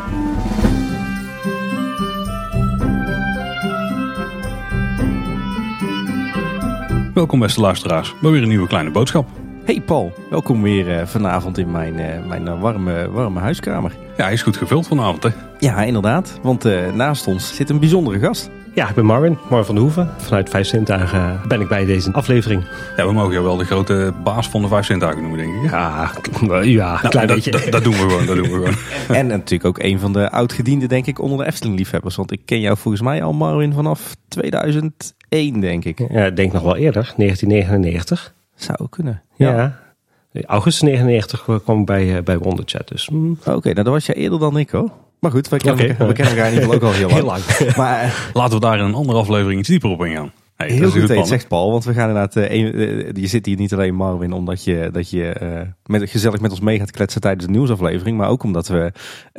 Welkom beste luisteraars, bij weer een nieuwe kleine boodschap. Hey Paul, welkom weer vanavond in mijn warme huiskamer. Ja, hij is goed gevuld vanavond hè? Ja, inderdaad, want naast ons zit een bijzondere gast. Ja, ik ben Marvin van der Hoeven. Vanuit 5 Zintuigen ben ik bij deze aflevering. Ja, we mogen jou wel de grote baas van de 5 Zintuigen noemen, denk ik. Ja, een klein beetje. Dat doen we gewoon. En natuurlijk ook een van de oudgedienden, denk ik, onder de Efteling-liefhebbers. Want ik ken jou volgens mij al, Marvin, vanaf 2001, denk ik. Ja, ik denk nog wel eerder, 1999. Zou kunnen. Ja. Augustus 1999 kwam ik bij Wonderchat. Dus, Oké, nou dat was jij eerder dan ik hoor. Maar goed, we kennen elkaar in ieder geval ook al heel lang. Maar, laten we daar in een andere aflevering iets dieper op ingaan. Hey, heel goed dat je zegt, Paul. Want we gaan inderdaad... je zit hier niet alleen, Marvin, omdat je gezellig met ons mee gaat kletsen tijdens de nieuwsaflevering. Maar ook omdat we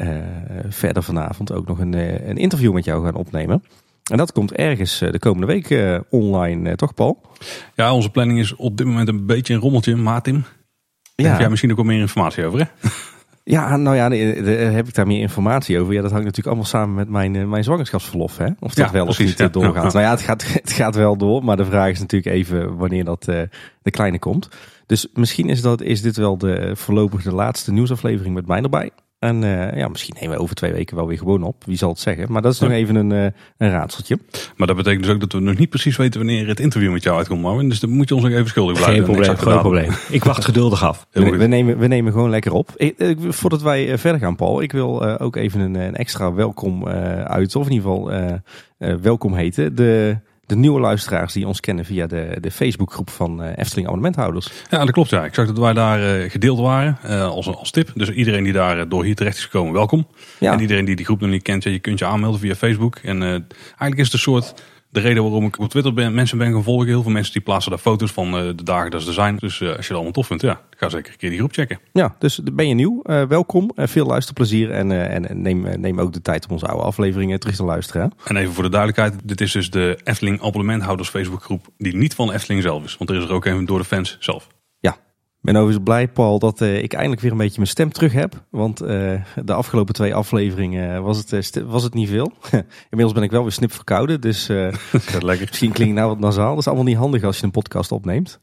verder vanavond ook nog een interview met jou gaan opnemen. En dat komt ergens de komende week online, toch Paul? Ja, onze planning is op dit moment een beetje een rommeltje, maar Tim, heb jij misschien ook wel meer informatie over, hè? Ja, nou ja, heb ik daar meer informatie over? Ja, dat hangt natuurlijk allemaal samen met mijn zwangerschapsverlof, hè? Of dat wel precies, of niet doorgaat. Nou ja, het gaat wel door, maar de vraag is natuurlijk even wanneer dat de kleine komt. Dus misschien is dit wel voorlopig de laatste nieuwsaflevering met mij erbij. En misschien nemen we over 2 weken wel weer gewoon op. Wie zal het zeggen? Maar dat is nog even een raadselsje. Maar dat betekent dus ook dat we nog niet precies weten wanneer het interview met jou uitkomt, Marvin. Dus dan moet je ons nog even schuldig blijven. Geen probleem. Ik wacht geduldig af. We nemen gewoon lekker op. Voordat wij verder gaan, Paul. Ik wil ook even een extra welkom uiten. Of in ieder geval welkom heten. De nieuwe luisteraars die ons kennen via de Facebookgroep van Efteling abonnementhouders. Ja, dat klopt. Ja. Ik zag dat wij daar gedeeld waren als tip. Dus iedereen die daar door hier terecht is gekomen, welkom. Ja. En iedereen die die groep nog niet kent, je kunt je aanmelden via Facebook. En eigenlijk is het een soort... De reden waarom ik op Twitter mensen ben gaan volgen. Heel veel mensen die plaatsen daar foto's van de dagen dat ze er zijn. Dus als je het allemaal tof vindt, ga zeker een keer die groep checken. Ja, dus ben je nieuw. Welkom. Veel luisterplezier. En neem ook de tijd om onze oude afleveringen terug te luisteren. En even voor de duidelijkheid. Dit is dus de Efteling abonnementhouders Facebookgroep. Die niet van Efteling zelf is. Want er is er ook een door de fans zelf. Ik ben overigens blij, Paul, dat ik eindelijk weer een beetje mijn stem terug heb. Want de afgelopen 2 afleveringen was het niet veel. Inmiddels ben ik wel weer snip verkouden. Dus lekker. Misschien klink ik nou wat nasaal. Dat is allemaal niet handig als je een podcast opneemt.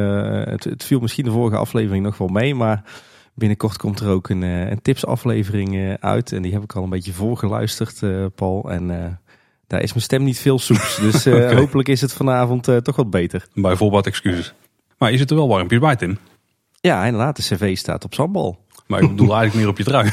Het viel misschien de vorige aflevering nog wel mee. Maar binnenkort komt er ook een tipsaflevering uit. En die heb ik al een beetje voorgeluisterd, Paul. En daar is mijn stem niet veel soeps. Dus hopelijk is het vanavond toch wat beter. Bij voorbaat excuses. Maar je zit er wel warmpjes bij, Tim. Ja, inderdaad. De cv staat op sambal. Maar ik bedoel eigenlijk meer op je trui.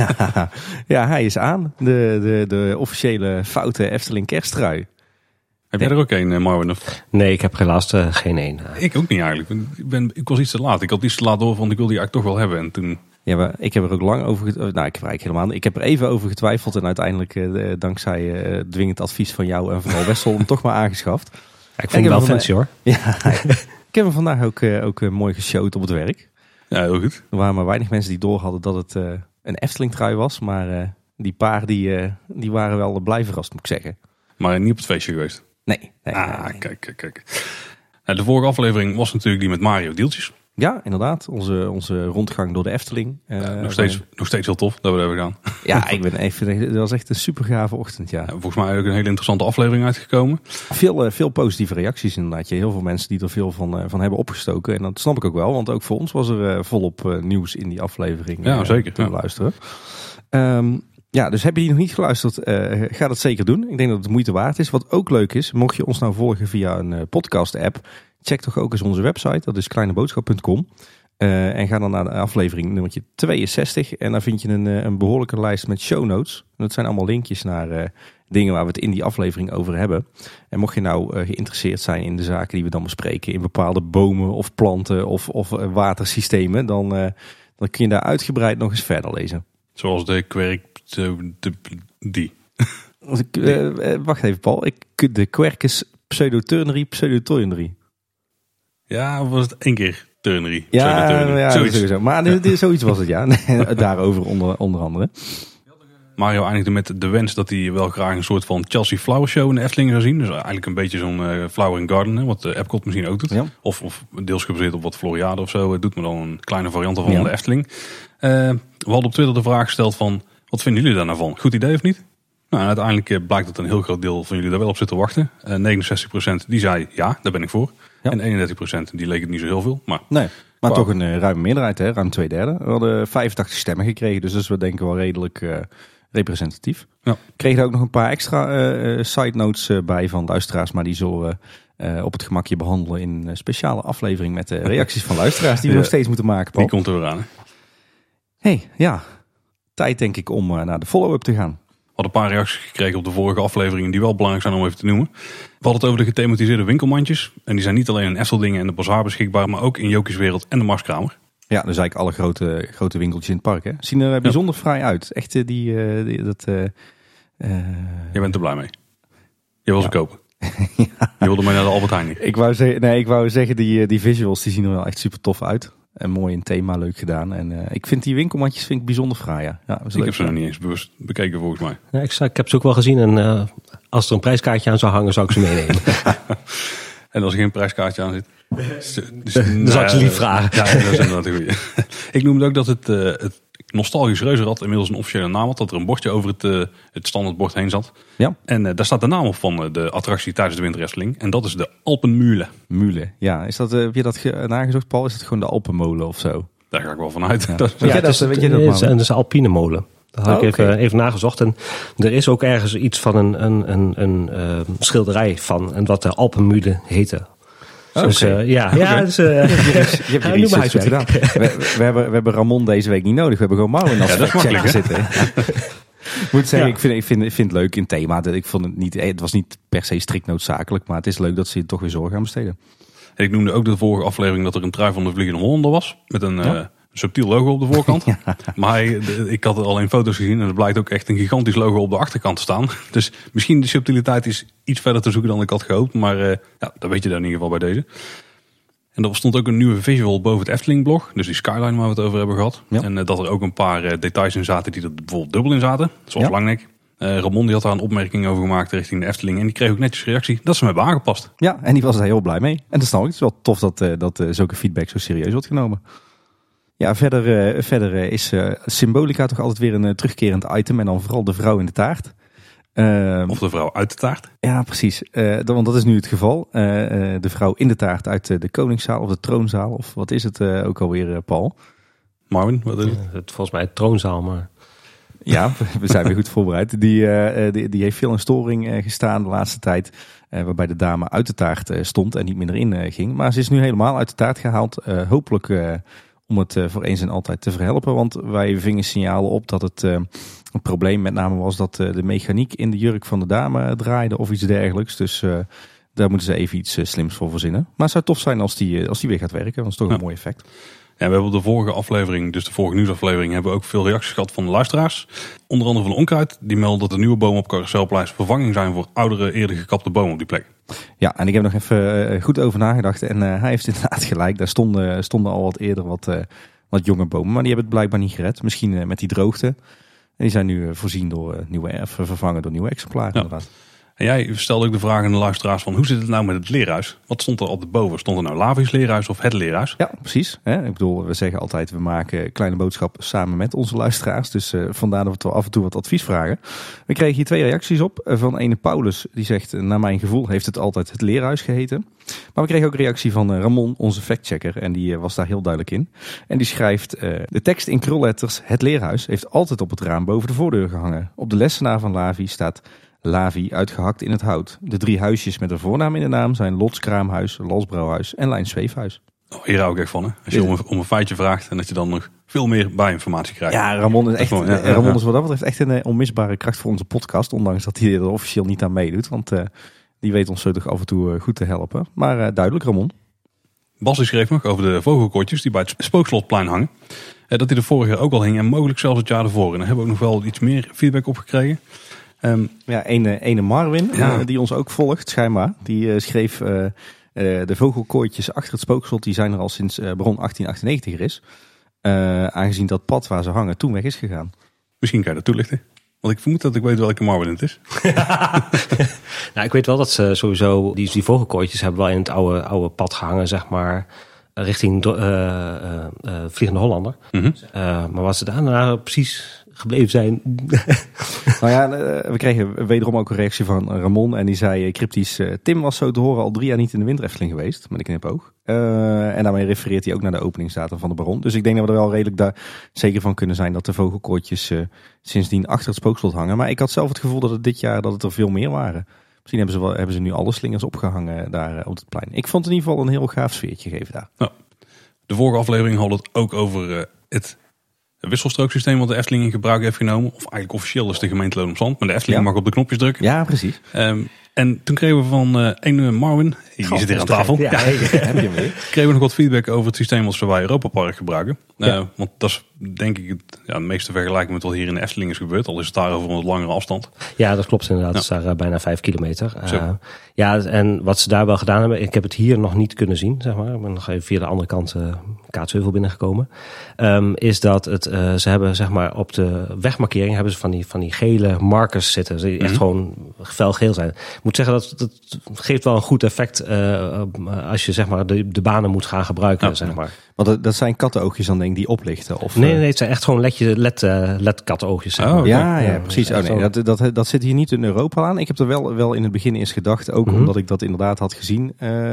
Ja, hij is aan. De officiële foute Efteling kersttrui. Heb jij er ook een, Marvin? Of? Nee, ik heb helaas geen één. Ik ook niet eigenlijk. Ik was iets te laat. Ik had iets te laat door, want ik wilde die eigenlijk toch wel hebben. En toen... Ja, maar ik heb er ook lang over ik heb er even over getwijfeld. En uiteindelijk, dankzij dwingend advies van jou en vooral Wessel, hem toch maar aangeschaft. Ja, ik vond het wel fancy hoor. Ja, ik heb hem vandaag ook mooi geshowt op het werk. Ja, heel goed. Er waren maar weinig mensen die door hadden dat het een Efteling trui was. Maar die paar die waren wel blij verrast, moet ik zeggen. Maar niet op het feestje geweest? Nee. Kijk. Nou, de vorige aflevering was natuurlijk die met Mario Deeltjes. Ja, inderdaad. Onze rondgang door de Efteling. Nog steeds heel tof dat we er hebben gedaan. Ja, dat was echt een super gave ochtend. Ja. Volgens mij ook een hele interessante aflevering uitgekomen. Veel positieve reacties inderdaad. Heel veel mensen die er veel van hebben opgestoken. En dat snap ik ook wel. Want ook voor ons was er volop nieuws in die aflevering. Ja, zeker. Te luisteren. Dus heb je die nog niet geluisterd, ga dat zeker doen. Ik denk dat het de moeite waard is. Wat ook leuk is, mocht je ons nou volgen via een podcast-app, check toch ook eens onze website. Dat is kleineboodschap.com. En ga dan naar de aflevering nummertje 62. En daar vind je een behoorlijke lijst met show notes. En dat zijn allemaal linkjes naar dingen waar we het in die aflevering over hebben. En mocht je nou geïnteresseerd zijn in de zaken die we dan bespreken, in bepaalde bomen of planten of watersystemen, dan kun je daar uitgebreid nog eens verder lezen. Zoals de kwerk... Die. Wacht even, Paul. De Quercus pseudoturnerie. Ja, of was het 1 keer turnerie? Ja, sowieso. Maar zoiets was het, ja. Daarover onder andere. Mario eindigde met de wens dat hij wel graag een soort van Chelsea Flower Show in de Efteling zou zien. Dus eigenlijk een beetje zo'n Flower and Garden, wat Epcot misschien ook doet. Ja. Of deels gebaseerd op wat Floriade of zo doet, maar dan een kleine variant van de Efteling. We hadden op Twitter de vraag gesteld van, Wat vinden jullie daar nou van? Goed idee of niet? Nou, en uiteindelijk blijkt dat een heel groot deel van jullie daar wel op zit te wachten. 69% die zei ja, daar ben ik voor. Ja. En 31% die leek het niet zo heel veel. Maar toch een ruime meerderheid, hè? Ruim 2/3. We hadden 85 stemmen gekregen, dus dat is we denken wel redelijk representatief. Ja. We kregen er ook nog een paar extra side notes bij van luisteraars, maar die zullen we op het gemakje behandelen in een speciale aflevering met de reacties van luisteraars die we nog steeds moeten maken, Paul. Die komt er weer aan. Tijd denk ik om naar de follow-up te gaan. We hadden een paar reacties gekregen op de vorige afleveringen die wel belangrijk zijn om even te noemen. We hadden het over de gethematiseerde winkelmandjes. En die zijn niet alleen in Efteldingen en de Bazaar beschikbaar, maar ook in Jokjeswereld en de Marskramer. Ja, dus eigenlijk alle grote winkeltjes in het park. Hè? Zien er bijzonder fraai uit. Echt Je bent er blij mee. Je wil ze kopen. Ja. Je wilde mij naar de Albert Heijn. Ik wou zeggen die visuals die zien er wel echt super tof uit. En mooi in thema, leuk gedaan. En ik vind die winkelmandjes bijzonder fraai. Ja, ik heb ze nog niet eens bewust bekeken volgens mij. Ja, ik heb ze ook wel gezien. En als er een prijskaartje aan zou hangen, zou ik ze meenemen. En als er geen prijskaartje aan zit? Dan zou ik ze lief vragen. Ja, dat is inderdaad een goeie. Ik noemde ook dat het nostalgisch reuzenrad inmiddels een officiële naam had. Dat er een bordje over het standaardbord heen zat. Ja. En daar staat de naam op van de attractie tijdens de Winter Efteling. En dat is de Alpenmühle. Mühle, ja. Is dat, heb je dat nagezocht, Paul? Is het gewoon de Alpenmolen of zo? Daar ga ik wel vanuit. Ja. Het is een alpine molen. Dat had ik even nagezocht. En er is ook ergens iets van een schilderij van. En wat de Alpenmühle heette. Dus je hebt je research gedaan. We hebben Ramon deze week niet nodig. We hebben gewoon Marvin als factchecker zitten. Ik moet zeggen, ik vind het leuk in thema. Ik vond het was niet per se strikt noodzakelijk. Maar het is leuk dat ze toch weer zorg gaan besteden. En ik noemde ook de vorige aflevering dat er een trui van de Vliegende Hollander was. Met een subtiel logo op de voorkant. Ja. Maar ik had alleen foto's gezien en er blijkt ook echt een gigantisch logo op de achterkant te staan. Dus misschien de subtiliteit is iets verder te zoeken dan ik had gehoopt. Maar dat weet je dan in ieder geval bij deze. En er stond ook een nieuwe visual boven het Efteling blog. Dus die skyline waar we het over hebben gehad. Ja. En dat er ook een paar details in zaten die er bijvoorbeeld dubbel in zaten. Zoals Langnek. Ramon die had daar een opmerking over gemaakt richting de Efteling. En die kreeg ook netjes reactie dat ze hem hebben aangepast. Ja, en die was er heel blij mee. En dat snap ik. Het is wel tof dat zulke feedback zo serieus wordt genomen. Ja, verder is symbolica toch altijd weer een terugkerend item. En dan vooral de vrouw in de taart. Of de vrouw uit de taart. Ja, precies. Want dat is nu het geval. De vrouw in de taart uit de Koningszaal of de Troonzaal. Of wat is het ook alweer, Paul? Marvin, wat is het? Volgens mij het Troonzaal, maar... Ja, we zijn weer goed voorbereid. Die heeft veel in storing gestaan de laatste tijd. Waarbij de dame uit de taart stond en niet meer erin ging. Maar ze is nu helemaal uit de taart gehaald. Hopelijk om het voor eens en altijd te verhelpen. Want wij vingen signalen op dat het een probleem met name was dat de mechaniek in de jurk van de dame draaide of iets dergelijks. Dus daar moeten ze even iets slims voor verzinnen. Maar het zou tof zijn als die weer gaat werken. Dat is toch een mooi effect. Ja, we hebben op de vorige aflevering, dus de vorige nieuwsaflevering, hebben we ook veel reacties gehad van de luisteraars. Onder andere van Onkruid. Die meldt dat de nieuwe bomen op Carouselplein vervanging zijn voor oudere, eerder gekapte bomen op die plek. Ja, en ik heb nog even goed over nagedacht. En hij heeft inderdaad gelijk. Daar stonden al wat eerder wat jonge bomen. Maar die hebben het blijkbaar niet gered. Misschien met die droogte. En die zijn nu voorzien door vervangen door nieuwe exemplaren. Ja. Inderdaad. En jij stelde ook de vraag aan de luisteraars van hoe zit het nou met het leerhuis? Wat stond er op de boven? Stond er nou Lavi's leerhuis of het leerhuis? Ja, precies. Ik bedoel, we zeggen altijd we maken Kleine Boodschap samen met onze luisteraars. Dus vandaar dat we af en toe wat advies vragen. We kregen hier 2 reacties op. Van ene Paulus, die zegt, naar mijn gevoel heeft het altijd het leerhuis geheten. Maar we kregen ook een reactie van Ramon, onze factchecker. En die was daar heel duidelijk in. En die schrijft, de tekst in krulletters, het leerhuis, heeft altijd op het raam boven de voordeur gehangen. Op de lessenaar van Lavi staat Lavi uitgehakt in het hout. De 3 huisjes met een voornaam in de naam zijn Lots Kraamhuis, Lals Brouwhuis en Lijns Zweefhuis. Oh, hier hou ik echt van, hè? Als je om een feitje vraagt en dat je dan nog veel meer bijinformatie krijgt. Ja, Ramon is Ramon is wat dat betreft echt een onmisbare kracht voor onze podcast. Ondanks dat hij er officieel niet aan meedoet. Want die weet ons zo toch af en toe goed te helpen. Maar duidelijk, Ramon. Bas schreef nog over de vogelkoortjes die bij het Spookslotplein hangen. Dat die er vorig jaar ook al hing en mogelijk zelfs het jaar ervoor. En daar hebben we ook nog wel iets meer feedback op gekregen. Ene Marvin, die ons ook volgt, schijnbaar. Die schreef de vogelkooitjes achter het spookslot, die zijn er al sinds bron 1898 er is. Aangezien dat pad waar ze hangen toen weg is gegaan. Misschien kan je dat toelichten. Want ik vermoed dat ik weet welke Marvin het is. Nou, ik weet wel dat ze sowieso die vogelkooitjes hebben wel in het oude pad gehangen, zeg maar, richting Vliegende Hollander. Mm-hmm. Maar wat ze daarna precies gebleven zijn. Nou ja, we kregen wederom ook een reactie van Ramon. En die zei cryptisch, Tim was zo te horen al 3 jaar niet in de Winter Efteling geweest. Met een knipoog. En daarmee refereert hij ook naar de openingsdatum van de Baron. Dus ik denk dat we er wel redelijk daar zeker van kunnen zijn dat de vogelkoortjes sindsdien achter het spookslot hangen. Maar ik had zelf het gevoel dat het dit jaar dat het er veel meer waren. Misschien hebben ze nu alle slingers opgehangen daar op het plein. Ik vond in ieder geval een heel gaaf sfeertje geven daar. Nou, de vorige aflevering hadden we het ook over het wisselstrooksysteem wat de Efteling in gebruik heeft genomen. Of eigenlijk officieel is de gemeente Loon op Zand. Maar de Efteling mag op de knopjes drukken. Ja, precies. En toen kregen we van een Marwin, die zit hier aan tafel. Ja, heb je hem weer. Kregen we nog wat feedback over het systeem wat ze bij Europa Park gebruiken. Want dat is denk ik het meeste vergelijking met wat hier in de Efteling is gebeurd. Al is het daar over een wat langere afstand. Ja, dat klopt inderdaad. Het is daar bijna 5 kilometer. Ja, en wat ze daar wel gedaan hebben, ik heb het hier nog niet kunnen zien, zeg maar. Ik ben nog even via de andere kant Kaatsheuvel binnengekomen. Is dat ze hebben zeg maar op de wegmarkering hebben ze van die gele markers zitten. Die echt gewoon felgeel zijn. Ik moet zeggen dat geeft wel een goed effect als je zeg maar de banen moet gaan gebruiken, zeg maar. Want dat zijn kattenoogjes dan denk ik die oplichten? Of, nee, het zijn echt gewoon LED kattenoogjes. Zeg maar. Ja, precies. Dat zit hier niet in Europa aan. Ik heb er wel in het begin eens gedacht, ook omdat ik dat inderdaad had gezien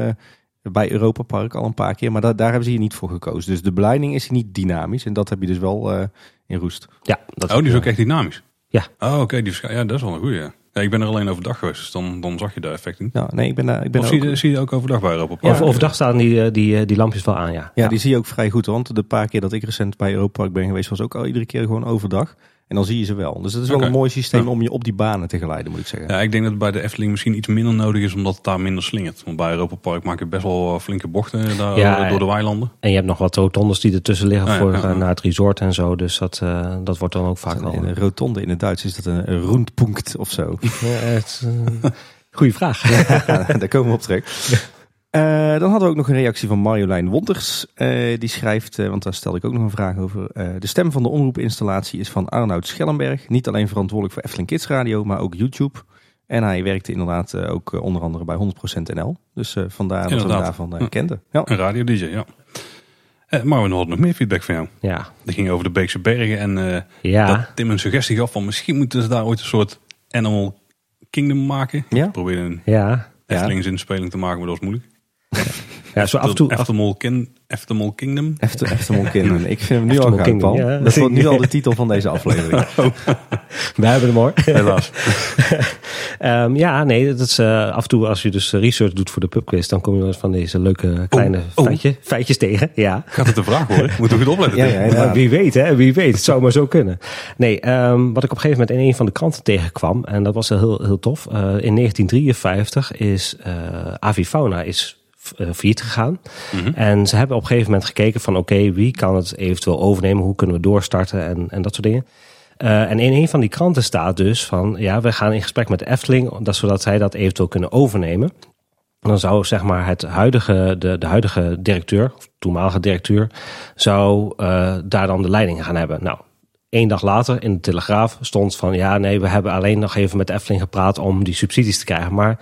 bij Europa Park al een paar keer. Maar daar hebben ze hier niet voor gekozen. Dus de beleiding is hier niet dynamisch en dat heb je dus wel in Roest. Ja, die is ook echt dynamisch? Ja. Oké. Ja, dat is wel een goeie. Ja, ik ben er alleen overdag geweest, dus dan zag je de effecten. Ja, nee, ik ben zie je ook overdag bij Europa Park? Overdag staan die lampjes wel aan, ja. Ja, die zie je ook vrij goed. Want de paar keer dat ik recent bij Europa Park ben geweest, was ook al iedere keer gewoon overdag. En dan zie je ze wel. Dus het is wel een mooi systeem om je op die banen te geleiden, moet ik zeggen. Ja, ik denk dat het bij de Efteling misschien iets minder nodig is, omdat het daar minder slingert. Want bij Europa Park maak je best wel flinke bochten door de weilanden. En je hebt nog wat rotondes die ertussen liggen naar het resort en zo. Dus dat wordt dan ook vaak wel... Een rotonde in het Duits, is dat een rundpunkt of zo? Goeie vraag. Daar komen we op terug. Dan hadden we ook nog een reactie van Marjolein Wonters. Die schrijft, want daar stelde ik ook nog een vraag over. De stem van de omroepinstallatie is van Arnoud Schellenberg. Niet alleen verantwoordelijk voor Efteling Kids Radio, maar ook YouTube. En hij werkte inderdaad ook onder andere bij 100% NL. Dus vandaar dat we hem daarvan kenden. Ja. Een radio-dj, ja. Maar we hadden nog meer feedback van jou. Ja. Dat ging over de Beekse Bergen. En dat Tim een suggestie gaf van misschien moeten ze daar ooit een soort Animal Kingdom maken. Ja. Probeer een Eftelingsinspeling te maken, maar dat was moeilijk. Ja, zo af en toe. Eftelmol Kingdom. Eftelmol Kingdom. Ik vind hem nu al gaaf, Paul. Ja. Dat wordt nu al de titel van deze aflevering. We hebben hem hoor. Helaas. Dat is af en toe als je dus research doet voor de pubquiz, dan kom je wel eens van deze leuke kleine feitjes tegen. Ja. Gaat het een vraag worden? Moeten we goed opletten. Ja, wie weet, hè? Wie weet. Het zou maar zo kunnen. Nee, wat ik op een gegeven moment in een van de kranten tegenkwam, en dat was heel tof. In 1953 is Avifauna failliet gegaan. Mm-hmm. En ze hebben op een gegeven moment gekeken van wie kan het eventueel overnemen? Hoe kunnen we doorstarten en dat soort dingen. En in een van die kranten staat dus van we gaan in gesprek met de Efteling zodat zij dat eventueel kunnen overnemen. Dan zou zeg maar de huidige directeur, of toenmalige directeur, zou daar dan de leiding gaan hebben. Nou, 1 dag later in de Telegraaf stond van we hebben alleen nog even met de Efteling gepraat om die subsidies te krijgen. Maar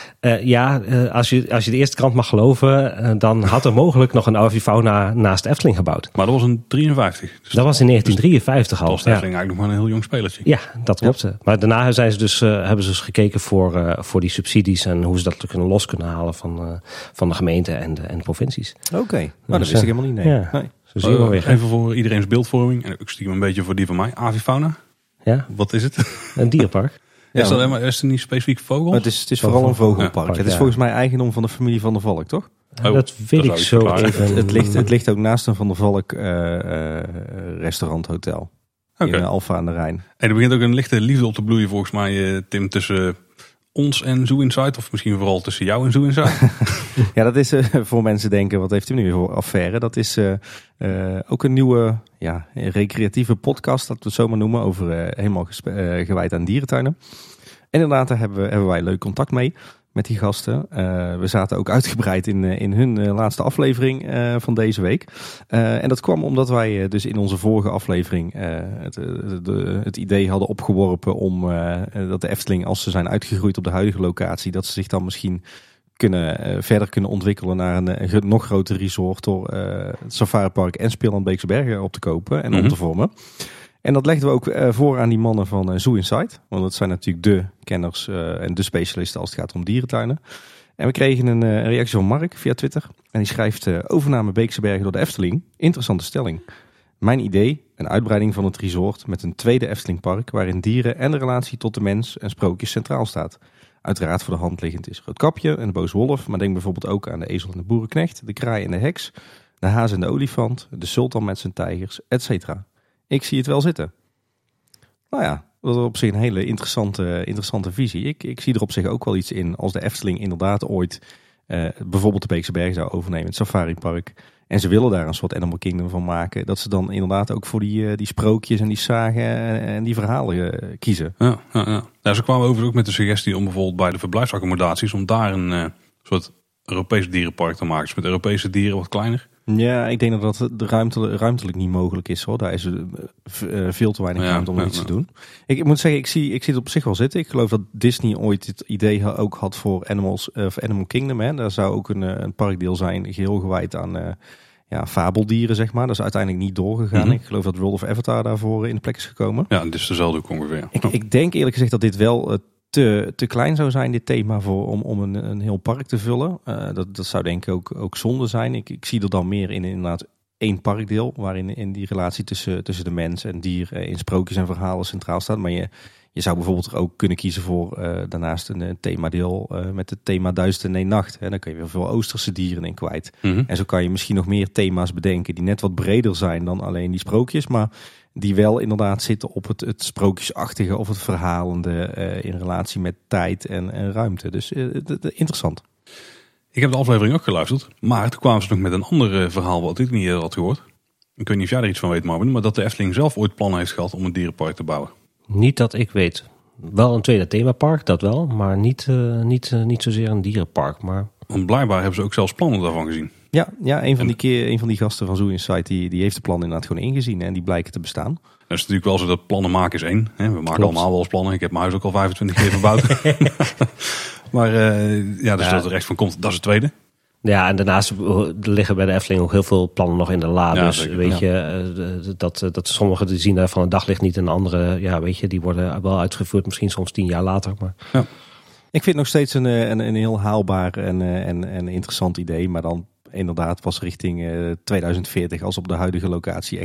als je de eerste krant mag geloven, dan had er mogelijk nog een Avifauna naast de Efteling gebouwd. Maar dat was in 1953. Dus dat was in 1953 al. Was de Efteling eigenlijk nog maar een heel jong spelertje. Ja, dat klopt. Ja. Maar daarna hebben ze dus gekeken voor die subsidies en hoe ze dat los kunnen halen van de gemeente en de provincies. Oké. Nou, dat wist ik helemaal niet. Nee. Ja. Nee. Even voor iedereen's beeldvorming en ook stiekem een beetje voor die van mij. Avifauna. Ja. Wat is het? Een dierenpark. Is het niet specifiek vogel? Het is vooral een vogelpark. Ja, het is volgens mij eigendom van de familie Van der Valk, toch? Dat weet ik zo even. Het ligt ook naast een Van der Valk restaurant hotel. In Alphen aan de Rijn. En er begint ook een lichte liefde op te bloeien volgens mij, Tim, tussen ons en Zoo Inside. Of misschien vooral tussen jou en Zoo Inside. Ja, dat is voor mensen denken, wat heeft u nu weer voor affaire? Dat is ook een nieuwe recreatieve podcast, dat we het zo maar noemen. Over helemaal gewijd aan dierentuinen. En inderdaad, daar hebben wij leuk contact mee met die gasten. We zaten ook uitgebreid in hun laatste aflevering van deze week. En dat kwam omdat wij dus in onze vorige aflevering het idee hadden opgeworpen om dat de Efteling, als ze zijn uitgegroeid op de huidige locatie, dat ze zich dan misschien verder kunnen ontwikkelen naar een nog groter resort door het Safaripark en Speelland Beekse Bergen op te kopen en om te vormen. En dat legden we ook voor aan die mannen van Zoo Inside. Want dat zijn natuurlijk de kenners en de specialisten als het gaat om dierentuinen. En we kregen een reactie van Mark via Twitter. En die schrijft overname Beekse Bergen door de Efteling. Interessante stelling. Mijn idee, een uitbreiding van het resort met een tweede Eftelingpark waarin dieren en de relatie tot de mens en sprookjes centraal staat. Uiteraard voor de hand liggend is Roodkapje en de Boze Wolf, maar denk bijvoorbeeld ook aan de ezel en de boerenknecht, de kraai en de heks, de haas en de olifant, de sultan met zijn tijgers, etc. Ik zie het wel zitten. Nou ja, dat is op zich een hele interessante visie. Ik zie er op zich ook wel iets in als de Efteling inderdaad ooit bijvoorbeeld de Beekse Bergen zou overnemen, het safaripark. En ze willen daar een soort Animal Kingdom van maken. Dat ze dan inderdaad ook voor die sprookjes en die sagen en die verhalen kiezen. Ja, ze kwamen overigens ook met de suggestie om bijvoorbeeld bij de verblijfsaccommodaties om daar een soort Europees dierenpark te maken. Dus met Europese dieren wat kleiner. Ja, ik denk dat ruimtelijk niet mogelijk is, hoor. Daar is veel te weinig ruimte om iets te doen. Ik moet zeggen, ik zie het op zich wel zitten. Ik geloof dat Disney ooit het idee ook had voor Animal Kingdom. Hè. Daar zou ook een parkdeel zijn, geheel gewijd aan fabeldieren, zeg maar. Dat is uiteindelijk niet doorgegaan. Mm-hmm. Ik geloof dat World of Avatar daarvoor in de plek is gekomen. Ja, dit is dezelfde ook ongeveer. Ik denk eerlijk gezegd dat dit wel te klein zou zijn, dit thema, om een heel park te vullen. Dat zou denk ik ook zonde zijn. Ik zie er dan meer in inderdaad één parkdeel, waarin in die relatie tussen de mens en dier in sprookjes en verhalen centraal staat. Maar je zou bijvoorbeeld er ook kunnen kiezen voor daarnaast een themadeel met het thema 1001 Nacht. Dan kun je weer veel Oosterse dieren in kwijt. Mm-hmm. En zo kan je misschien nog meer thema's bedenken die net wat breder zijn dan alleen die sprookjes, maar die wel inderdaad zitten op het sprookjesachtige of het verhalende in relatie met tijd en ruimte. Dus interessant. Ik heb de aflevering ook geluisterd, maar toen kwamen ze nog met een ander verhaal wat ik niet had gehoord. Ik weet niet of jij er iets van weet, Marvin, maar dat de Efteling zelf ooit plannen heeft gehad om een dierenpark te bouwen. Niet dat ik weet. Wel een tweede themapark, dat wel, maar niet zozeer een dierenpark. Maar... Want blijkbaar hebben ze ook zelfs plannen daarvan gezien. Ja, een van die gasten van Zoo Inside die heeft de plannen inderdaad gewoon ingezien en die blijken te bestaan. Dat is natuurlijk wel zo dat plannen maken is één. Hè? We maken allemaal wel eens plannen. Ik heb mijn huis ook al 25 keer verbouwd. Maar dus dat er echt van komt, dat is het tweede. Ja, en daarnaast liggen bij de Efteling ook heel veel plannen nog in de la. Ja, dus zeker, weet je, dat sommigen die zien daar van het daglicht niet en andere, weet je, die worden wel uitgevoerd misschien soms 10 jaar later. Maar... Ja. Ik vind het nog steeds een heel haalbaar en interessant idee, maar dan inderdaad pas richting 2040 als op de huidige locatie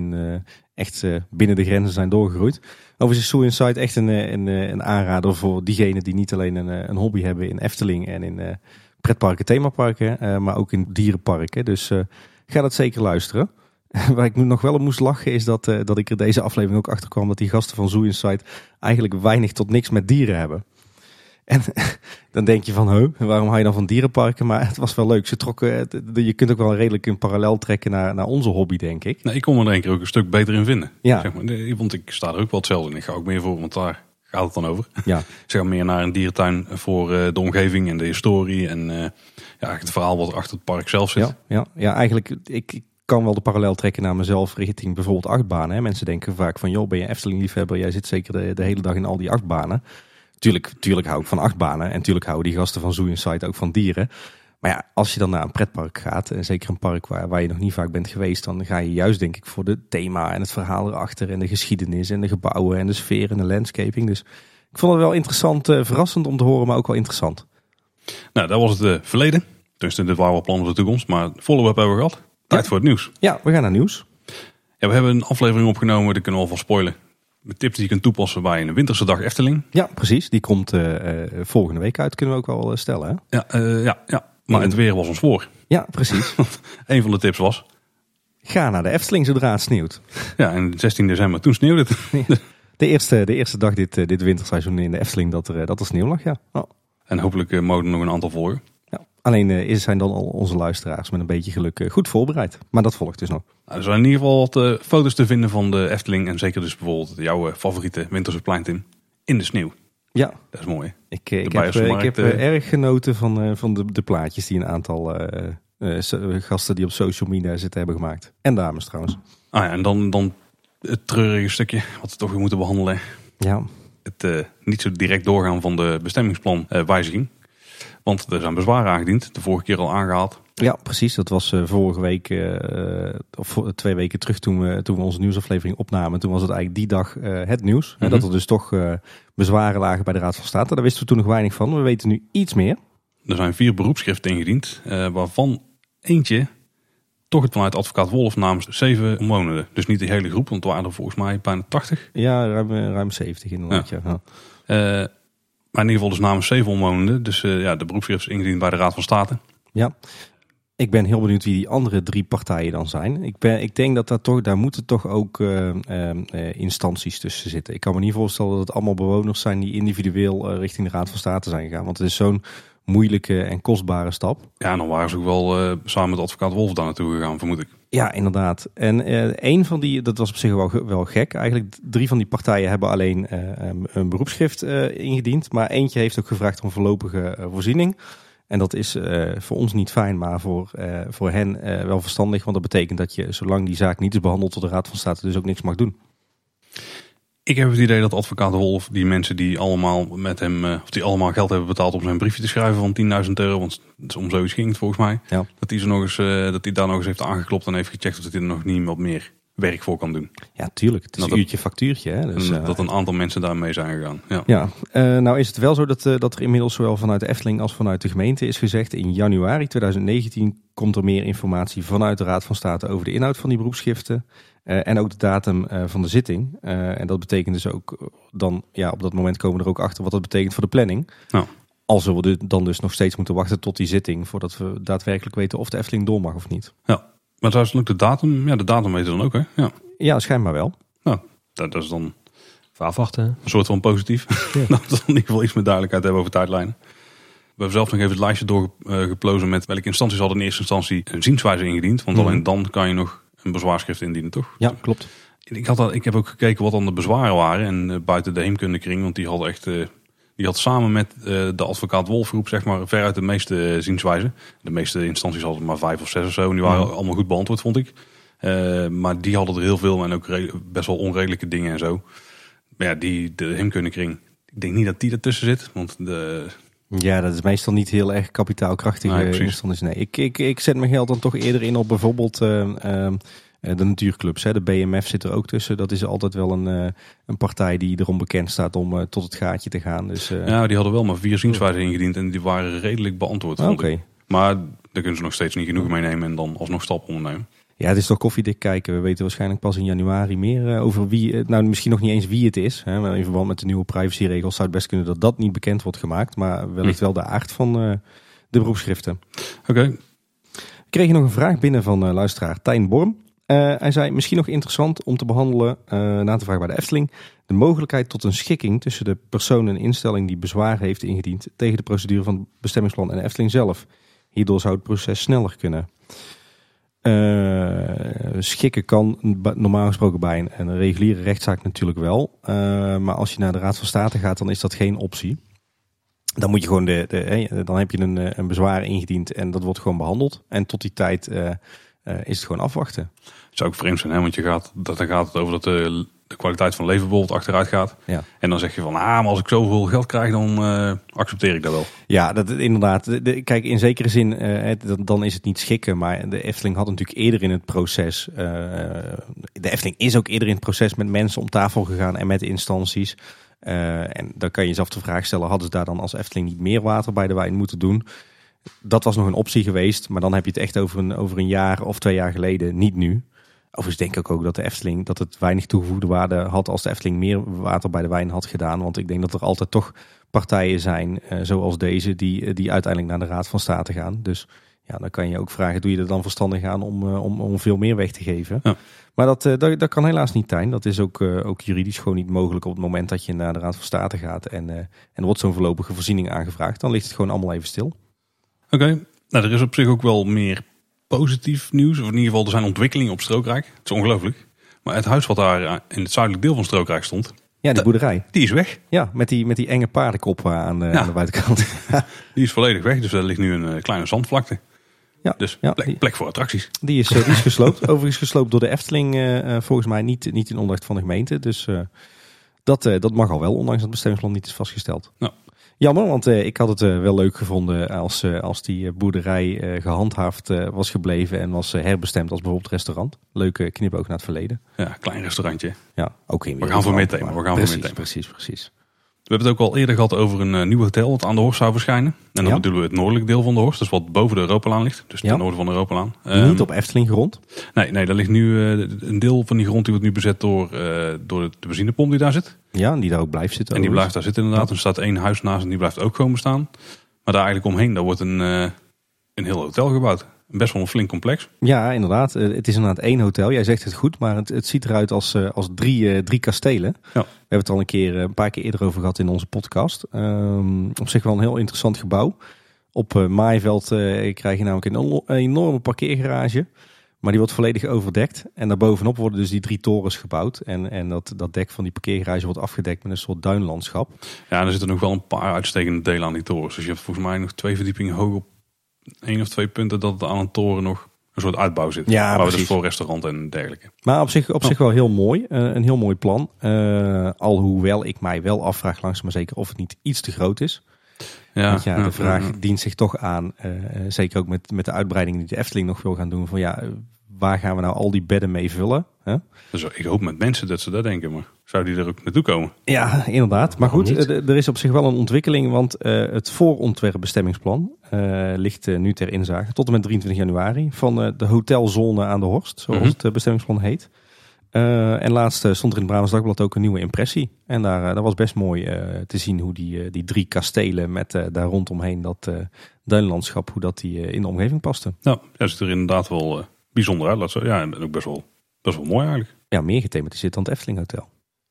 echt binnen de grenzen zijn doorgegroeid. Overigens is Zoo Inside echt een aanrader voor diegenen die niet alleen een hobby hebben in Efteling en in pretparken, themaparken, maar ook in dierenparken. Dus ga dat zeker luisteren. Waar ik nu nog wel op moest lachen is dat ik er deze aflevering ook achter kwam dat die gasten van Zoo Inside eigenlijk weinig tot niks met dieren hebben. En dan denk je van, waarom hou je dan van dierenparken? Maar het was wel leuk. Ze trokken, je kunt ook wel redelijk een parallel trekken naar onze hobby, denk ik. Nou, ik kon me er een keer ook een stuk beter in vinden. Ja. Zeg maar. Want ik sta er ook wel hetzelfde in. Ik ga ook meer voor, want daar gaat het dan over. Ja. Ze gaan meer naar een dierentuin voor de omgeving en de historie. En het verhaal wat er achter het park zelf zit. Ja, eigenlijk, ik kan wel de parallel trekken naar mezelf richting bijvoorbeeld achtbanen. Hè. Mensen denken vaak van, joh, ben je Efteling-liefhebber? Jij zit zeker de hele dag in al die achtbanen. Tuurlijk hou ik van achtbanen en tuurlijk houden die gasten van Zoo Inside ook van dieren. Maar ja, als je dan naar een pretpark gaat, en zeker een park waar je nog niet vaak bent geweest, dan ga je juist denk ik voor het thema en het verhaal erachter en de geschiedenis en de gebouwen en de sfeer en de landscaping. Dus ik vond het wel interessant, verrassend om te horen, maar ook wel interessant. Nou, dat was het verleden. Dus dit waren wel plannen voor de toekomst, maar follow-up hebben we gehad. Tijd voor het nieuws. Ja, we gaan naar nieuws. Ja, we hebben een aflevering opgenomen, daar kunnen we al van spoilen. Met tips die je kunt toepassen bij een winterse dag Efteling. Ja, precies. Die komt volgende week uit, kunnen we ook wel stellen. Hè? Ja. Maar het weer was ons voor. Ja, precies. Een van de tips was... Ga naar de Efteling zodra het sneeuwt. Ja, en 16 december, toen sneeuwde het. Ja. De eerste dag dit winterseizoen in de Efteling dat er sneeuw lag, ja. Oh. En hopelijk mogen er nog een aantal volgen. Ja. Alleen zijn dan al onze luisteraars met een beetje geluk goed voorbereid. Maar dat volgt dus nog. Nou, er zijn in ieder geval wat foto's te vinden van de Efteling. En zeker dus bijvoorbeeld jouw favoriete winterse plein, Tim. In de sneeuw. Ja. Dat is mooi. Ik heb erg genoten van de plaatjes die een aantal gasten die op social media zitten hebben gemaakt. En dames trouwens. Ah ja, en dan het treurige stukje wat we toch weer moeten behandelen. Ja. Het niet zo direct doorgaan van de bestemmingsplanwijziging. Want er zijn bezwaren aangediend, de vorige keer al aangehaald. Ja, precies. Dat was vorige week, of 2 weken terug toen we onze nieuwsaflevering opnamen. Toen was het eigenlijk die dag het nieuws. Mm-hmm. Dat er dus toch bezwaren lagen bij de Raad van State. Daar wisten we toen nog weinig van. We weten nu iets meer. Er zijn 4 beroepsschriften ingediend, waarvan eentje toch het vanuit advocaat Wolf namens 7 omwonenden. Dus niet de hele groep, want er waren er volgens mij bijna 80. Ja, ruim 70 inderdaad. Ja. Maar in ieder geval dus namens 7 omwonenden. Dus de beroepsschrift is ingediend bij de Raad van State. Ja, ik ben heel benieuwd wie die andere 3 partijen dan zijn. Ik denk dat daar moeten toch ook instanties tussen zitten. Ik kan me niet voorstellen dat het allemaal bewoners zijn die individueel richting de Raad van State zijn gegaan. Want het is zo'n moeilijke en kostbare stap. Ja, dan waren ze ook wel samen met advocaat Wolf daar naartoe gegaan, vermoed ik. Ja, inderdaad. En een van die, dat was op zich wel gek. Eigenlijk 3 van die partijen hebben alleen een beroepsschrift ingediend. Maar eentje heeft ook gevraagd om voorlopige voorziening. En dat is voor ons niet fijn, maar voor hen wel verstandig. Want dat betekent dat je, zolang die zaak niet is behandeld door de Raad van State, dus ook niks mag doen. Ik heb het idee dat advocaat Wolf, die mensen die allemaal met hem, of die allemaal geld hebben betaald om zijn briefje te schrijven van €10.000, want om zoiets ging het volgens mij, ja. dat hij daar nog eens heeft aangeklopt en heeft gecheckt of hij er nog niet wat meer werk voor kan doen. Ja, tuurlijk. Het is een uurtje factuurtje. Hè? Dus, dat een aantal mensen daarmee zijn gegaan. Ja. Nou is het wel zo dat er inmiddels zowel vanuit de Efteling als vanuit de gemeente is gezegd, in januari 2019 komt er meer informatie vanuit de Raad van State over de inhoud van die beroepsschriften. En ook de datum van de zitting. En dat betekent dus ook dan, op dat moment komen we er ook achter wat dat betekent voor de planning. Nou. Als we dan dus nog steeds moeten wachten tot die zitting, voordat we daadwerkelijk weten of de Efteling door mag of niet. Ja, maar trouwens ook de datum. Ja, de datum weten we dan ook, hè? Ja, schijnbaar wel. Nou, dat is dan afwachten. Een soort van positief. Ja. Dat we in ieder geval iets meer duidelijkheid hebben over tijdlijnen. We hebben zelf nog even het lijstje doorgeplozen met welke instanties hadden in eerste instantie een zienswijze ingediend. Want alleen dan kan je nog een bezwaarschrift indienen, toch? Ja, klopt. Ik heb ook gekeken wat dan de bezwaren waren. En buiten de heemkundekring, want die hadden echt... Die had samen met de advocaat Wolfgroep zeg maar veruit de meeste zienswijzen. De meeste instanties hadden maar 5 of 6 of zo. En die waren allemaal goed beantwoord, vond ik. Maar die hadden er heel veel en ook best wel onredelijke dingen en zo. Maar ja, de heemkundekring, ik denk niet dat die ertussen zit. Want ja, dat is meestal niet heel erg kapitaalkrachtige instanties. Nee, ik zet mijn geld dan toch eerder in op bijvoorbeeld... de natuurclubs, de BMF zit er ook tussen. Dat is altijd wel een partij die erom bekend staat om tot het gaatje te gaan. Dus, ja, die hadden wel maar 4 zienswijzen ingediend en die waren redelijk beantwoord. Oké. Maar daar kunnen ze nog steeds niet genoeg meenemen en dan alsnog stappen ondernemen. Ja, het is toch koffiedik kijken. We weten waarschijnlijk pas in januari meer over wie... Nou, misschien nog niet eens wie het is. Hè, maar in verband met de nieuwe privacyregels zou het best kunnen dat niet bekend wordt gemaakt. Maar wellicht wel de aard van de beroepsschriften. Oké. We kregen nog een vraag binnen van luisteraar Tijn Borm. Hij zei, misschien nog interessant om te behandelen, na te vragen bij de Efteling, de mogelijkheid tot een schikking tussen de persoon en instelling die bezwaar heeft ingediend tegen de procedure van het bestemmingsplan en de Efteling zelf. Hierdoor zou het proces sneller kunnen. Schikken kan normaal gesproken bij een reguliere rechtszaak natuurlijk wel. Maar als je naar de Raad van State gaat, dan is dat geen optie. Dan moet je gewoon dan heb je een bezwaar ingediend en dat wordt gewoon behandeld. En tot die tijd is het gewoon afwachten. Het zou ook vreemd zijn, hè? Want dan gaat het over dat de kwaliteit van leven bijvoorbeeld achteruit gaat. Ja. En dan zeg je van, maar als ik zoveel geld krijg, dan accepteer ik dat wel. Ja, dat inderdaad. Kijk, in zekere zin, dan is het niet schikken. Maar de Efteling had natuurlijk eerder in het proces... de Efteling is ook eerder in het proces met mensen om tafel gegaan en met instanties. En dan kan je jezelf de vraag stellen, hadden ze daar dan als Efteling niet meer water bij de wijn moeten doen? Dat was nog een optie geweest, maar dan heb je het echt over een jaar of 2 jaar geleden, niet nu. Overigens denk ik ook dat de Efteling dat het weinig toegevoegde waarde had als de Efteling meer water bij de wijn had gedaan. Want ik denk dat er altijd toch partijen zijn, zoals deze, die uiteindelijk naar de Raad van State gaan. Dus ja, dan kan je ook vragen, doe je er dan verstandig aan om veel meer weg te geven? Ja. Maar dat kan helaas niet, Tijn. Dat is ook juridisch gewoon niet mogelijk op het moment dat je naar de Raad van State gaat en er wordt zo'n voorlopige voorziening aangevraagd. Dan ligt het gewoon allemaal even stil. Oké. Nou, er is op zich ook wel meer positief nieuws. Of in ieder geval, er zijn ontwikkelingen op Strookrijk. Het is ongelooflijk. Maar het huis wat daar in het zuidelijk deel van Strookrijk stond... Ja, die boerderij. Die is weg. Ja, met die enge paardenkop aan de buitenkant. Die is volledig weg. Dus er ligt nu een kleine zandvlakte. Ja, dus plek voor attracties. Die is gesloopt. Overigens gesloopt door de Efteling. Volgens mij niet in opdracht van de gemeente. Dus Dat mag al wel, ondanks dat het bestemmingsplan niet is vastgesteld. Nou. Jammer, want ik had het wel leuk gevonden als die boerderij gehandhaafd was gebleven en was herbestemd als bijvoorbeeld restaurant. Leuke knipoog naar het verleden. Ja, klein restaurantje. Ja, ook in We gaan voor meer thema. Precies. We hebben het ook al eerder gehad over een nieuw hotel dat aan de Horst zou verschijnen. En dan bedoelen we het noordelijk deel van de Horst. Dus wat boven de Europalaan ligt. Dus ten noorden van de Europalaan. Niet op Efteling grond? Nee, daar ligt nu een deel van die grond die wordt nu bezet door de benzinepomp die daar zit. Ja, en die daar ook blijft zitten. En die blijft daar zitten inderdaad. Er staat 1 huis naast en die blijft ook gewoon bestaan. Maar daar eigenlijk omheen, daar wordt een heel hotel gebouwd. Best wel een flink complex. Ja, inderdaad. Het is inderdaad 1 hotel. Jij zegt het goed, maar het ziet eruit als 3 kastelen. Ja. We hebben het al een paar keer eerder over gehad in onze podcast. Op zich wel een heel interessant gebouw. Op Maaiveld krijg je namelijk een enorme parkeergarage. Maar die wordt volledig overdekt. En daarbovenop worden dus die 3 torens gebouwd. En dat dek van die parkeergarage wordt afgedekt met een soort duinlandschap. Ja, en er zitten nog wel een paar uitstekende delen aan die torens. Dus je hebt volgens mij nog 2 verdiepingen hoog op 1 of 2 punten dat het aan een toren nog een soort uitbouw zit. Ja, waar we dus voor restaurant en dergelijke. Maar op zich wel heel mooi. Een heel mooi plan. Alhoewel ik mij wel afvraag langzaam maar zeker of het niet iets te groot is. Ja, de vraag dient zich toch aan. Zeker ook met de uitbreiding die de Efteling nog wil gaan doen. Van waar gaan we nou al die bedden mee vullen? Huh? Dus ik hoop met mensen dat ze dat denken. Maar zou die er ook naartoe komen? Ja, inderdaad. Maar goed, er is op zich wel een ontwikkeling. Want het voorontwerpbestemmingsplan ligt nu ter inzage. Tot en met 23 januari. Van de hotelzone aan de Horst. Zoals het bestemmingsplan heet. En laatst stond er in het Brabants Dagblad ook een nieuwe impressie. En daar was best mooi te zien hoe die 3 kastelen met daar rondomheen dat duinlandschap, hoe dat die in de omgeving paste. Nou, dat ziet er inderdaad wel bijzonder uit. Ja, en ook best wel mooi eigenlijk. Ja, meer gethematiseerd dan het Efteling Hotel.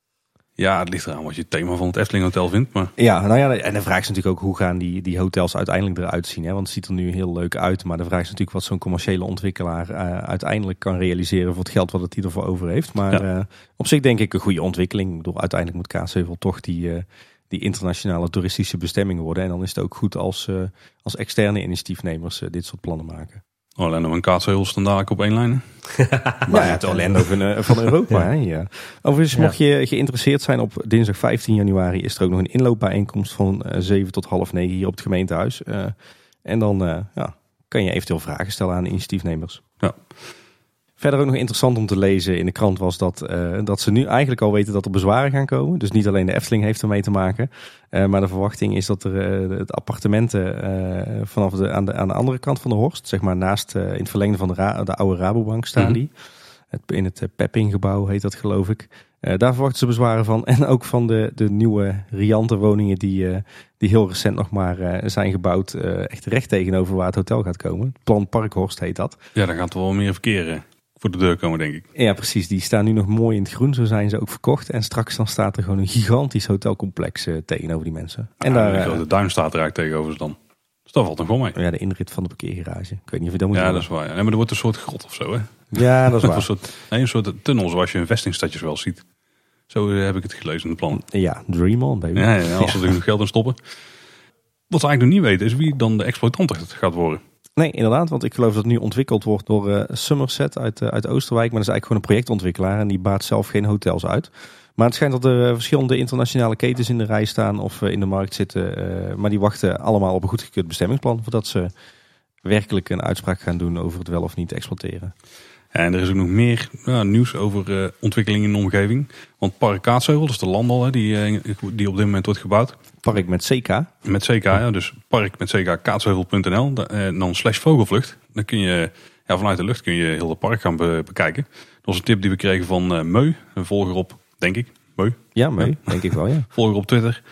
Ja, het ligt eraan wat je het thema van het Efteling Hotel vindt. Maar... Ja, nou ja, en de vraag is natuurlijk ook hoe gaan die hotels uiteindelijk eruit zien. Hè? Want het ziet er nu heel leuk uit. Maar de vraag is natuurlijk wat zo'n commerciële ontwikkelaar uiteindelijk kan realiseren voor het geld wat het hij ervoor over heeft. Maar op zich denk ik een goede ontwikkeling. Ik bedoel, uiteindelijk moet Kaatsheuvel toch die internationale toeristische bestemming worden. En dan is het ook goed als externe initiatiefnemers dit soort plannen maken. Orlando en Kaatsheuvel staan dadelijk op 1 lijn. Maar het Orlando van Europa. Ja. Ja. Overigens, mocht je geïnteresseerd zijn, op dinsdag 15 januari is er ook nog een inloopbijeenkomst van 7 tot 8:30 hier op het gemeentehuis. En dan kan je eventueel vragen stellen aan de initiatiefnemers. Ja. Verder ook nog interessant om te lezen in de krant was dat ze nu eigenlijk al weten dat er bezwaren gaan komen. Dus niet alleen de Efteling heeft ermee te maken. Maar de verwachting is dat er het appartementen vanaf aan de andere kant van de Horst, zeg maar naast in het verlengde van de oude Rabobank staan die. In het Peppinggebouw heet dat, geloof ik. Daar verwachten ze bezwaren van. En ook van de nieuwe riante woningen die heel recent nog maar zijn gebouwd. Echt recht tegenover waar het hotel gaat komen. Plan Parkhorst heet dat. Ja, daar gaat wel meer verkeer voor de deur komen, denk ik. Ja, precies. Die staan nu nog mooi in het groen. Zo zijn ze ook verkocht. En straks dan staat er gewoon een gigantisch hotelcomplex tegenover die mensen. En de duin staat er eigenlijk tegenover ze dan. Dus dat valt nog wel mee. Ja, de inrit van de parkeergarage. Ik weet niet of je dat moet doen. Ja, dat is waar. Ja. Nee, maar er wordt een soort grot of zo, hè? Ja, dat is waar. Een soort tunnel zoals je in vestingstadjes wel ziet. Zo heb ik het gelezen in de plannen. Ja, dream on, baby. Ja, als ze er genoeg geld in stoppen. Wat we eigenlijk nog niet weten is wie dan de exploitant gaat worden. Nee, inderdaad, want ik geloof dat het nu ontwikkeld wordt door Somerset uit Oosterwijk. Maar dat is eigenlijk gewoon een projectontwikkelaar en die baat zelf geen hotels uit. Maar het schijnt dat er verschillende internationale ketens in de rij staan of in de markt zitten. Maar die wachten allemaal op een goedgekeurd bestemmingsplan voordat ze werkelijk een uitspraak gaan doen over het wel of niet exploiteren. En er is ook nog meer nieuws over ontwikkelingen in de omgeving. Want Park Kaatsheuvel, dat is de landal die op dit moment wordt gebouwd. Park met CK. Met CK, ja. Dus park met CK kaatsheuvel.nl. Dan /vogelvlucht. Dan kun je vanuit de lucht kun je heel het park gaan bekijken. Dat was een tip die we kregen van Meu. Een volger op, denk ik, Meu. Ja, Meu, denk ik wel, ja. Volger op Twitter.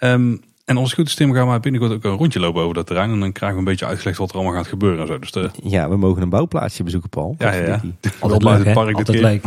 En als het goed is, Tim, gaan we binnenkort ook een rondje lopen over dat terrein. En dan krijgen we een beetje uitgelegd wat er allemaal gaat gebeuren. En zo. Dus ja, we mogen een bouwplaatsje bezoeken, Paul. Ja. Altijd leuk, het park Altijd leuk.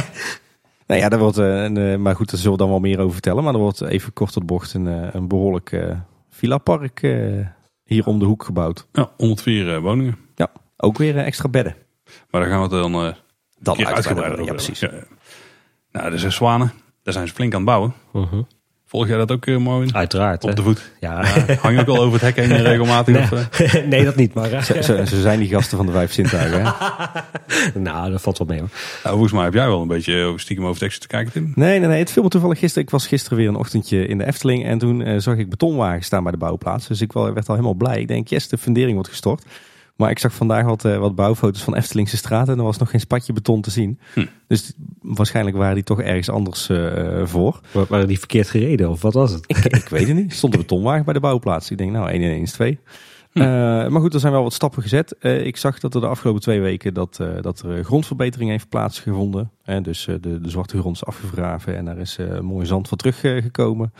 Nou ja, daar wordt, maar goed, daar zullen we dan wel meer over vertellen. Maar er wordt even kort tot bocht een behoorlijk villa-park hier om de hoek gebouwd. Ja, 104 woningen. Ja, ook weer extra bedden. Maar daar gaan we het dan uitgebreider over. Ja, precies. Ja. Nou, de 6 zwanen, daar zijn ze flink aan het bouwen. Volg jij dat ook mooi? Uiteraard. Op de voet? Ja. Hang je ook al over het hek heen regelmatig? Nee, nee, dat niet. Maar Ze zijn die gasten van de 5 zintuigen. Hè? Nou, dat valt wel mee hoor. Nou, volgens mij heb jij wel een beetje stiekem over teksten te kijken, Tim. Nee. Het viel me toevallig gisteren. Ik was gisteren weer een ochtendje in de Efteling. En toen zag ik betonwagens staan bij de bouwplaats. Dus ik werd al helemaal blij. Ik denk, yes, de fundering wordt gestort. Maar ik zag vandaag wat bouwfoto's van Eftelingse straten. En er was nog geen spatje beton te zien. Dus waarschijnlijk waren die toch ergens anders voor. Waren die verkeerd gereden of wat was het? Ik weet het niet. Er stond een betonwagen bij de bouwplaats. Ik denk, nou, 1 en 1 is 2. Maar goed, er zijn wel wat stappen gezet. Ik zag dat er de afgelopen 2 weken dat er grondverbetering heeft plaatsgevonden. Dus de zwarte grond is afgegraven en daar is mooi zand van teruggekomen.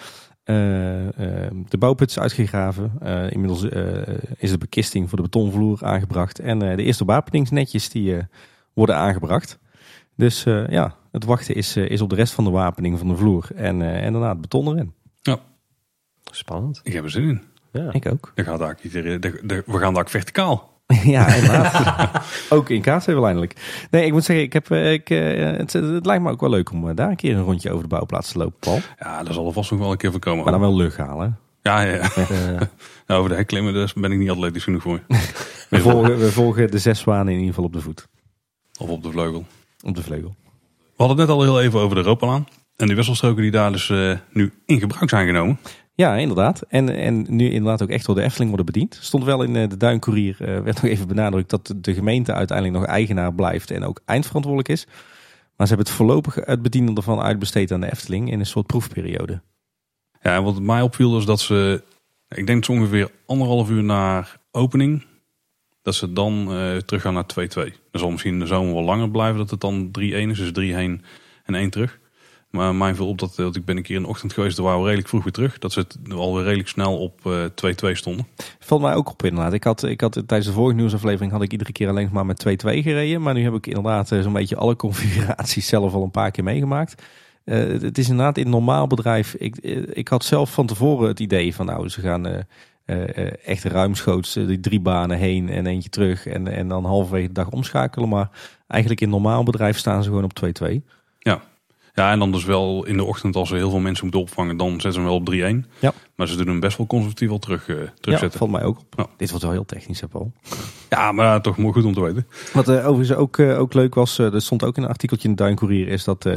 De bouwput is uitgegraven. Inmiddels is de bekisting voor de betonvloer aangebracht. En de eerste wapeningsnetjes die worden aangebracht. Dus het wachten is op de rest van de wapening van de vloer. En daarna het beton erin. Ja. Spannend. Ik heb er zin in. Ja. Ik ook. We gaan daar verticaal. Ja, inderdaad. Ook in Kaatsheuvel eindelijk. Nee, ik moet zeggen, het lijkt me ook wel leuk om daar een keer een rondje over de bouwplaats te lopen, Paul. Ja, daar zal er vast nog wel een keer van komen. Maar dan wel lucht halen. Ja. Nou, over de hek klimmen, dus ben ik niet atletisch genoeg voor. We volgen de 6 zwanen in ieder geval op de voet. Of op de vleugel. Op de vleugel. We hadden het net al heel even over de Europalaan. En die wisselstroken die daar dus nu in gebruik zijn genomen. Ja, inderdaad. En nu inderdaad ook echt door de Efteling worden bediend. Stond wel in de Duincourier, werd nog even benadrukt dat de gemeente uiteindelijk nog eigenaar blijft en ook eindverantwoordelijk is. Maar ze hebben het voorlopig het bedienen ervan uitbesteed aan de Efteling in een soort proefperiode. Ja, en wat mij opviel is dat ze, ik denk zo ongeveer 1,5 uur na opening, dat ze dan terug gaan naar 2-2. Dat zal misschien in de zomer wel langer blijven, dat het dan 3-1 is, dus 3 heen en 1 terug. Maar mij viel op dat ik ben een keer in de ochtend geweest, daar waren we redelijk vroeg weer terug. Dat ze het alweer redelijk snel op 2-2 stonden. Valt mij ook op inderdaad. Ik had tijdens de vorige nieuwsaflevering had ik iedere keer alleen maar met 2-2 gereden. Maar nu heb ik inderdaad zo'n beetje alle configuraties zelf al een paar keer meegemaakt. Het is inderdaad in een normaal bedrijf. Ik had zelf van tevoren het idee van nou, ze gaan echt ruimschoots die 3 banen heen en eentje terug. En dan halverwege de dag omschakelen. Maar eigenlijk in een normaal bedrijf staan ze gewoon op 2-2. Ja. Ja, en dan dus wel in de ochtend als ze heel veel mensen moeten opvangen, dan zetten ze hem wel op 3-1. Ja. Maar ze doen hem best wel conservatief al terugzetten. Ja, valt mij ook op. Ja. Dit wordt wel heel technisch, hè, Paul? Ja, maar toch mooi goed om te weten. Wat overigens ook leuk was, er stond ook in een artikeltje in de Duincourier, is dat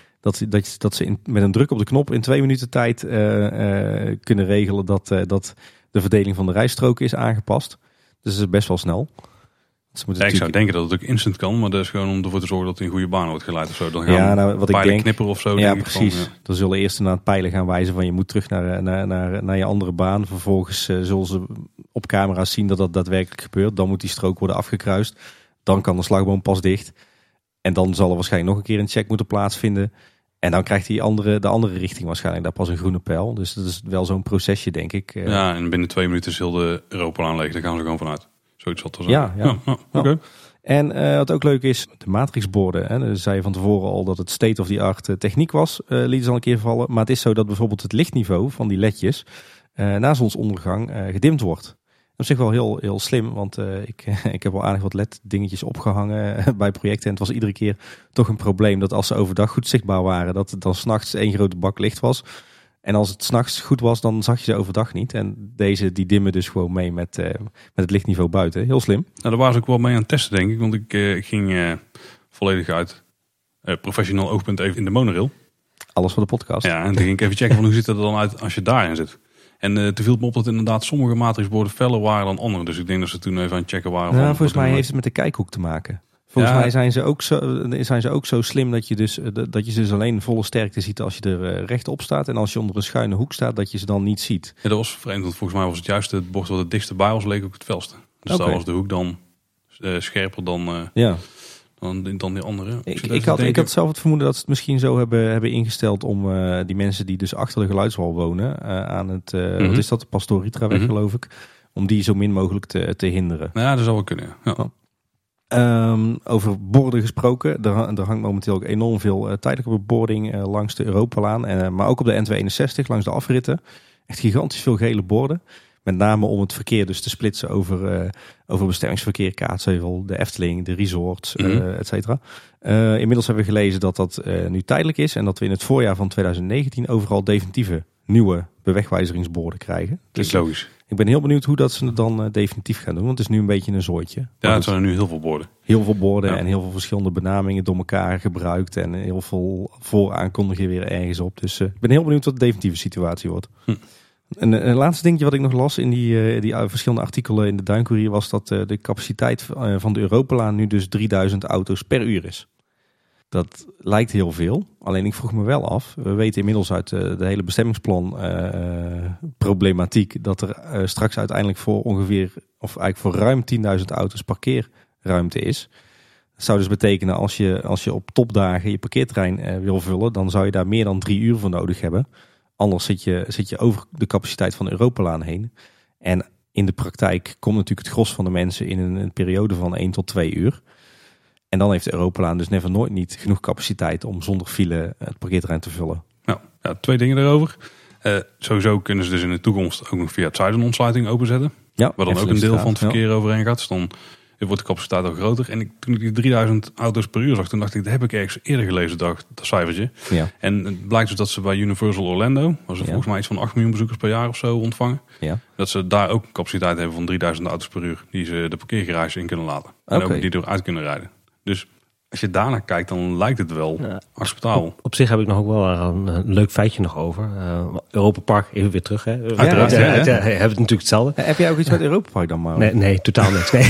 ze met een druk op de knop in 2 minuten tijd kunnen regelen dat de verdeling van de rijstroken is aangepast. Dus dat is best wel snel. Ja, ik zou denken dat het ook instant kan, maar dat is gewoon om ervoor te zorgen dat hij in goede baan wordt geleid of zo. Dan gaan wat pijlen knipperen of zo. Ja, precies. Dan zullen eerst naar het pijlen gaan wijzen van je moet terug naar je andere baan. Vervolgens zullen ze op camera's zien dat dat daadwerkelijk gebeurt. Dan moet die strook worden afgekruist. Dan kan de slagboom pas dicht. En dan zal er waarschijnlijk nog een keer een check moeten plaatsvinden. En dan krijgt de andere richting waarschijnlijk daar pas een groene pijl. Dus dat is wel zo'n procesje, denk ik. Ja, en binnen 2 minuten is heel de Europalaan leeg. Daar gaan ze gewoon vanuit. Zoiets wat er zijn. Ja. Okay. En wat ook leuk is, de matrixborden. Hè, dus zei je van tevoren al dat het state of the art techniek was. Lieten ze al een keer vallen. Maar het is zo dat bijvoorbeeld het lichtniveau van die ledjes na zonsondergang gedimd wordt. Op zich wel heel, heel slim, want ik heb al aardig wat LED-dingetjes opgehangen bij projecten. En het was iedere keer toch een probleem dat als ze overdag goed zichtbaar waren, dat het dan 's nachts 1 grote bak licht was. En als het 's nachts goed was, dan zag je ze overdag niet. En deze die dimmen dus gewoon mee met het lichtniveau buiten. Heel slim. Nou, daar waren ze ook wel mee aan het testen, denk ik. Want ik ging volledig uit professioneel oogpunt even in de monorail. Alles voor de podcast. Ja, en toen ging ik even checken van hoe ziet het er dan uit als je daarin zit. En toen viel het me op dat inderdaad sommige matrixborden feller waren dan andere. Dus ik denk dat ze toen even aan het checken waren. Nou, volgens mij heeft het met de kijkhoek te maken. Volgens mij zijn ze ook zo slim dat je dus alleen volle sterkte ziet als je er rechtop staat. En als je onder een schuine hoek staat, dat je ze dan niet ziet. Ja, dat was vreemd, want volgens mij was het juist het bord wat het dichtst bij was, leek ook het felste. Dus daar was de hoek dan scherper dan die andere. Ik had zelf het vermoeden dat ze het misschien zo hebben ingesteld om die mensen die dus achter de geluidswal wonen aan het, wat is dat, de Pastoritra-weg geloof ik, om die zo min mogelijk te hinderen. Ja, dat zou wel kunnen, ja. Over borden gesproken, er hangt momenteel ook enorm veel tijdelijke bebording langs de Europalaan, maar ook op de N261 langs de afritten. Echt gigantisch veel gele borden. Met name om het verkeer dus te splitsen over bestemmingsverkeer, Kaatsheuvel, de Efteling, de resorts, et cetera. Inmiddels hebben we gelezen dat dat nu tijdelijk is en dat we in het voorjaar van 2019 overal definitieve nieuwe bewegwijzeringsborden krijgen. Dus logisch. Ik ben heel benieuwd hoe dat ze het dan definitief gaan doen. Want het is nu een beetje een zooitje. Ja, het zijn er nu heel veel borden. Heel veel borden en heel veel verschillende benamingen door elkaar gebruikt. En heel veel vooraankondigingen weer ergens op. Dus ik ben heel benieuwd wat de definitieve situatie wordt. Een laatste dingetje wat ik nog las in die verschillende artikelen in de Duinkoerier was dat de capaciteit van de Europalaan nu dus 3000 auto's per uur is. Dat lijkt heel veel. Alleen ik vroeg me wel af. We weten inmiddels uit de hele bestemmingsplan problematiek dat er straks uiteindelijk voor ruim 10.000 auto's parkeerruimte is. Dat zou dus betekenen als je op topdagen je parkeerterrein wil vullen, dan zou je daar meer dan 3 uur voor nodig hebben. Anders zit je over de capaciteit van de Europalaan heen. En in de praktijk komt natuurlijk het gros van de mensen in een periode van 1 tot 2 uur. En dan heeft de Europalaan dus nooit niet genoeg capaciteit om zonder file het parkeerterrein te vullen. Nou, ja, 2 dingen daarover. Sowieso kunnen ze dus in de toekomst ook nog via het zuidenontsluiting openzetten. Ja, waar dan ook een deel van het verkeer overheen gaat. Dus dan wordt de capaciteit al groter. En toen ik die 3000 auto's per uur zag, toen dacht ik, dat heb ik ergens eerder gelezen, dat cijfertje. Ja. En het blijkt dus dat ze bij Universal Orlando, waar ze volgens mij iets van 8 miljoen bezoekers per jaar of zo ontvangen. Ja. Dat ze daar ook een capaciteit hebben van 3000 auto's per uur. Die ze de parkeergarage in kunnen laten. En ook die eruit kunnen rijden. Dus als je daarnaar kijkt, dan lijkt het wel acceptabel. Op zich heb ik nog ook wel een leuk feitje nog over. Europa Park, even weer terug. Hè. Uiteraard, hebben het natuurlijk hetzelfde. Heb jij ook iets met Europa Park dan, maar? Nee, totaal niks. Nee.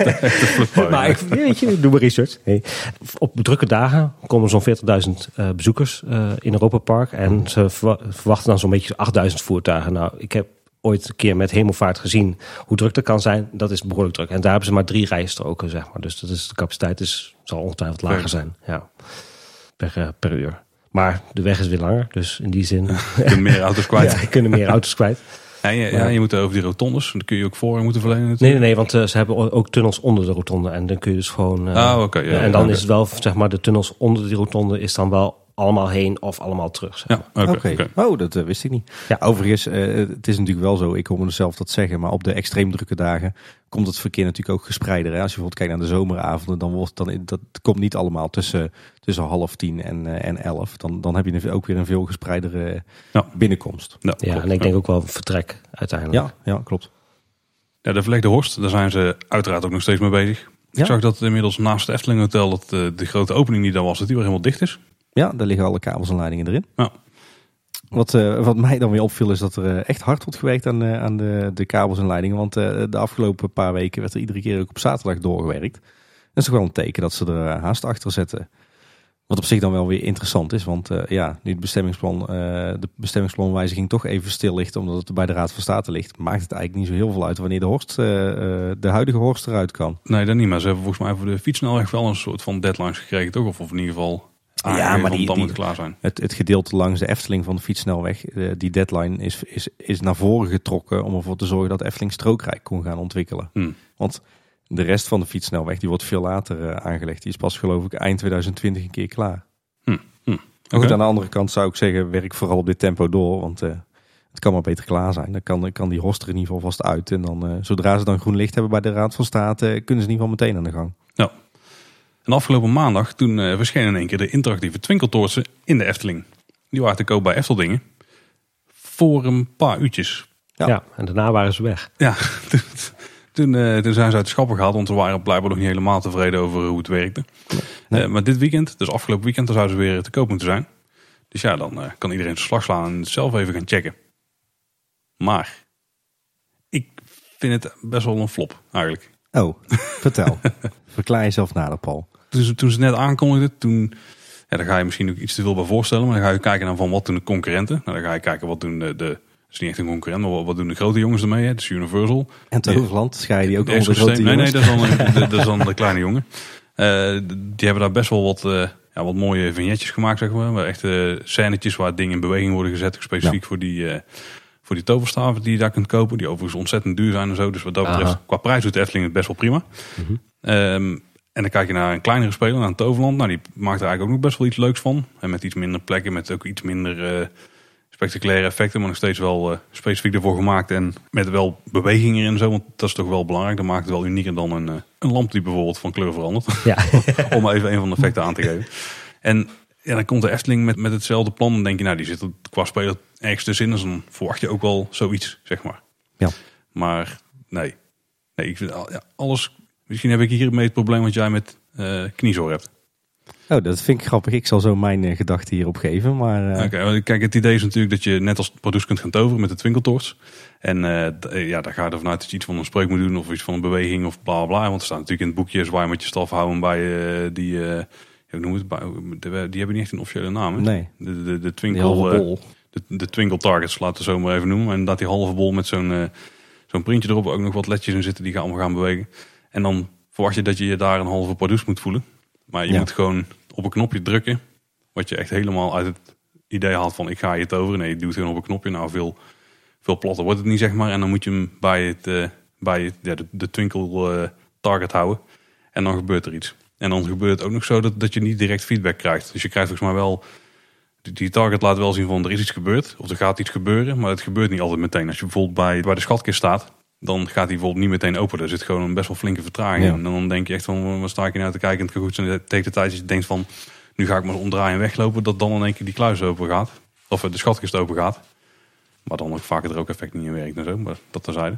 Maar ik doe maar research. Nee. Op drukke dagen komen zo'n 40.000 bezoekers in Europa Park. En ze verwachten dan zo'n beetje 8.000 voertuigen. Nou, ik heb ooit een keer met Hemelvaart gezien hoe druk dat kan zijn. Dat is behoorlijk druk. En daar hebben ze maar 3 rijstroken, zeg maar. Dus de capaciteit zal ongetwijfeld lager zijn. Ja. Per uur. Maar de weg is weer langer. Dus in die zin... Je kunt meer auto's kwijt. Ja, je kunt meer auto's kwijt. Ja, je moet over die rotondes. Dan kun je ook voor moeten verlenen natuurlijk. Nee, want ze hebben ook tunnels onder de rotonde. En dan kun je dus gewoon... en dan is het wel, zeg maar, de tunnels onder die rotonde is dan wel allemaal heen of allemaal terug. Zeg maar. Oké. Oh, dat wist ik niet. Ja, overigens, het is natuurlijk wel zo, ik hoor me zelf dat zeggen, maar op de extreem drukke dagen komt het verkeer natuurlijk ook gespreider. Hè? Als je bijvoorbeeld kijkt naar de zomeravonden, dat komt niet allemaal tussen 9:30 en 11. Dan heb je ook weer een veel gespreidere binnenkomst. En ik denk ook wel vertrek uiteindelijk. Ja, klopt. Ja, de verlegde Horst, daar zijn ze uiteraard ook nog steeds mee bezig. Ik zag dat inmiddels naast het Efteling Hotel dat de grote opening die daar was, dat die weer helemaal dicht is. Ja, daar liggen alle kabels en leidingen erin. Ja. Wat mij dan weer opviel is dat er echt hard wordt gewerkt aan de kabels en leidingen. Want de afgelopen paar weken werd er iedere keer ook op zaterdag doorgewerkt. Dat is toch wel een teken dat ze er haast achter zetten. Wat op zich dan wel weer interessant is. Want nu de bestemmingsplanwijziging toch even stil ligt omdat het bij de Raad van State ligt, maakt het eigenlijk niet zo heel veel uit wanneer de huidige Horst eruit kan. Nee, dat niet. Maar ze hebben volgens mij voor de fietssnelweg wel een soort van deadlines gekregen, toch? Of in ieder geval... maar dan moet het klaar zijn. Het gedeelte langs de Efteling van de fietssnelweg, die deadline is naar voren getrokken om ervoor te zorgen dat Efteling strookrijk kon gaan ontwikkelen. Want de rest van de fietssnelweg die wordt veel later aangelegd. Die is pas geloof ik eind 2020 een keer klaar. Goed, aan de andere kant zou ik zeggen, werk vooral op dit tempo door. Want het kan maar beter klaar zijn. Dan kan die Horst er in ieder geval vast uit. En dan zodra ze dan groen licht hebben bij de Raad van State, kunnen ze in ieder geval meteen aan de gang. Ja. En afgelopen maandag, toen verscheen in één keer de interactieve twinkeltoortsen in de Efteling. Die waren te koop bij Efteldingen. Voor een paar uurtjes. Ja, en daarna waren ze weg. Ja, toen zijn ze uit de schappen gehaald. Want ze waren blijkbaar nog niet helemaal tevreden over hoe het werkte. Nee. Maar dit weekend, dus afgelopen weekend, dan zouden ze weer te koop moeten zijn. Dus ja, dan kan iedereen zijn slag slaan en het zelf even gaan checken. Maar ik vind het best wel een flop eigenlijk. Oh, vertel. Verklaar jezelf nader, Paul. Toen ze net aankondigden, daar ga je misschien ook iets te veel bij voorstellen. Maar dan ga je kijken naar van wat doen de concurrenten. Nou, dan ga je kijken wat doen dat is niet echt een concurrent, maar wat doen de grote jongens ermee? Hè? Dus Universal. En Toverland, ga je die ook onder de grote jongens? Nee, dat is dan de kleine jongen. Die hebben daar best wel wat mooie vignetjes gemaakt, zeg maar. Echt scènetjes waar dingen in beweging worden gezet, specifiek voor die toverstaven die je daar kunt kopen. Die overigens ontzettend duur zijn en zo. Dus wat dat betreft, qua prijs doet de Efteling het best wel prima. En dan kijk je naar een kleinere speler, naar een Toverland. Nou, die maakt er eigenlijk ook nog best wel iets leuks van. En met iets minder plekken, met ook iets minder spectaculaire effecten. Maar nog steeds wel specifiek ervoor gemaakt. En met wel beweging erin zo. Want dat is toch wel belangrijk. Dat maakt het wel unieker dan een lamp die bijvoorbeeld van kleur verandert. Ja. Om even een van de effecten aan te geven. En Ja, dan komt de Efteling met hetzelfde plan. Dan denk je, nou, die zit er qua speler ergens tussenin. Dus dan verwacht je ook wel zoiets, zeg maar. Ja. Maar nee, ik vind alles... Misschien heb ik hiermee het probleem wat jij met kniezoor hebt. Oh, dat vind ik grappig. Ik zal zo mijn gedachten hierop geven. Maar, Oké, kijk, het idee is natuurlijk dat je net als product kunt gaan toveren met de twinkeltoorts. En daar ga je ervan uit dat je iets van een spreuk moet doen of iets van een beweging of bla bla. Want er staat natuurlijk in het boekje zwaai met je staf houden bij die hebben niet echt een officiële naam. Hè? Nee. De twinkel, de twinkle targets, laten we zo maar even noemen. En dat die halve bol met zo'n printje erop ook nog wat ledjes in zitten die allemaal gaan bewegen. En dan verwacht je dat je daar een halve produce moet voelen. Maar je moet gewoon op een knopje drukken. Wat je echt helemaal uit het idee haalt van ik ga je toveren. Nee, je doet gewoon op een knopje. Nou, veel platter wordt het niet, zeg maar. En dan moet je hem bij de twinkle target houden. En dan gebeurt er iets. En dan gebeurt het ook nog zo dat je niet direct feedback krijgt. Dus je krijgt volgens mij wel... Die target laat wel zien van er is iets gebeurd. Of er gaat iets gebeuren. Maar het gebeurt niet altijd meteen. Als je bijvoorbeeld bij de schatkist staat... Dan gaat hij bijvoorbeeld niet meteen open. Er zit gewoon een best wel flinke vertraging in. En dan denk je echt van, waar sta ik nou te kijken? En het kan goed zijn tegen de tijd dat je denkt van... Nu ga ik maar omdraaien en weglopen. Dat dan in één keer die kluis open gaat. Of de schatkist open gaat. Maar dan ook vaak er ook effect niet in werkt en zo. Maar dat terzijde.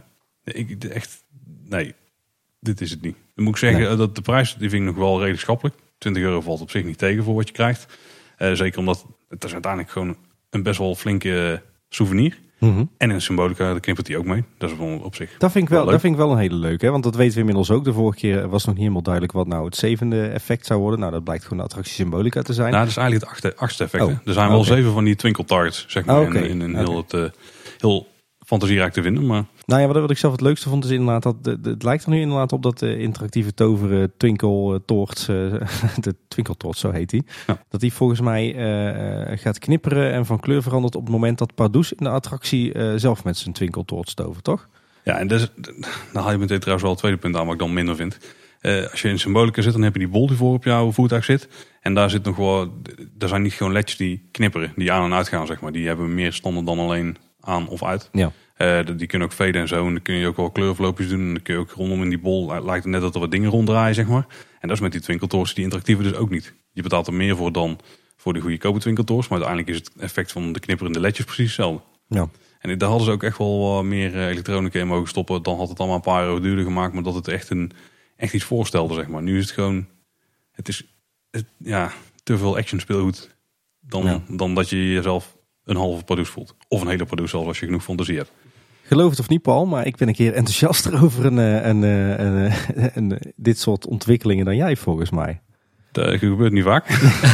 Nee, dit is het niet. Dan moet ik zeggen dat de prijs, die vind ik nog wel redelijk schappelijk. €20 valt op zich niet tegen voor wat je krijgt. Zeker omdat het is uiteindelijk gewoon een best wel flinke souvenir. Mm-hmm. En in symbolica, daar knippert hij ook mee. Dat is wel op zich. Dat vind ik wel een hele leuke. Hè? Want dat weten we inmiddels ook. De vorige keer was nog niet helemaal duidelijk wat nou het 7e effect zou worden. Nou, dat blijkt gewoon de attractie symbolica te zijn. Nou, dat is eigenlijk het 8e effect. Oh, er zijn wel 7 van die twinkle targets, zeg maar. In heel fantasierijk te vinden. Maar... Nou ja, wat ik zelf het leukste vond is inderdaad dat het lijkt er nu inderdaad op dat de interactieve toveren twinkeltoorts, de twinkeltoorts, zo heet die, dat die volgens mij gaat knipperen en van kleur verandert op het moment dat Pardoes in de attractie zelf met zijn twinkeltoorts tovert, toch? Ja, en dan haal je meteen trouwens wel het tweede punt aan wat ik dan minder vind. Als je in symbolica zit, dan heb je die bol die voor op jouw voertuig zit. En daar zit nog wel, er zijn niet gewoon ledjes die knipperen, die aan en uit gaan, zeg maar. Die hebben meer standaard dan alleen aan of uit. Ja. Die kunnen ook veden en zo. En dan kun je ook wel kleurverloopjes doen. En dan kun je ook rondom in die bol. Lijkt het net dat er wat dingen ronddraaien, zeg maar. En dat is met die twinkeltoors, die interactieve dus ook niet. Je betaalt er meer voor dan voor de goedkope twinkeltoors. Maar uiteindelijk is het effect van de knipperende ledjes precies hetzelfde. Ja. En daar hadden ze ook echt wel meer elektronica in mogen stoppen. Dan had het allemaal een paar euro duurder gemaakt. Maar dat het echt iets voorstelde, zeg maar. Nu is het gewoon... Het is te veel action speelgoed. Dan dat je jezelf een halve produce voelt. Of een hele produce als je genoeg fantasie hebt. Geloof het of niet, Paul, maar ik ben een keer enthousiaster over dit soort ontwikkelingen dan jij, volgens mij. Dat gebeurt niet vaak.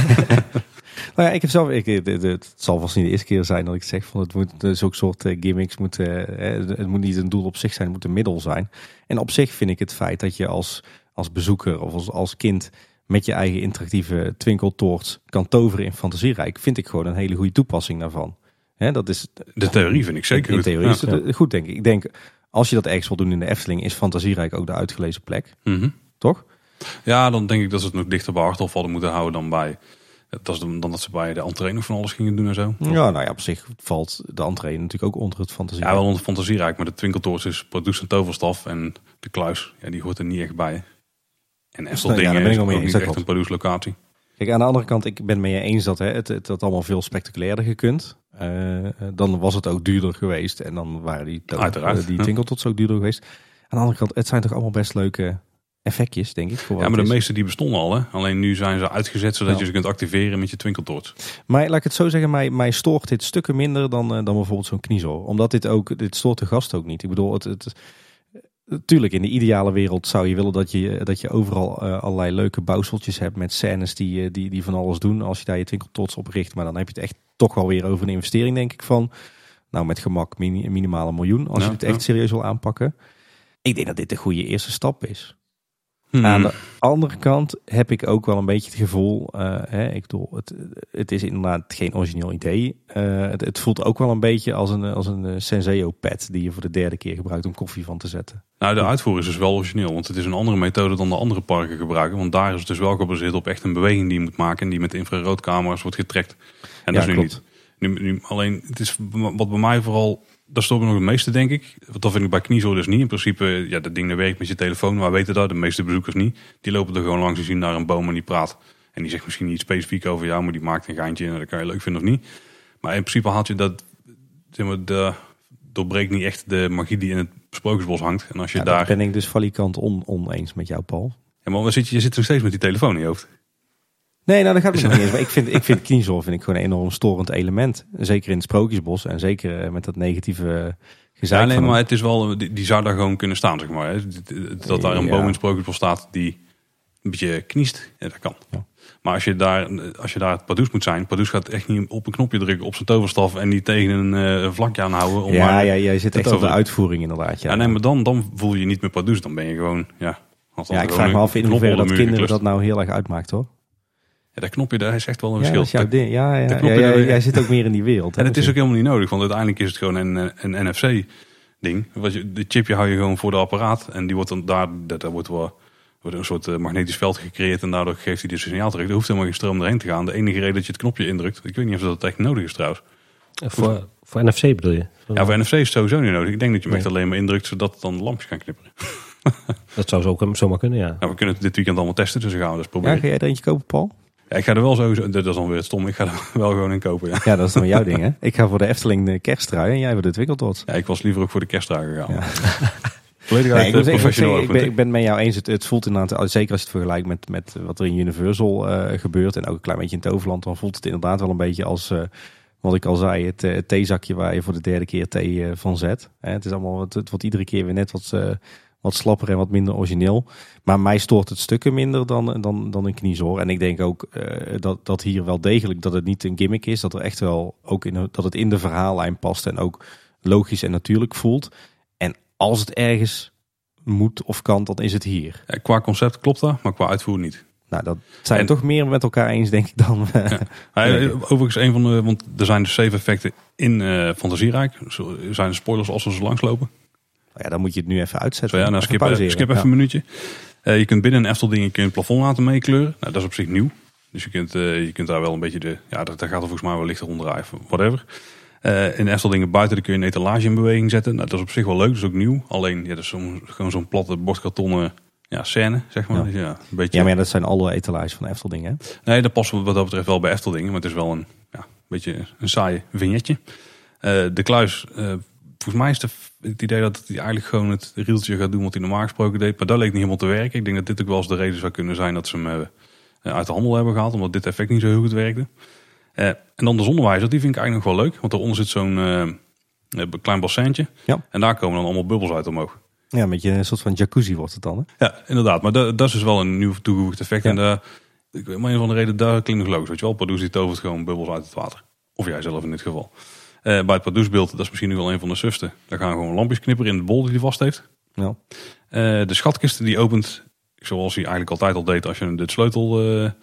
Nou ja, ik heb zelf... Het zal vast niet de eerste keer zijn dat ik zeg van het moet zulke soort gimmicks het moet niet een doel op zich zijn, het moet een middel zijn. En op zich vind ik het feit dat je als bezoeker of als kind met je eigen interactieve twinkeltoorts kan toveren in Fantasierijk, vind ik gewoon een hele goede toepassing daarvan. Dat is, de theorie vind ik zeker goed. In theorie is het goed, denk ik. Ik denk, als je dat ergens wil doen in de Efteling, is Fantasierijk ook de uitgelezen plek. Mm-hmm. Toch? Ja, dan denk ik dat ze het nog dichter bij Harthof hadden moeten houden dan bij... Dan dat ze bij de entree nog van alles gingen doen en zo. Ja, nou ja, op zich valt de entree natuurlijk ook onder het Fantasierijk. Ja, wel onder het Fantasierijk, maar de twinkeltoorts is produce en toverstaf en de kluis, die hoort er niet echt bij. En Efteldingen is ook niet echt een produce locatie. Kijk, aan de andere kant, ik ben het met je eens dat het had allemaal veel spectaculairder gekund. Dan was het ook duurder geweest. En dan waren die twinkeltoorts ook duurder geweest. Aan de andere kant, het zijn toch allemaal best leuke effectjes, denk ik. Maar de meeste die bestonden al. Hè? Alleen nu zijn ze uitgezet zodat je ze kunt activeren met je twinkeltoorts. Maar laat ik het zo zeggen, mij stoort dit stukken minder dan bijvoorbeeld zo'n kniezoor. Omdat dit stoort de gast ook niet. Ik bedoel, natuurlijk, in de ideale wereld zou je willen dat je overal allerlei leuke bouwseltjes hebt met scènes die van alles doen als je daar je twinkeltoorts op richt. Maar dan heb je het echt toch wel weer over een investering, denk ik, van met gemak minimaal $1 miljoen als je het echt serieus wil aanpakken. Ik denk dat dit de goede eerste stap is. Aan de andere kant heb ik ook wel een beetje het gevoel, ik bedoel, het is inderdaad geen origineel idee. Het voelt ook wel een beetje als een Senseo pad die je voor de 3e keer gebruikt om koffie van te zetten. Nou, de uitvoer is dus wel origineel, want het is een andere methode dan de andere parken gebruiken. Want daar is het dus wel gebaseerd op echt een beweging die je moet maken en die met infraroodcamera's wordt getrekt. En dat is nu klopt. Niet. Nu alleen, het is wat bij mij vooral... Dat stoort me nog het meeste, denk ik. Want dat vind ik bij kniezoor dus niet. In principe, dat ding werkt met je telefoon. Maar weten dat, de meeste bezoekers niet. Die lopen er gewoon langs en zien naar een boom en die praat. En die zegt misschien niet specifiek over jou, maar die maakt een geintje en dat kan je leuk vinden of niet. Maar in principe haalt je dat, zeg maar, doorbreekt niet echt de magie die in het Sprookjesbos hangt. En als je daar ben ik dus valikant oneens met jou, Paul. Ja, maar je zit nog steeds met die telefoon in je hoofd. Nee, nou dat gaat me nog niet eens. Maar ik vind kniezool gewoon een enorm storend element. Zeker in het Sprookjesbos en zeker met dat negatieve gezeik. Ja, nee, maar het is wel, die zou daar gewoon kunnen staan, zeg maar. Hè. Dat daar een boom in het Sprookjesbos staat die een beetje kniest, ja, dat kan. Ja. Maar als je daar het Pardoes moet zijn, Pardoes gaat echt niet op een knopje drukken op zijn toverstaf en die tegen een vlakje aanhouden. Om jij zit echt op de uitvoering inderdaad. Ja, nee, maar dan voel je je niet meer Pardoes. Dan ben je gewoon, ik vraag me af in hoeverre dat kinderen dat nou heel erg uitmaakt, hoor. Ja, dat knopje, daar is echt wel een verschil. Dat is jouw ding. Jij zit ook meer in die wereld. En het is ook helemaal niet nodig, want uiteindelijk is het gewoon een NFC-ding. De chipje hou je gewoon voor de apparaat en die wordt dan daar wordt een soort magnetisch veld gecreëerd en daardoor geeft hij dit signaal terug. Er hoeft helemaal geen stroom erheen te gaan. De enige reden dat je het knopje indrukt, ik weet niet of dat echt nodig is trouwens. Voor NFC bedoel je? Ja, voor NFC is het sowieso niet nodig. Ik denk dat je hem echt alleen maar indrukt zodat het dan de lampjes kan knipperen. Dat zou zomaar kunnen, ja. Nou, we kunnen het dit weekend allemaal testen, dus dan gaan we dat eens proberen. Ja, ga jij er eentje kopen, Paul? Ja, ik ga er wel sowieso, dat is dan weer stom, ik ga er wel gewoon in kopen. Ja, dat is dan jouw ding, hè? Ik ga voor de Efteling de kersttrui en jij voor de Twikkeltots. Ja, ik was liever ook voor de kersttrui gegaan. Ja. Ik ben het met jou eens. Het voelt inderdaad, zeker als je het vergelijkt met wat er in Universal gebeurt en ook een klein beetje in Toverland, dan voelt het inderdaad wel een beetje als, wat ik al zei, het theezakje waar je voor de derde keer thee van zet. Het is allemaal, het wordt iedere keer weer net wat slapper en wat minder origineel. Maar mij stoort het stukken minder dan een kniezoor. En ik denk ook dat hier wel degelijk, dat het niet een gimmick is, dat er echt wel ook dat het in de verhaallijn past en ook logisch en natuurlijk voelt. En als het ergens moet of kan, dan is het hier. Ja, qua concept klopt dat, maar qua uitvoer niet. Nou, dat zijn toch meer met elkaar eens, denk ik dan. Overigens, want er zijn dus 7 effecten in Fantasierijk. Zijn er spoilers als we zo langslopen? Ja, dan moet je het nu even uitzetten. Zo, ja, skip even een minuutje. Je kunt binnen een Eftelding het plafond laten meekleuren. Nou, dat is op zich nieuw. Dus je kunt daar wel een beetje daar gaat er volgens mij wel lichter onderdraaien. Whatever. In de Efteldingen buiten kun je een etalage in beweging zetten. Nou, dat is op zich wel leuk, dat is ook nieuw. Alleen, dat is gewoon zo'n platte bordkartonnen scène, zeg maar. Ja. Dus een beetje... maar dat zijn alle etalages van Efteldingen. Nee, dat past wat dat betreft wel bij Efteldingen. Maar het is wel een beetje een saai vignetje. De kluis, volgens mij is het idee dat hij eigenlijk gewoon het rieltje gaat doen wat hij normaal gesproken deed. Maar dat leek niet helemaal te werken. Ik denk dat dit ook wel eens de reden zou kunnen zijn dat ze hem uit de handel hebben gehaald. Omdat dit effect niet zo heel goed werkte. En dan de zonnewijzer, die vind ik eigenlijk nog wel leuk. Want daaronder zit zo'n klein bassintje. Ja. En daar komen dan allemaal bubbels uit omhoog. Ja, met een soort van jacuzzi wordt het dan. Hè? Ja, inderdaad. Maar dat is dus wel een nieuw toegevoegd effect. Ja. En ik weet maar een van de reden, daar klinkt nog logisch. Weet je wel, Pardoes die tovert gewoon bubbels uit het water. Of jij zelf in dit geval. Bij het Pardoesbeeld, dat is misschien nu wel een van de sufste. Daar gaan gewoon lampjes knipperen in de bol die hij vast heeft. Ja. De schatkist die opent, zoals hij eigenlijk altijd al deed, als je de sleutel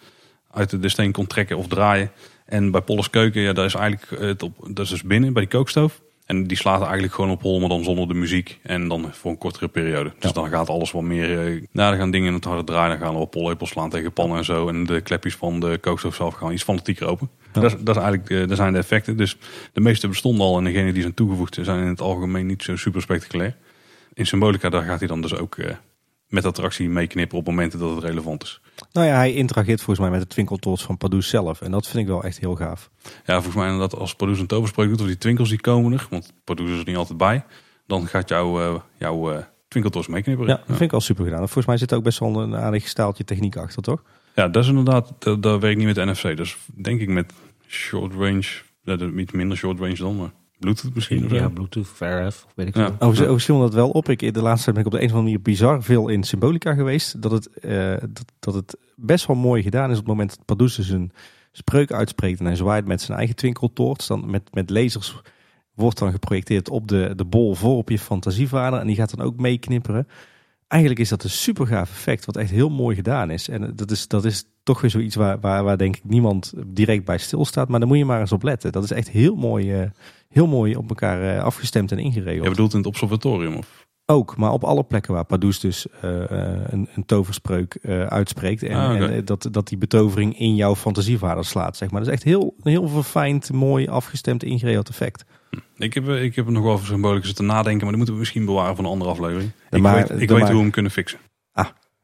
uit de steen kon trekken of draaien. En bij Polles Keuken, daar is eigenlijk dat is dus binnen bij die kookstoof. En die slaat eigenlijk gewoon op hol, maar dan zonder de muziek. En dan voor een kortere periode. Dus dan gaat alles wat meer... dan gaan dingen in het harde draaien. Dan gaan er wat pollepels slaan tegen pannen en zo. En de klepjes van de kookstoof zelf gaan iets fanatieker open. Ja. Dat is eigenlijk, dat zijn de effecten. Dus de meeste bestonden al. En degene die zijn toegevoegd zijn in het algemeen niet zo super spectaculair. In Symbolica, daar gaat hij dan dus ook met attractie meeknipperen op momenten dat het relevant is. Nou ja, hij interageert volgens mij met de Twinkeltoorts van Pardoes zelf. En dat vind ik wel echt heel gaaf. Ja, volgens mij inderdaad als Pardoes een toverspreuk doet, of die twinkels die komen er, want Pardoes is er niet altijd bij, dan gaat jouw Twinkeltoorts meeknipperen. Ja, dat vind ik al super gedaan. Volgens mij zit er ook best wel een aardig staaltje techniek achter, toch? Ja, dat is inderdaad, dat werkt niet met de NFC. Dus denk ik met short range, iets minder short range dan, maar Bluetooth misschien? Ja, Bluetooth, VRF, weet ik ja. veel. Overigens viel dat wel op. De laatste tijd ben ik op de een of andere manier bizar veel in Symbolica geweest. Dat het best wel mooi gedaan is op het moment dat Pardoes dus een spreuk uitspreekt en hij zwaait met zijn eigen twinkeltoorts. Dan met lasers wordt dan geprojecteerd op de bol voor op je fantasievader en die gaat dan ook meeknipperen. Eigenlijk is dat een super gaaf effect wat echt heel mooi gedaan is. En dat is toch weer zoiets waar denk ik niemand direct bij stilstaat. Maar daar moet je maar eens op letten. Dat is echt heel mooi op elkaar afgestemd en ingeregeld. Je bedoelt in het observatorium? Of? Ook, maar op alle plekken waar Pardoes dus een toverspreuk uitspreekt. En dat die betovering in jouw fantasievader slaat. Zeg maar. Dat is echt een heel verfijnd, mooi afgestemd, ingeregeld effect. Ik heb er nog wel over Symbolica zitten nadenken. Maar dat moeten we misschien bewaren voor een andere aflevering. Ik weet hoe we hem kunnen fixen.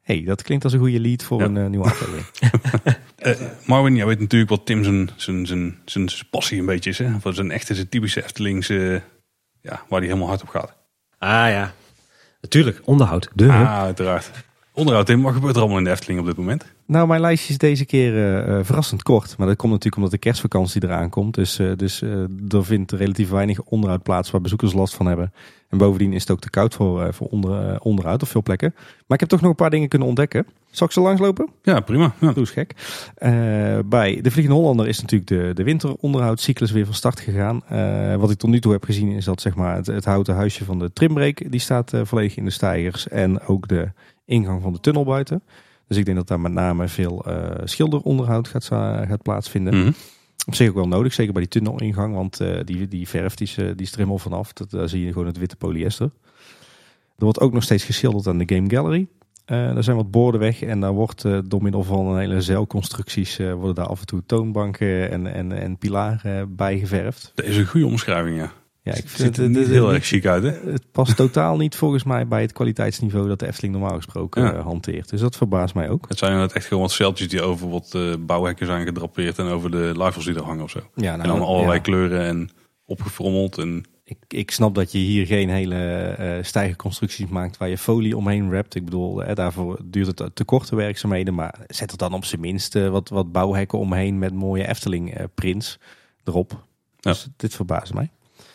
Hey, dat klinkt als een goede lead voor een nieuwe aflevering. Marvin, jij weet natuurlijk wat Tim zijn passie een beetje is. Hè? Voor zijn typische Eftelings, waar hij helemaal hard op gaat. Ah ja, natuurlijk. Onderhoud. Uiteraard. Onderhoud, Tim. Wat gebeurt er allemaal in de Efteling op dit moment? Nou, mijn lijstje is deze keer verrassend kort. Maar dat komt natuurlijk omdat de kerstvakantie eraan komt. Dus er vindt relatief weinig onderhoud plaats waar bezoekers last van hebben. En bovendien is het ook te koud voor onderhoud op veel plekken. Maar ik heb toch nog een paar dingen kunnen ontdekken. Zal ik ze langslopen? Ja, prima. Ja. Doe eens gek. Bij de Vliegende Hollander is natuurlijk de winteronderhoudscyclus weer van start gegaan. Wat ik tot nu toe heb gezien is dat zeg maar, het houten huisje van de trimbreak, die staat volledig in de steigers. En ook de ingang van de tunnel buiten. Dus ik denk dat daar met name veel schilderonderhoud gaat plaatsvinden. Mm-hmm. Op zich ook wel nodig, zeker bij die tunnelingang. Want die verf die is er helemaal vanaf. Daar zie je gewoon het witte polyester. Er wordt ook nog steeds geschilderd aan de Game Gallery. Er zijn wat borden weg en daar wordt door middel van een hele zeilconstructies worden daar af en toe toonbanken en pilaren bij geverfd. Dat is een goede omschrijving, ja. Ja, ik vind het niet heel erg chic uit, hè? Het past totaal niet volgens mij bij het kwaliteitsniveau dat de Efteling normaal gesproken hanteert. Dus dat verbaast mij ook. Het zijn inderdaad echt gewoon wat zeiltjes die over wat bouwhekken zijn gedrapeerd en over de luifels die er hangen of zo. Ja, nou, en dan allerlei kleuren en opgefrommeld. En... Ik snap dat je hier geen hele stijgerconstructies maakt waar je folie omheen wrapt. Ik bedoel, daarvoor duurt het te korte werkzaamheden. Maar zet er dan op zijn minst wat bouwhekken omheen met mooie Efteling prints erop. Ja. Dus dit verbaast mij.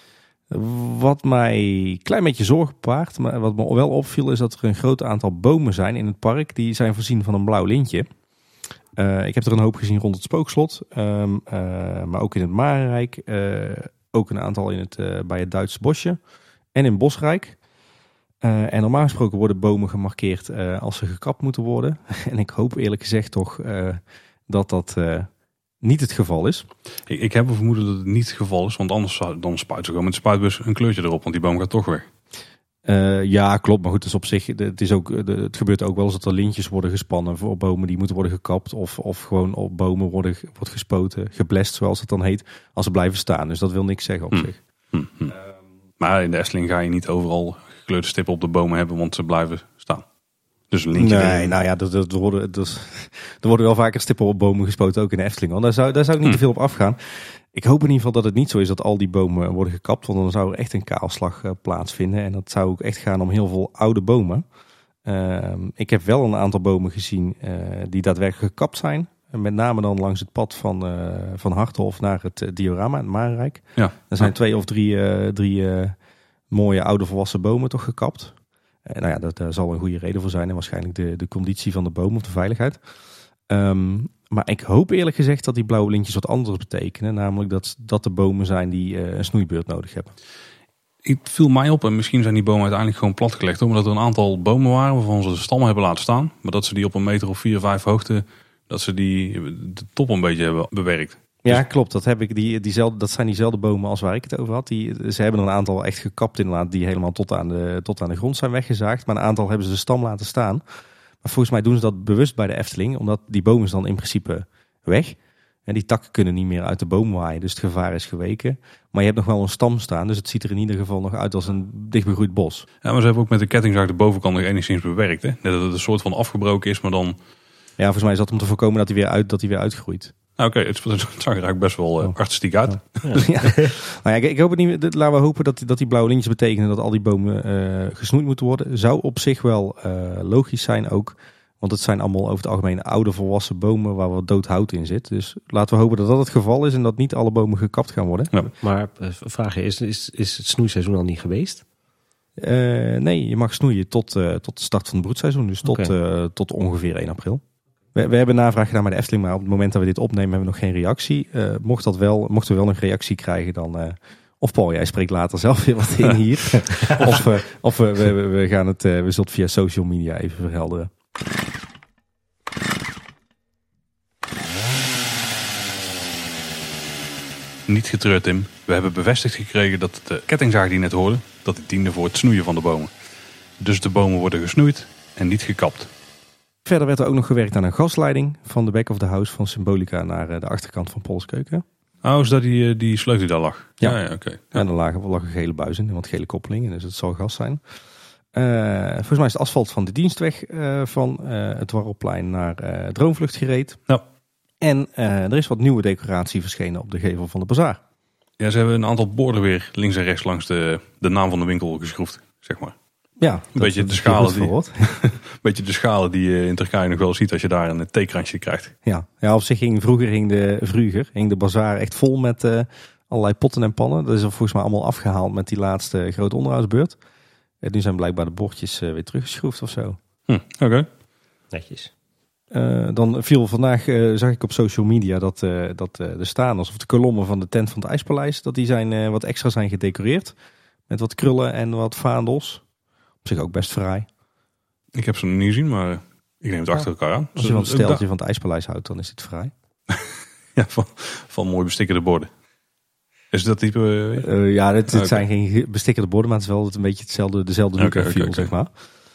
Wat mij een klein beetje zorgen baart, maar wat me wel opviel, is dat er een groot aantal bomen zijn in het park. Die zijn voorzien van een blauw lintje. Ik heb er een hoop gezien rond het Spookslot, maar ook in het Marenrijk. Ook een aantal bij het Duitse Bosje en in Bosrijk. En normaal gesproken worden bomen gemarkeerd als ze gekapt moeten worden. En ik hoop eerlijk gezegd toch dat niet het geval is. Ik heb een vermoeden dat het niet het geval is. Want anders dan spuiten ze gewoon met de spuitbus een kleurtje erop. Want die boom gaat toch weg. Ja, klopt. Maar goed, dus op zich, het gebeurt ook wel eens dat er lintjes worden gespannen voor bomen die moeten worden gekapt. Of gewoon op bomen wordt gespoten, geblest zoals het dan heet, als ze blijven staan. Dus dat wil niks zeggen op zich. Maar in de Efteling ga je niet overal gekleurde stippen op de bomen hebben, want ze blijven staan. Dus een lintje. Nee, nou ja, er worden wel vaker stippen op bomen gespoten, ook in de Efteling. Want daar zou ik niet te veel op afgaan. Ik hoop in ieder geval dat het niet zo is dat al die bomen worden gekapt. Want dan zou er echt een kaalslag plaatsvinden. En dat zou ook echt gaan om heel veel oude bomen. Ik heb wel een aantal bomen gezien die daadwerkelijk gekapt zijn. Met name dan langs het pad van Harthof naar het diorama, het Marenrijk. Ja. Er zijn 2 of 3 mooie oude volwassen bomen toch gekapt. Nou ja, daar zal een goede reden voor zijn. En waarschijnlijk de conditie van de boom of de veiligheid. Maar ik hoop eerlijk gezegd dat die blauwe lintjes wat anders betekenen. Namelijk dat de bomen zijn die een snoeibeurt nodig hebben. Het viel mij op en misschien zijn die bomen uiteindelijk gewoon platgelegd. Omdat er een aantal bomen waren waarvan ze de stammen hebben laten staan. Maar dat ze die op een meter of 4, 5 hoogte, dat ze de top een beetje hebben bewerkt. Ja, klopt. Dat zijn diezelfde bomen als waar ik het over had. Ze hebben er een aantal echt gekapt inderdaad, die helemaal tot aan de grond zijn weggezaagd. Maar een aantal hebben ze de stam laten staan. Maar volgens mij doen ze dat bewust bij de Efteling, omdat die bomen is dan in principe weg. En die takken kunnen niet meer uit de boom waaien, dus het gevaar is geweken. Maar je hebt nog wel een stam staan, dus het ziet er in ieder geval nog uit als een dichtbegroeid bos. Ja, maar ze hebben ook met de kettingzaag de bovenkant nog enigszins bewerkt. Hè? Dat het een soort van afgebroken is, maar dan... Ja, volgens mij is dat om te voorkomen dat hij weer uitgroeit. Oké, het zag er eigenlijk best wel artistiek uit. Ja. Nou ja, ik hoop het niet. Laten we hopen dat die blauwe lintjes betekenen dat al die bomen gesnoeid moeten worden. Zou op zich wel logisch zijn ook. Want het zijn allemaal over het algemeen oude volwassen bomen waar wat dood hout in zit. Dus laten we hopen dat dat het geval is en dat niet alle bomen gekapt gaan worden. Ja. Maar vraag je, is het snoeiseizoen al niet geweest? Nee, je mag snoeien tot de start van het broedseizoen. Dus tot ongeveer 1 april. We hebben navraag gedaan bij de Efteling, maar op het moment dat we dit opnemen hebben we nog geen reactie. Mochten we wel een reactie krijgen, dan... Of Paul, jij spreekt later zelf weer wat in hier. of we gaan we zullen het via social media even verhelderen. Niet getreurd, Tim. We hebben bevestigd gekregen dat de kettingzaag die je net hoorde, dat die diende voor het snoeien van de bomen. Dus de bomen worden gesnoeid en niet gekapt. Verder werd er ook nog gewerkt aan een gasleiding van de back of the house van Symbolica naar de achterkant van Polles Keuken. Oh, is dat die sleuf die daar lag? Ja, oké. Ja. En er lag een gele buis in, want gele koppelingen, dus het zal gas zijn. Volgens mij is het asfalt van de dienstweg van het Warrelplein naar Droomvlucht gereed. Ja. En er is wat nieuwe decoratie verschenen op de gevel van de bazaar. Ja, ze hebben een aantal borden weer links en rechts langs de naam van de winkel geschroefd, zeg maar. Ja, een beetje de schalen die je in Turkije nog wel ziet als je daar een theekransje krijgt. Ja, op zich vroeger hing de bazaar echt vol met allerlei potten en pannen. Dat is er volgens mij allemaal afgehaald met die laatste grote onderhoudsbeurt. En nu zijn blijkbaar de bordjes weer teruggeschroefd of zo. Oké. Netjes. Dan viel vandaag, zag ik op social media dat de staners of de kolommen van de tent van het IJspaleis, dat die zijn wat extra zijn gedecoreerd. Met wat krullen en wat vaandels. Op zich ook best fraai. Ik heb ze nog niet gezien, maar ik neem het achter elkaar aan. Als je van het steltje van het IJspaleis houdt, dan is het fraai. Ja, van mooi bestikkerde borden. Is dat type? Ja, dit zijn geen bestikkerde borden, maar het is wel een beetje dezelfde look en feel, zeg maar.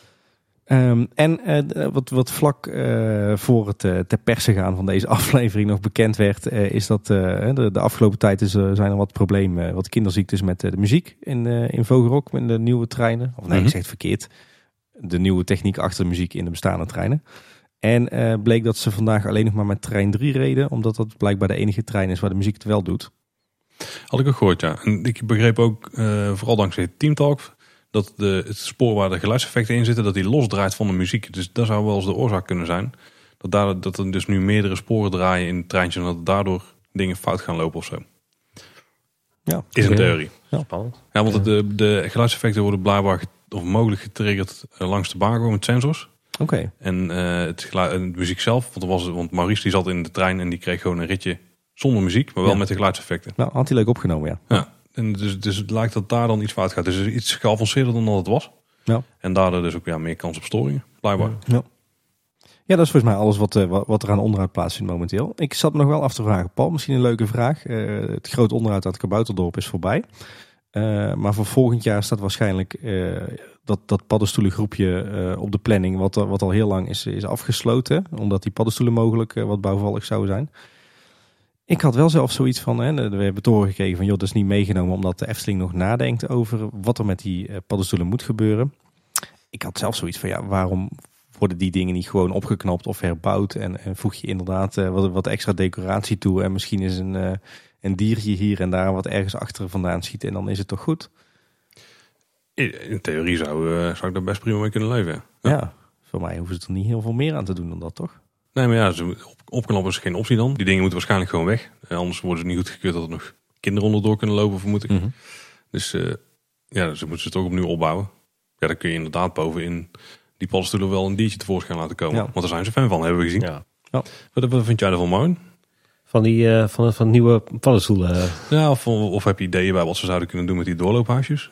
Wat vlak voor het ter perse gaan van deze aflevering nog bekend werd, is dat de afgelopen tijd zijn er wat problemen, wat kinderziektes met de muziek in Vogelrok, met de nieuwe treinen. Of nee, ik zeg het verkeerd. De nieuwe techniek achter de muziek in de bestaande treinen. En bleek dat ze vandaag alleen nog maar met trein 3 reden, omdat dat blijkbaar de enige trein is waar de muziek het wel doet. Had ik ook gehoord, ja. En ik begreep ook, vooral dankzij Teamtalk, dat het spoor waar de geluidseffecten in zitten, dat die losdraait van de muziek. Dus dat zou wel eens de oorzaak kunnen zijn. Dat er dus nu meerdere sporen draaien in het treintje en dat daardoor dingen fout gaan lopen of zo. Ja, is een theorie. Ja. Spannend. Ja, want de geluidseffecten worden blijkbaar of mogelijk getriggerd langs de bago met sensors. Oké. En de muziek zelf, want Maurice die zat in de trein en die kreeg gewoon een ritje zonder muziek, maar wel met de geluidseffecten. Nou, had hij leuk opgenomen, ja. En dus het lijkt dat daar dan iets fout gaat. Dus het is iets geavanceerder dan dat het was. Ja. En daardoor dus ook meer kans op storingen, blijkbaar. Ja, dat is volgens mij alles wat er aan onderhoud plaatsvindt momenteel. Ik zat me nog wel af te vragen, Paul, misschien een leuke vraag. Het grote onderhoud aan het Kabouterdorp is voorbij. Maar voor volgend jaar staat waarschijnlijk dat paddenstoelengroepje op de planning, wat al heel lang is afgesloten. Omdat die paddenstoelen mogelijk wat bouwvallig zouden zijn. Ik had wel zelf zoiets van, we hebben te horen gekregen van, dat is niet meegenomen omdat de Efteling nog nadenkt over wat er met die paddenstoelen moet gebeuren. Ik had zelf zoiets van, waarom worden die dingen niet gewoon opgeknapt of herbouwd en voeg je inderdaad wat extra decoratie toe en misschien is een diertje hier en daar wat ergens achter vandaan schieten en dan is het toch goed? In theorie zou ik daar best prima mee kunnen leven. Ja, voor mij hoeven ze er niet heel veel meer aan te doen dan dat, toch? Nee, maar opknappen is geen optie dan. Die dingen moeten waarschijnlijk gewoon weg. Anders worden ze niet goedgekeurd dat er nog kinderen onderdoor kunnen lopen, vermoed ik. Mm-hmm. Dus ze moeten ze toch opnieuw opbouwen. Ja, dan kun je inderdaad bovenin die paddenstoelen wel een diertje tevoorschijn laten komen. Ja. Want daar zijn ze fan van, hebben we gezien. Ja. Wat vind jij ervan, Marvin? Van nieuwe paddenstoelen? Ja, of heb je ideeën bij wat ze zouden kunnen doen met die doorloophuisjes?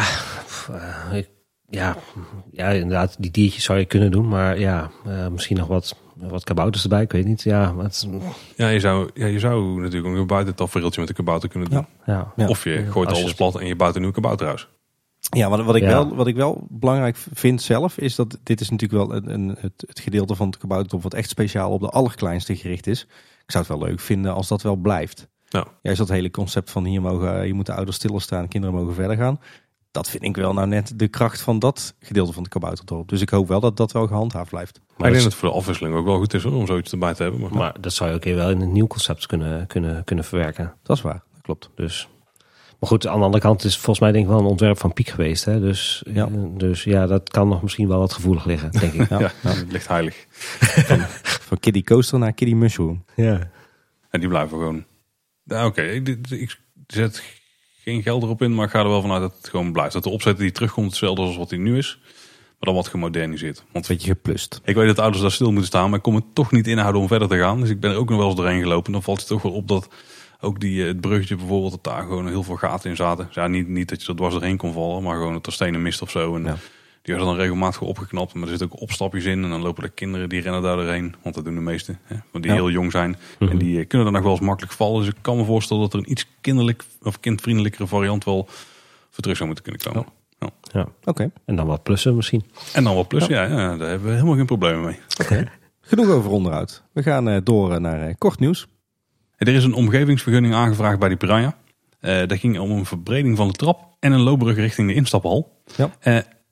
Ja, inderdaad, die diertjes zou je kunnen doen. Maar misschien nog wat kabouters erbij, ik weet niet. Ja, je zou natuurlijk ook een buitentafereeltje met een kabouter kunnen doen. Ja. Of je gooit alles plat en je bouwt een nieuw kabouterhuis. Ja, wat ik wel belangrijk vind zelf, is dat dit is natuurlijk wel het gedeelte van het kabouterdorp wat echt speciaal op de allerkleinste gericht is. Ik zou het wel leuk vinden als dat wel blijft. Ja. Juist dat hele concept van hier moeten ouders stilstaan, kinderen mogen verder gaan. Dat vind ik wel nou net de kracht van dat gedeelte van het kabouterdorp. Dus ik hoop wel dat dat wel gehandhaafd blijft. Maar ik denk dat het voor de afwisseling ook wel goed is om zoiets erbij te hebben. Maar dat zou je ook wel in een nieuw concept kunnen verwerken. Dat is waar, dat klopt. Dus. Maar goed, aan de andere kant is volgens mij denk ik wel een ontwerp van Piek geweest. Hè? Dus dat kan nog misschien wel wat gevoelig liggen, denk ik. Het ligt heilig. Van Kiddie Coaster naar Kiddie Mushroom. Ja. En die blijven gewoon. Ja, oké. Ik zet geen geld erop in, maar ik ga er wel vanuit dat het gewoon blijft. Dat de opzet die terugkomt hetzelfde als wat hij nu is. Maar dan wat gemoderniseerd. Want een beetje geplust. Ik weet dat ouders daar stil moeten staan, maar ik kom het toch niet inhouden om verder te gaan. Dus ik ben er ook nog wel eens doorheen gelopen. Dan valt het toch wel op dat ook het bruggetje bijvoorbeeld, dat daar gewoon heel veel gaten in zaten. Dus ja, niet dat je er dwars doorheen kon vallen, maar gewoon dat er stenen mist of zo. En die werden dan regelmatig opgeknapt. Maar er zitten ook opstapjes in. En dan lopen de kinderen, die rennen daar doorheen. Want dat doen de meesten. Want die heel jong zijn. Mm-hmm. En die kunnen er nog wel eens makkelijk vallen. Dus ik kan me voorstellen dat er een iets kindvriendelijkere variant wel voor terug zou moeten kunnen komen. Ja. Oké. En dan wat plussen misschien. En dan wat plussen, ja. Daar hebben we helemaal geen problemen mee. Okay. Genoeg over onderhoud. We gaan door naar kort nieuws. Er is een omgevingsvergunning aangevraagd bij die Piranha. Dat ging om een verbreding van de trap en een loopbrug richting de instaphal. Ja.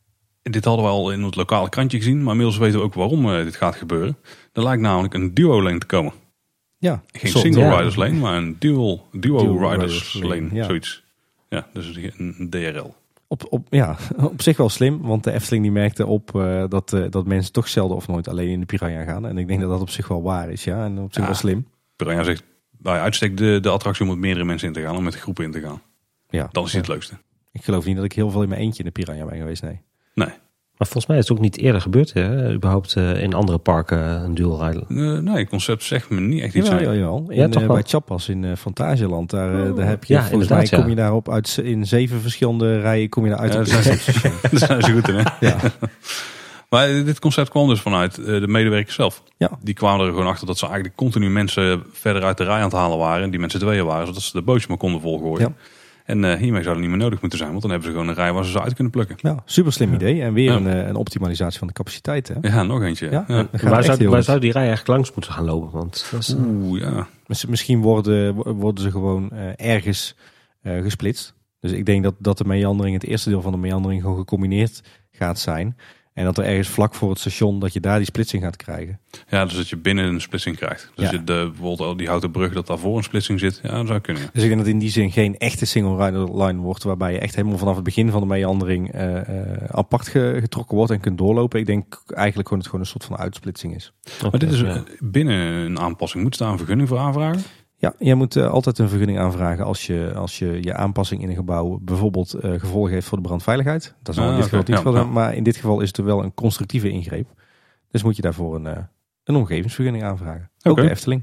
Dit hadden we al in het lokale krantje gezien, maar inmiddels weten we ook waarom dit gaat gebeuren. Er lijkt namelijk een duo-lane te komen. Ja. Geen single riders lane, maar een duo riders lane, zoiets. Ja, dus een DRL. Op zich wel slim, want de Efteling die merkte op dat mensen toch zelden of nooit alleen in de Piranha gaan. En ik denk dat dat op zich wel waar is, ja. En op zich wel slim. Piranha zegt bij uitstek de attractie om met meerdere mensen in te gaan, om met groepen in te gaan. Ja, dan is het leukste. Ik geloof niet dat ik heel veel in mijn eentje in de Piranha ben geweest, nee. Maar volgens mij is het ook niet eerder gebeurd, hè? Überhaupt in andere parken een dual rider. Nee, het concept zegt me niet echt iets. Jawel. Bij Chappas in Fantasieland, daar heb je volgens mij kom je daarop in 7 verschillende rijen kom je daaruit. Ja, daar zijn ze goed in, hè? Ja. Maar dit concept kwam dus vanuit de medewerkers zelf. Ja. Die kwamen er gewoon achter dat ze eigenlijk continu mensen verder uit de rij aan het halen waren. Die mensen tweeën waren, zodat ze de bootjes maar konden volgooien. Ja. En hiermee zou het niet meer nodig moeten zijn. Want dan hebben ze gewoon een rij waar ze uit kunnen plukken. Ja, super slim idee. En weer een optimalisatie van de capaciteit. Hè? Ja, nog eentje. Ja. Waar zou die rij eigenlijk langs moeten gaan lopen? Want dat is... Misschien worden ze gewoon ergens gesplitst. Dus ik denk dat de meandering, het eerste deel van de meandering gewoon gecombineerd gaat zijn. En dat er ergens vlak voor het station, dat je daar die splitsing gaat krijgen. Ja, dus dat je binnen een splitsing krijgt. Dus bijvoorbeeld die houten brug, dat daarvoor een splitsing zit. Ja, dat zou kunnen. Ja. Dus ik denk dat in die zin geen echte single rider line wordt, waarbij je echt helemaal vanaf het begin van de meandering apart getrokken wordt en kunt doorlopen. Ik denk eigenlijk het gewoon een soort van uitsplitsing is. Maar dit is binnen een aanpassing. Moet je daar een vergunning voor aanvragen? Ja, jij moet altijd een vergunning aanvragen als je aanpassing in een gebouw bijvoorbeeld gevolgen heeft voor de brandveiligheid. Dat is in dit geval niet veel, maar in dit geval is het wel een constructieve ingreep. Dus moet je daarvoor een omgevingsvergunning aanvragen. Ook de Efteling.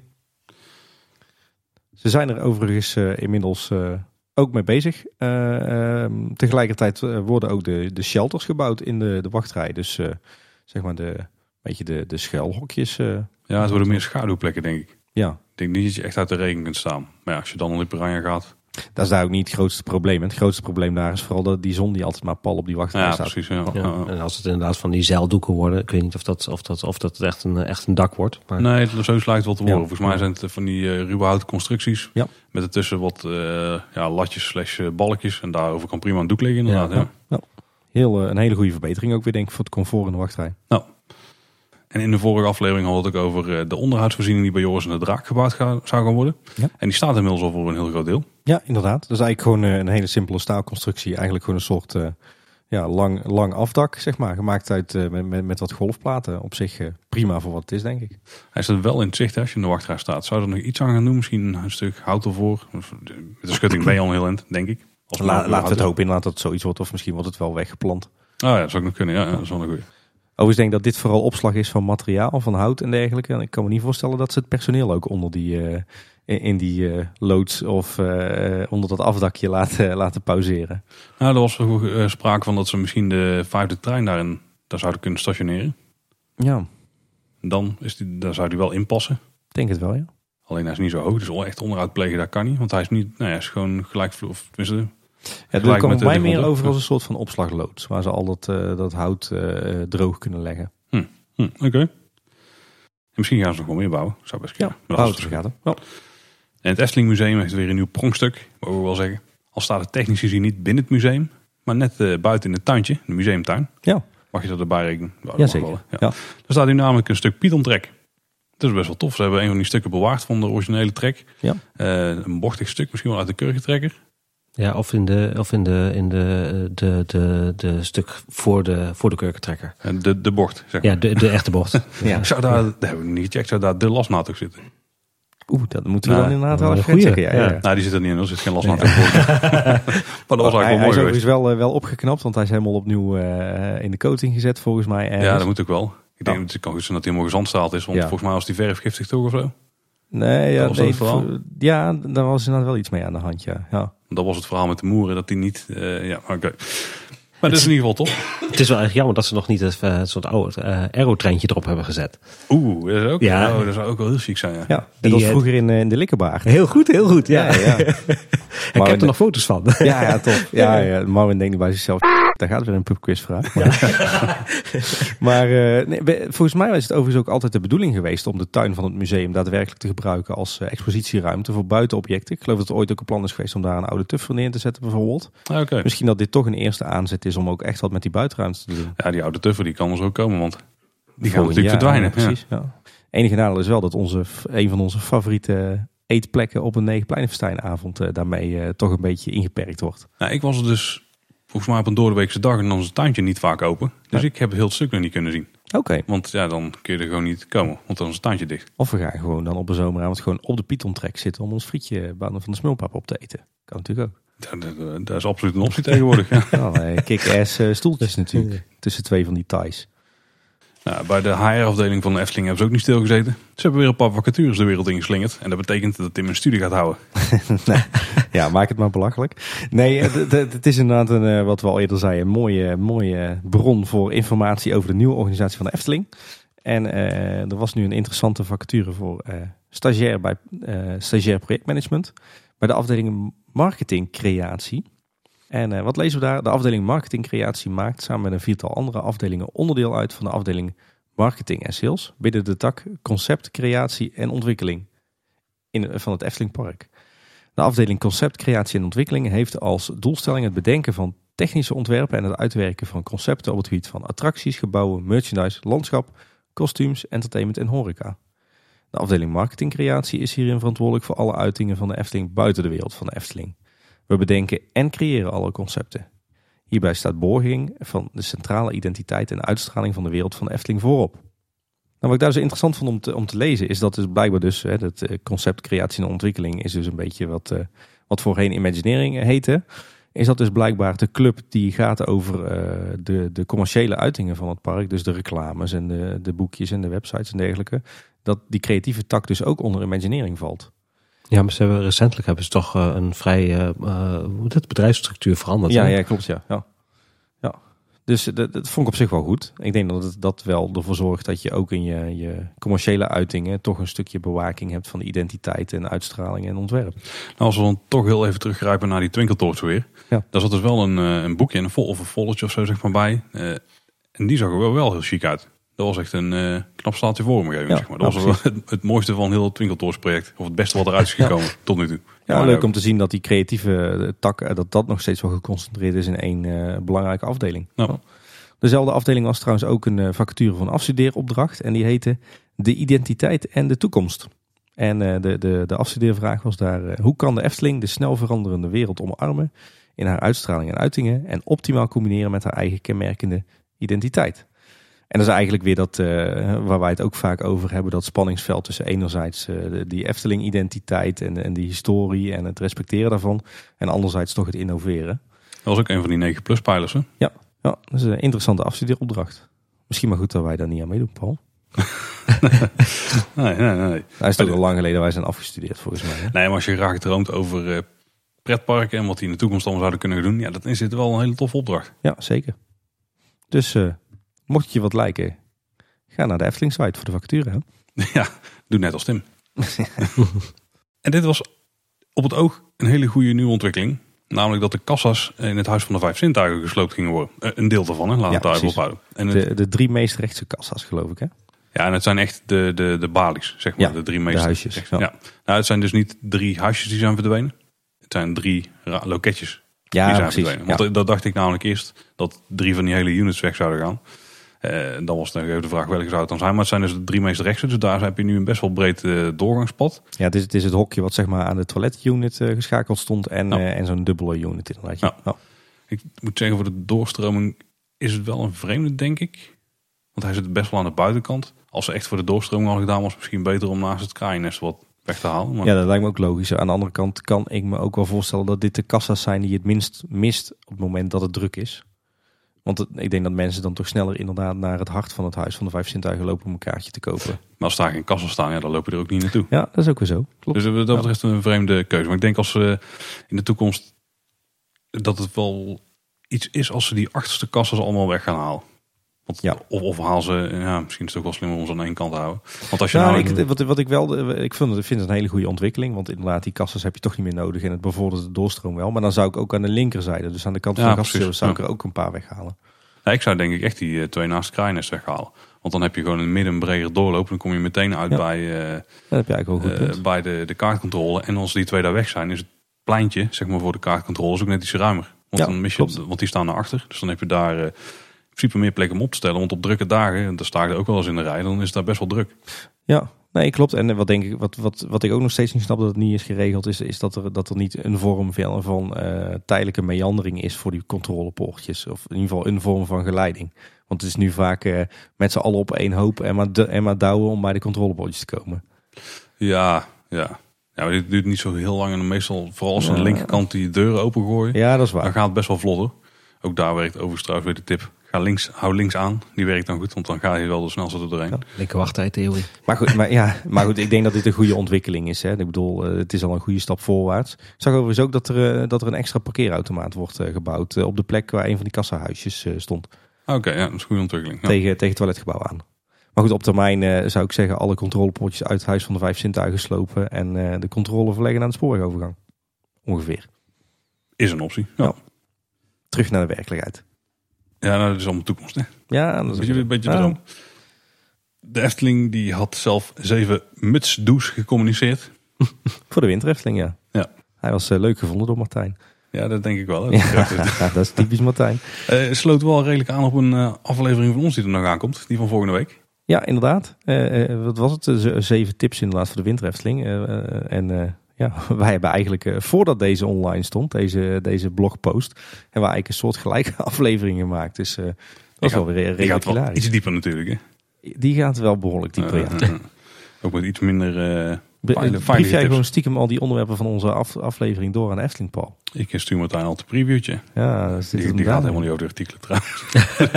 Ze zijn er overigens inmiddels ook mee bezig. Tegelijkertijd worden ook de shelters gebouwd in de wachtrij. Dus zeg maar de schuilhokjes. Ja, het worden meer schaduwplekken, denk ik. Ja. Ik denk niet dat je echt uit de regen kunt staan. Maar ja, als je dan op de Piranha gaat. Dat is daar ook niet het grootste probleem. Het grootste probleem daar is vooral die zon die altijd maar pal op die wachtrij staat. Precies, ja. En als het inderdaad van die zeildoeken worden. Ik weet niet of dat echt een dak wordt. Maar... Nee, zo lijkt het wel te worden. Volgens mij zijn het van die ruwe houten constructies. Ja. Met ertussen wat latjes / balkjes. En daarover kan prima een doek liggen inderdaad. Ja. Een hele goede verbetering ook weer denk ik voor het comfort in de wachtrij. Nou. En in de vorige aflevering hadden we het ook over de onderhoudsvoorziening die bij Joris en de Draak gebouwd zou gaan worden. Ja. En die staat inmiddels al voor een heel groot deel. Ja, inderdaad. Dat is eigenlijk gewoon een hele simpele staalconstructie. Eigenlijk gewoon een soort lang afdak, zeg maar. Gemaakt uit met wat golfplaten. Op zich prima voor wat het is, denk ik. Hij staat wel in het zicht als je in de wachtrij staat. Zou er nog iets aan gaan doen? Misschien een stuk hout ervoor. Met de schutting ben je al heel eind, denk ik. Laten we het hopen inderdaad dat het zoiets wordt. Of misschien wordt het wel weggeplant. Ja, dat zou ook nog kunnen. Ja, dat is wel een goeie. Overigens denk ik dat dit vooral opslag is van materiaal, van hout en dergelijke. En ik kan me niet voorstellen dat ze het personeel ook onder in die loods of onder dat afdakje laten pauzeren. Nou, er was sprake van dat ze misschien de 5e trein daar zouden kunnen stationeren. Ja. Daar zou die wel in passen. Ik denk het wel, ja. Alleen hij is niet zo hoog, dus echt onderuit plegen, dat kan niet. Want hij is niet, hij is gewoon gelijkvloer, of tenminste... Ja, er komt mij meer over als een soort van opslagloods. Waar ze al dat hout droog kunnen leggen. Oké. En misschien gaan ze nog wel meer bouwen. Zou best kunnen. Ja, bouwen vergaten. Ja. En het Efteling Museum heeft weer een nieuw pronkstuk. Mogen we wel zeggen. Al staat het technisch gezien niet binnen het museum. Maar net buiten in het tuintje. De museumtuin. Ja. Mag je dat erbij rekenen? Ja, zeker. Ja. Daar staat nu namelijk een stuk Python-trek. Dat is best wel tof. Ze hebben een van die stukken bewaard van de originele trek. Ja. Een bochtig stuk. Misschien wel uit de kurkentrekker. Ja, of in de stuk voor de kurkentrekker. De bocht, zeg maar. Ja, de echte bocht. Ja. Dat hebben we niet gecheckt. Zou daar de lasnaad ook zitten? Dat moeten we dan inderdaad wel even checken. Ja. Nou, die zit er niet in. Er zit geen lasnaad in. Maar dat was eigenlijk wel mooi. Hij is wel opgeknapt, want hij is helemaal opnieuw in de coating gezet volgens mij. Ergens. Ja, dat moet ook wel. Ik denk dat het kan goed zijn dat hij helemaal gezandstraald is. Want volgens mij was die verf giftig toch of zo? Nee, daar was inderdaad wel iets mee aan de hand, ja. Dat was het verhaal met de moeren, dat die niet... oké. Maar dat is in ieder geval toch. Het is wel echt jammer dat ze nog niet een soort oude aerotreintje erop hebben gezet. Dat is ook, dat zou ook wel heel chic zijn. Ja, dat was vroeger in de Likkerbaar. Heel goed, ja. Ik heb er nog foto's van. Ja, top. Ja, Marvin denkt bij zichzelf, daar gaat weer een pubquizvraag. Maar volgens mij was het overigens ook altijd de bedoeling geweest om de tuin van het museum daadwerkelijk te gebruiken als expositieruimte voor buitenobjecten. Ik geloof dat er ooit ook een plan is geweest om daar een oude tuffer neer te zetten bijvoorbeeld. Okay. Misschien dat dit toch een eerste aanzet is is om ook echt wat met die buitenruimte te doen. Ja, die oude tuffer die kan er zo komen, want die gaan natuurlijk verdwijnen. Ja, precies. Ja. Enige nadeel is wel dat een van onze favoriete eetplekken op een Negenpleinenfestijnavond daarmee toch een beetje ingeperkt wordt. Nou, ik was er dus volgens mij op een doordeweekse dag en dan is het tuintje niet vaak open. Dus ik heb heel het stuk nog niet kunnen zien. Oké. Want ja, dan kun je er gewoon niet komen, want dan is het tuintje dicht. Of we gaan gewoon dan op een zomeravond gewoon op de Python-trek zitten om ons frietje van de smulpaap op te eten. Kan natuurlijk ook. Dat is absoluut een optie tegenwoordig. Ja. Kick-ass stoeltjes natuurlijk, tussen twee van die ties. Nou, bij de HR-afdeling van de Efteling hebben ze ook niet stilgezeten. Ze hebben weer een paar vacatures de wereld ingeslingerd. En dat betekent dat Tim een studie gaat houden. Nee, ja, maak het maar belachelijk. Nee, het is inderdaad wat we al eerder zeiden, een mooie bron voor informatie over de nieuwe organisatie van de Efteling. En er was nu een interessante vacature voor stagiair projectmanagement bij de afdeling marketing creatie. En wat lezen we daar? De afdeling marketing creatie maakt samen met een viertal andere afdelingen onderdeel uit van de afdeling marketing en sales binnen de tak concept, creatie en ontwikkeling van het Eftelingpark. De afdeling concept, creatie en ontwikkeling heeft als doelstelling het bedenken van technische ontwerpen en het uitwerken van concepten op het gebied van attracties, gebouwen, merchandise, landschap, kostuums, entertainment en horeca. De afdeling marketing creatie is hierin verantwoordelijk voor alle uitingen van de Efteling buiten de wereld van de Efteling. We bedenken en creëren alle concepten. Hierbij staat borging van de centrale identiteit en uitstraling van de wereld van de Efteling voorop. Nou, wat ik daar zo interessant vond om te lezen is dat dus blijkbaar dus het concept creatie en ontwikkeling is dus een beetje wat voorheen Imagineering heette. Is dat dus blijkbaar de club die gaat over de commerciële uitingen van het park. Dus de reclames en de boekjes en de websites en dergelijke. Dat die creatieve tak dus ook onder Imagineering valt. Ja, maar recentelijk hebben ze toch een vrij bedrijfsstructuur veranderd. Ja, klopt. Ja. Dus dat vond ik op zich wel goed. Ik denk dat dat wel ervoor zorgt dat je ook in je commerciële uitingen toch een stukje bewaking hebt van de identiteit en uitstraling en ontwerp. Nou, als we dan toch heel even teruggrijpen naar die Twinkeltocht weer. Ja. Daar zat dus wel een boekje en een folletje of zo zeg maar bij. En die zag er wel heel chic uit. Dat was echt een knap staaltje vormgeving. Ja, zeg maar. Dat was wel het mooiste van heel het Twinkeltorsproject. Of het beste wat eruit is gekomen tot nu toe. Ja, maar leuk om te zien dat die creatieve tak, dat nog steeds wel geconcentreerd is in één belangrijke afdeling. Ja. Dezelfde afdeling was trouwens ook een vacature van afstudeeropdracht. En die heette De Identiteit en de Toekomst. En de afstudeervraag was daar: hoe kan de Efteling de snel veranderende wereld omarmen in haar uitstraling en uitingen en optimaal combineren met haar eigen kenmerkende identiteit? En dat is eigenlijk weer dat waar wij het ook vaak over hebben, dat spanningsveld tussen enerzijds die Efteling-identiteit en die historie en het respecteren daarvan. En anderzijds toch het innoveren. Dat was ook een van die 9+-pijlers, hè? Ja, dat is een interessante afstudeeropdracht. Misschien maar goed dat wij daar niet aan meedoen, Paul. Nee. Hij is toch al lang geleden wij zijn afgestudeerd, volgens mij. Hè? Nee, maar als je graag droomt over pretparken en wat die in de toekomst allemaal zouden kunnen doen, ja, dan is dit wel een hele toffe opdracht. Ja, zeker. Dus mocht je wat lijken, ga naar de Efteling-site voor de vacature. Hè? Ja, doe net als Tim. En dit was op het oog een hele goede nieuwe ontwikkeling. Namelijk dat de kassa's in het Huis van de Vijf Zintuigen gesloopt gingen worden. Een deel daarvan, hè? Laat het daar even ophouden. En de 3 meest rechtse kassa's, geloof ik, hè? Ja, en het zijn echt de balies, zeg maar. Ja, de 3 meest. De huisjes. Ja. Nou, het zijn dus niet 3 huisjes die zijn verdwenen. Het zijn 3 loketjes die zijn verdwenen. Want dat dacht ik namelijk eerst, dat 3 van die hele units weg zouden gaan. Dan was dan even de vraag welke zou het dan zijn. Maar het zijn dus de 3 meest rechtse. Dus daar heb je nu een best wel breed doorgangspad. Ja, het is het hokje wat zeg maar aan de toiletunit geschakeld stond. En zo'n dubbele unit inderdaad. Ja. Ja. Ik moet zeggen, voor de doorstroming is het wel een vreemde, denk ik. Want hij zit best wel aan de buitenkant. Als ze echt voor de doorstroming hadden gedaan, was het misschien beter om naast het kraaiennest wat weg te halen. Maar... Ja, dat lijkt me ook logisch. Aan de andere kant kan ik me ook wel voorstellen dat dit de kassa's zijn die het minst mist op het moment dat het druk is. Want ik denk dat mensen dan toch sneller inderdaad naar het hart van het Huis van de Vijf Zintuigen lopen om een kaartje te kopen. Maar als daar geen kassen staan, ja, dan lopen er ook niet naartoe. Ja, dat is ook weer zo. Klopt. Dus dat betreft een vreemde keuze. Maar ik denk als we in de toekomst dat het wel iets is als ze die achterste kassen allemaal weg gaan halen. Want, ja. Of haal ze, ja, misschien is het ook wel slimmer om ze aan één kant te houden. Want als je ik vind het een hele goede ontwikkeling. Want inderdaad, die kassen heb je toch niet meer nodig. En het bevordert de doorstroom wel. Maar dan zou ik ook aan de linkerzijde, dus aan de kant van de gastenservice, zou ik er ook een paar weghalen. Ja, ik zou denk ik echt die 2 naast het kraaiennest weghalen. Want dan heb je gewoon een midden breder doorloop. Dan kom je meteen uit bij, dat heb je eigenlijk wel goed bij de kaartcontrole. En als die 2 daar weg zijn, is het pleintje, zeg maar voor de kaartcontrole, is ook net iets ruimer. Want dan mis je, want die staan naar achter. Dus dan heb je daar in principe meer plek om op te stellen. Want op drukke dagen, en daar sta ik er ook wel eens in de rij, dan is het daar best wel druk. Ja, nee, klopt. En wat ik ook nog steeds niet snap dat het niet is geregeld, is dat er niet een vorm van tijdelijke meandering is voor die controlepoortjes. Of in ieder geval een vorm van geleiding. Want het is nu vaak met z'n allen op één hoop en maar douwen om bij de controlepoortjes te komen. Ja, maar dit duurt niet zo heel lang. En meestal, vooral als aan de linkerkant die deuren opengooien. Ja, dat is waar. Dan gaat het best wel vlotter. Ook daar werkt overigens trouwens weer de tip. Hou links aan. Die werkt dan goed, want dan ga je wel de snelste er doorheen. Ja. Linker wachttijdtheorie. Maar goed, ik denk dat dit een goede ontwikkeling is. Hè. Ik bedoel, het is al een goede stap voorwaarts. Ik zag overigens ook dat er een extra parkeerautomaat wordt gebouwd op de plek waar een van die kassahuisjes stond. Oké, ja, dat is een goede ontwikkeling. Ja. Tegen het toiletgebouw aan. Maar goed, op termijn zou ik zeggen alle controlepoortjes uit het Huis van de 5 Zintuigen slopen en de controle verleggen naar de spoorwegovergang. Ongeveer. Is een optie. Ja. Terug naar de werkelijkheid. Ja, nou, dat is allemaal toekomst. Hè? Ja, dat is een beetje droom. De Efteling die had zelf 7 mutsdoes gecommuniceerd. Voor de Winter Efteling, ja. Hij was leuk gevonden door Martijn. Ja, dat denk ik wel. Ja, dat is typisch Martijn. Sloot wel redelijk aan op een aflevering van ons die er nog aankomt. Die van volgende week. Ja, inderdaad. Wat was het? 7 tips inderdaad voor de Winter Efteling. Wij hebben eigenlijk, voordat deze online stond, deze blogpost, hebben we eigenlijk een soort gelijke aflevering gemaakt. Dus dat is wel weer redelijk hilarisch. Wel iets dieper natuurlijk, hè? Die gaat wel behoorlijk dieper, ja. Ook met iets minder brief jij gewoon stiekem al die onderwerpen van onze aflevering door aan Efteling, Paul? Ik stuur Martijn al een previewtje. Ja, die gaat helemaal niet over de artikelen trouwens.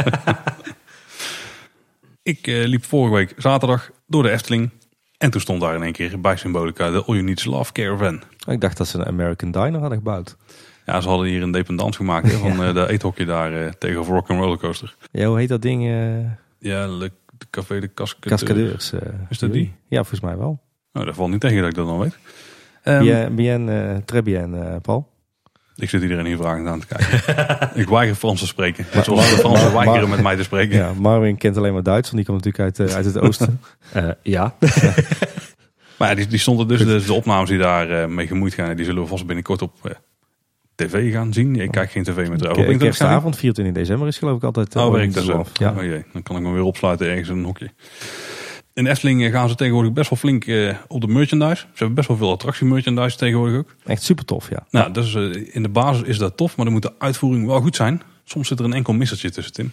Ik liep vorige week zaterdag door de Efteling. En toen stond daar in één keer bij Symbolica de All You Need Is Love Caravan. Ik dacht dat ze een American Diner hadden gebouwd. Ja, ze hadden hier een dependance gemaakt van de eethokje daar tegenover Rock'n'Roller Coaster. Ja, hoe heet dat ding? Ja, de Café de Cascadeurs. Is dat die? Ja, volgens mij wel. Nou, dat valt niet tegen dat ik dat dan weet. Très bien, Paul. Ik zit iedereen hier vragend aan te kijken. Ik weiger Frans te spreken. Zoals de Fransen weigeren met mij te spreken. Ja, Marvin kent alleen maar Duits, want die komt natuurlijk uit het oosten. Ja. Maar die stonden dus, de opnames die daar mee gemoeid gaan, die zullen we vast binnenkort op tv gaan zien. Ik kijk geen tv met de kerstavond, 24 december is geloof ik altijd. Werkt dat zo? Ja. Oh jee, dan kan ik me weer opsluiten ergens in een hokje. In de Efteling gaan ze tegenwoordig best wel flink op de merchandise. Ze hebben best wel veel attractie-merchandise tegenwoordig ook. Echt super tof, ja. Nou, dus in de basis is dat tof, maar dan moet de uitvoering wel goed zijn. Soms zit er een enkel missertje tussen, Tim.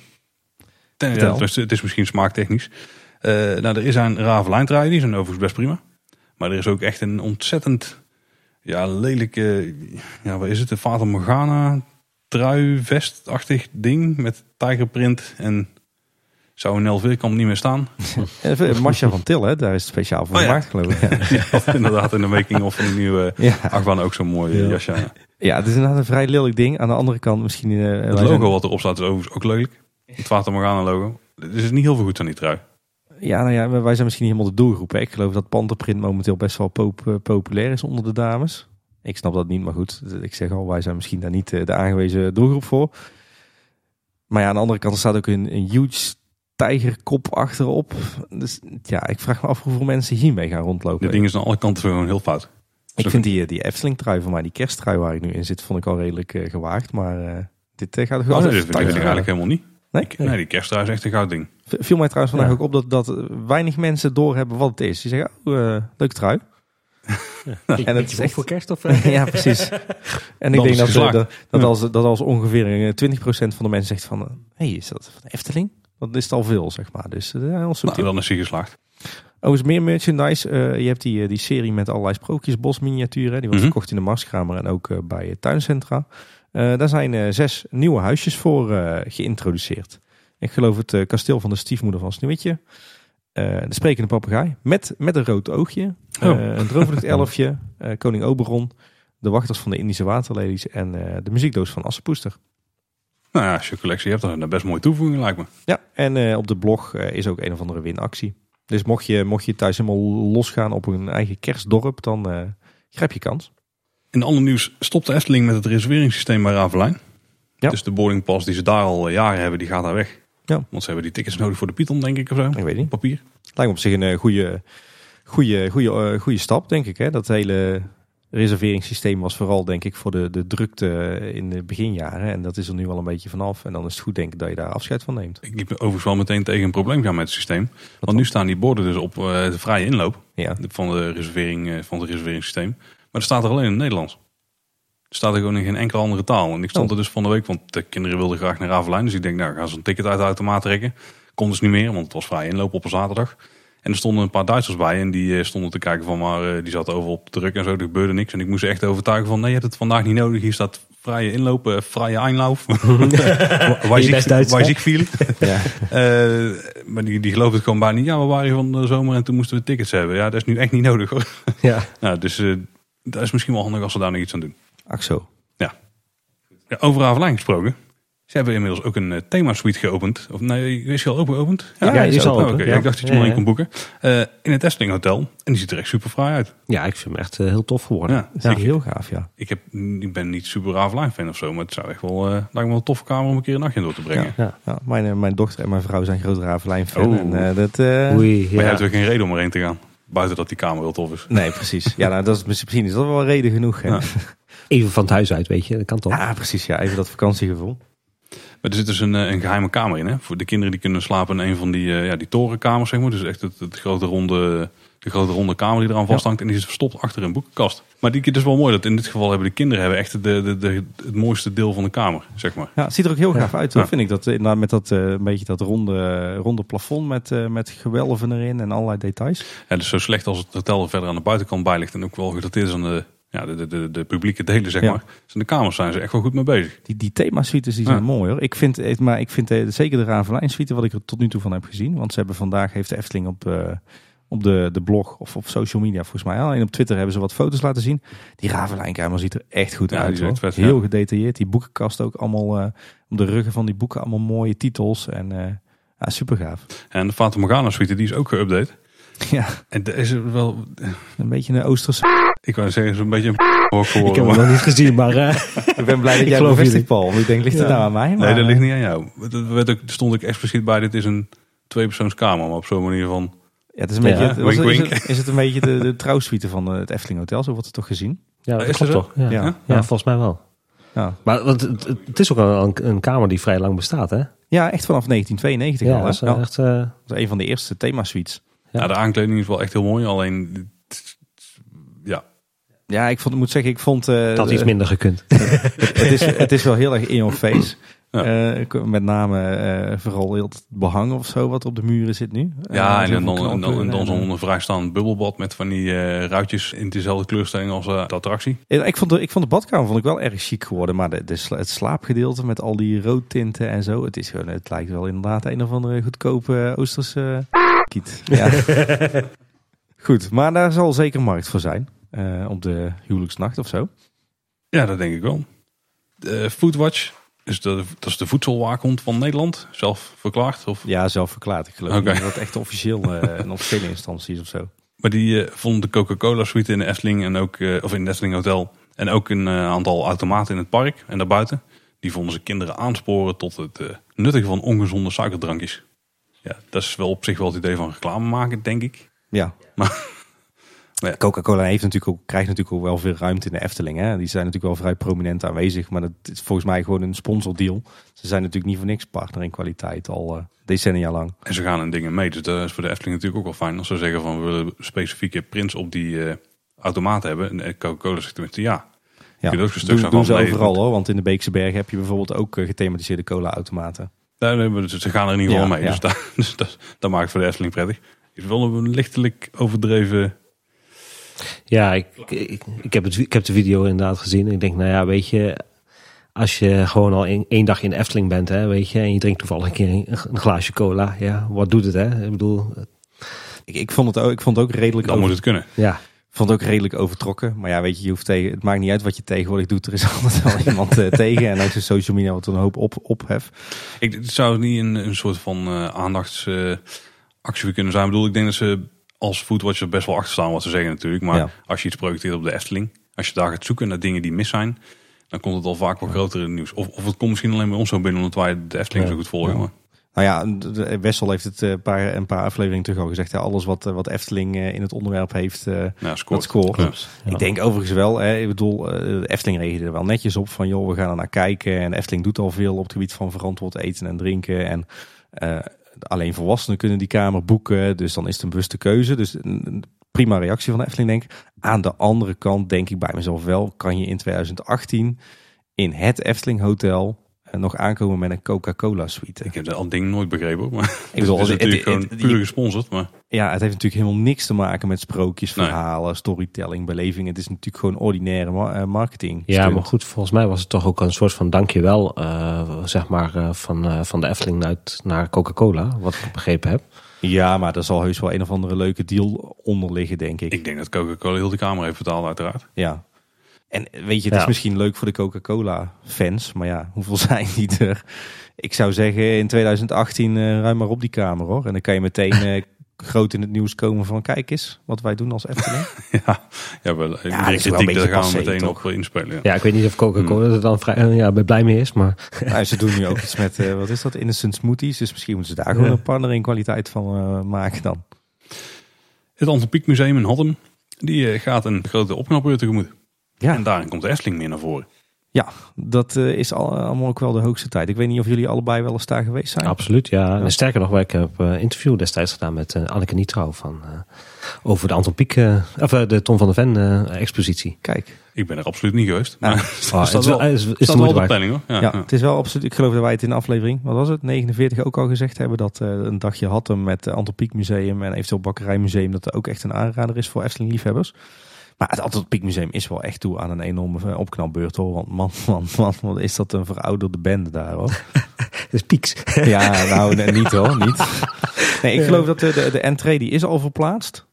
Het is misschien smaaktechnisch. Er is een Ravelijn-trui, die zijn overigens best prima. Maar er is ook echt een ontzettend lelijke, wat is het? Een Fata Morgana trui, vestachtig ding met tijgerprint en... Zou een LV-kamp niet meer staan. Masha van Til, hè? Daar is het speciaal voor gemaakt, geloof ik. Ja, inderdaad, in de making-of van de nieuwe achtbaan ook zo'n mooi jasje. Ja, het is inderdaad een vrij lelijk ding. Aan de andere kant misschien... het logo wat erop staat is overigens ook lelijk. Het Fata Morgana logo. Er is niet heel veel goed aan die trui. Ja, nou ja, wij zijn misschien niet helemaal de doelgroep. Hè? Ik geloof dat panterprint momenteel best wel populair is onder de dames. Ik snap dat niet, maar goed. Ik zeg al, wij zijn misschien daar niet de aangewezen doelgroep voor. Maar ja, aan de andere kant staat ook een huge... tijgerkop achterop. Dus ja, ik vraag me af hoeveel mensen hiermee gaan rondlopen. Dit ding is aan alle kanten gewoon heel fout. Ik vind die Efteling trui van mij, die kersttrui waar ik nu in zit, vond ik al redelijk gewaagd. Maar dit gaat er gewoon dat vind ik eigenlijk helemaal niet. Nee, die kersttrui is echt een goud ding. Viel mij trouwens vandaag ook op dat weinig mensen doorhebben wat het is. Die zeggen, leuke trui. Ja, en het is echt voor kerst of? Ja, precies. En ik denk dat als ongeveer 20% van de mensen zegt van, is dat van de Efteling? Dat is het al veel, zeg maar. Dus dan is hij geslaagd. Is meer merchandise. Je hebt die serie met allerlei sprookjesbosminiaturen. Die wordt verkocht in de Marskramer en ook bij Tuincentra. Daar zijn 6 nieuwe huisjes voor geïntroduceerd. Ik geloof het kasteel van de stiefmoeder van Sneeuwwitje. De sprekende papegaai met een rood oogje. Een droomvluchtelfje. Koning Oberon. De wachters van de Indische waterlelies. En de muziekdoos van Assepoester. Nou ja, als je collectie hebt, dan is dat best mooie toevoeging, lijkt me. Ja, en op de blog is ook een of andere winactie. Dus mocht je thuis helemaal losgaan op een eigen kerstdorp, dan grijp je kans. In ander nieuws stopt de Efteling met het reserveringssysteem bij Ravelijn. Ja. Dus de boardingpass die ze daar al jaren hebben, die gaat daar weg. Ja. Want ze hebben die tickets nodig voor de Python, denk ik, of zo. Ik weet niet. Papier. Lijkt me op zich een goede stap, denk ik. Hè? Dat hele reserveringssysteem was vooral denk ik voor de drukte in de beginjaren. En dat is er nu wel een beetje vanaf. En dan is het goed denk ik dat je daar afscheid van neemt. Ik liep overigens wel meteen tegen een probleem met het systeem. Want nu staan die borden dus op de vrije inloop van de reservering van het reserveringssysteem. Maar er staat er alleen in het Nederlands. Er staat er gewoon in geen enkele andere taal. En ik stond er dus van de week, want de kinderen wilden graag naar Ravelijn. Dus ik denk, nou gaan ze een ticket uit de automaat trekken. Kon dus niet meer, want het was vrije inloop op een zaterdag. En er stonden een paar Duitsers bij en die stonden te kijken van, maar die zaten over op de druk en zo, er gebeurde niks. En ik moest ze echt overtuigen van, nee, je hebt het vandaag niet nodig. Hier staat vrije inloop, vrije Einlauf. Waar zich viel. Maar die geloofde het gewoon bijna niet. Ja, we waren hier van de zomer en toen moesten we tickets hebben. Ja, dat is nu echt niet nodig hoor. Ja. Nou, dus dat is misschien wel handig als we daar nog iets aan doen. Ach zo. Ja, over Ravelijn gesproken. Ze hebben inmiddels ook een themasuite geopend. Of nee, is die al geopend? Ja, die is al open. Okay. Ja, ik dacht dat je maar één kon boeken. In het Efteling Hotel. En die ziet er echt super fraai uit. Ja, ik vind hem echt heel tof geworden. Ja, dat is heel gaaf, ja. Ik ben niet super Ravelijn fan of zo. Maar het zou echt wel, lijkt me wel een toffe kamer om een keer een nachtje door te brengen. Ja, mijn dochter en mijn vrouw zijn grote Ravelijn fan. Oh. En, Maar je hebt er geen reden om erheen te gaan. Buiten dat die kamer heel tof is. Nee, precies. Ja, nou, misschien is dat wel reden genoeg. Hè? Ja. Even van het huis uit, weet je. Dat kan toch? Ja, precies. Ja, even dat vakantiegevoel. Maar er zit dus een geheime kamer in. Hè? Voor de kinderen die kunnen slapen in een van die torenkamers. Zeg maar. Dus echt de grote ronde kamer die eraan vasthangt. Ja. En die is verstopt achter een boekenkast. Maar het is wel mooi dat in dit geval hebben de kinderen echt het mooiste deel van de kamer. Zeg maar. Ja, het ziet er ook heel gaaf uit. Hoor. Vind ik dat met dat een beetje dat ronde plafond met gewelven erin en allerlei details. Ja, dus zo slecht als het hotel er verder aan de buitenkant bij ligt. En ook wel gedateerd is aan de publieke delen, zeg maar. Dus in de kamers zijn ze echt wel goed mee bezig. Die themasuites die zijn mooi hoor. Ik vind zeker de Ravelijn suite wat ik er tot nu toe van heb gezien. Want ze hebben vandaag, heeft de Efteling op de blog of op social media volgens mij. Alleen op Twitter hebben ze wat foto's laten zien. Die Ravelijnkamer ziet er echt goed uit hoor. Vet, heel gedetailleerd. Die boekenkast ook allemaal op de ruggen van die boeken allemaal mooie titels. En super gaaf. En de Fata Morgana suite die is ook geüpdate. Ja. En dat is wel een beetje een Oosterse. Ik wou zeggen, zo'n beetje een geworden. Ik heb hem nog niet gezien, maar ik ben blij dat jij bevestigt, Paul. Ik denk, ligt het nou aan mij? Maar... Nee, dat ligt niet aan jou. Er stond ook expliciet bij, dit is een 2-persoonskamer, maar op zo'n manier van... Ja, het is een beetje, is het een beetje de trouwsuite van het Efteling Hotel? Zo wordt het toch gezien? Ja, dat klopt toch? Ja, volgens mij wel. Ja. Maar want het is ook een kamer die vrij lang bestaat, hè? Ja, echt vanaf 1992 al. Dat is echt, dat is een van de eerste themasuites. Ja, de aankleding is wel echt heel mooi, alleen... Ja, ik vond... dat iets minder gekund. Het is wel heel erg in your face. Ja. Met name vooral heel het behang of zo wat op de muren zit nu. Ja, en dan zo'n vrijstaand bubbelbad met van die ruitjes in dezelfde kleurstelling als de attractie. Ik vond de badkamer wel erg chic geworden, maar het slaapgedeelte met al die roodtinten en zo, het lijkt wel inderdaad een of andere goedkope Oosterse kiet. Ja. Goed, maar daar zal zeker markt voor zijn. Op de huwelijksnacht of zo. Ja, dat denk ik wel. Foodwatch, dus dat is de voedselwaakhond van Nederland. Zelf verklaard? Of? Ja, zelf verklaard. Ik geloof niet dat het echt officieel een officiële instantie is of zo. Maar die vonden de Coca-Cola suite in de Efteling en ook of in het Efteling Hotel. En ook een aantal automaten in het park en daarbuiten. Die vonden ze kinderen aansporen tot het nuttigen van ongezonde suikerdrankjes. Ja, dat is wel op zich wel het idee van reclame maken, denk ik. Ja. Maar... Ja. Coca-Cola krijgt natuurlijk ook wel veel ruimte in de Efteling. Hè? Die zijn natuurlijk wel vrij prominent aanwezig. Maar dat is volgens mij gewoon een sponsordeal. Ze zijn natuurlijk niet voor niks partner in kwaliteit al decennia lang. En ze gaan in dingen mee. Dus dat is voor de Efteling natuurlijk ook wel fijn. Als ze zeggen van we willen specifieke prints op die automaat hebben. En Coca-Cola zegt tenminste ja. Ook doen ze overal hoor. Want in de Beekse Bergen heb je bijvoorbeeld ook gethematiseerde cola-automaten. Ze gaan er in ieder geval mee. Ja. Dus dat maakt het voor de Efteling prettig. Ik wil een lichtelijk overdreven... Ja, ik heb de video inderdaad gezien. Ik denk, nou ja, weet je, als je gewoon al één dag in de Efteling bent, hè, weet je, en je drinkt toevallig een keer een glaasje cola, ja, wat doet het, hè? Ik bedoel, ik vond het ook redelijk. Dan moet het kunnen. Ja. Ik vond het ook redelijk overtrokken. Maar ja, weet je, het maakt niet uit wat je tegenwoordig doet. Er is altijd wel iemand tegen. En langs de social media wat er een hoop ophef. Het zou niet een soort van aandachtsactie kunnen zijn. Ik bedoel, ik denk dat ze als Foodwatcher best wel achter staan wat ze zeggen natuurlijk. Maar als je iets projecteert op de Efteling, als je daar gaat zoeken naar dingen die mis zijn, dan komt het al vaak wel groter in het nieuws. Of het komt misschien alleen bij ons zo binnen omdat wij de Efteling zo goed volgen. Ja. Nou ja, Wessel heeft het een paar afleveringen terug al gezegd. Hè, alles wat Efteling in het onderwerp heeft, dat scoort. Ja. Ik denk overigens wel, ik bedoel, de Efteling reageerde er wel netjes op van joh, we gaan er naar kijken. En de Efteling doet al veel op het gebied van verantwoord eten en drinken. En alleen volwassenen kunnen die kamer boeken. Dus dan is het een bewuste keuze. Dus een prima reactie van de Efteling, denk ik. Aan de andere kant denk ik bij mezelf wel, kan je in 2018 in het Efteling Hotel nog aankomen met een Coca-Cola suite. Ik heb dat ding nooit begrepen. Maar ik bedoel, het is natuurlijk gewoon puur gesponsord. Maar ja, het heeft natuurlijk helemaal niks te maken met sprookjes, verhalen, storytelling, beleving. Het is natuurlijk gewoon ordinaire marketing. Ja, maar goed, volgens mij was het toch ook een soort van dankjewel, zeg maar, van de Efteling naar Coca-Cola, wat ik begrepen heb. Ja, maar er zal heus wel een of andere leuke deal onder liggen, denk ik. Ik denk dat Coca-Cola heel de kamer heeft betaald, uiteraard. Ja. En weet je, het is misschien leuk voor de Coca-Cola-fans, maar ja, hoeveel zijn die er? Ik zou zeggen, in 2018 ruim maar op die kamer, hoor. En dan kan je meteen groot in het nieuws komen van, kijk eens wat wij doen als Efteling. Wel kritiek, daar gaan we meteen op inspelen. Ja, ik weet niet of Coca-Cola er dan vrij blij mee is, maar... Nou, ze doen nu ook iets met, wat is dat, innocent smoothies. Dus misschien moeten ze daar gewoon een partner in kwaliteit van maken dan. Het Antropiek Museum in Hattem, die gaat een grote opknapbeurt tegemoet. Ja. En daarin komt de Efteling meer naar voren. Ja, dat is allemaal ook wel de hoogste tijd. Ik weet niet of jullie allebei wel eens daar geweest zijn. Absoluut, ja. En sterker nog, ik heb een interview destijds gedaan met Anneke Nietrouw over de Antropiek, of de Tom van der Ven expositie. Kijk. Ik ben er absoluut niet geweest. Ja. Maar het is wel op de planning, hoor. Ja, het is wel absoluut. Ik geloof dat wij het in de aflevering, wat was het, 49 ook al gezegd hebben, dat een dagje Hattem met Antropiek Museum en eventueel Bakkerijmuseum, dat er ook echt een aanrader is voor Efteling liefhebbers. Maar het Antropiek Museum is wel echt toe aan een enorme opknapbeurt, hoor. Want man, wat is dat een verouderde bende daar, hoor. Dat is pieks. Ja, nou niet hoor, niet. Nee, ik geloof dat de entree die is al verplaatst.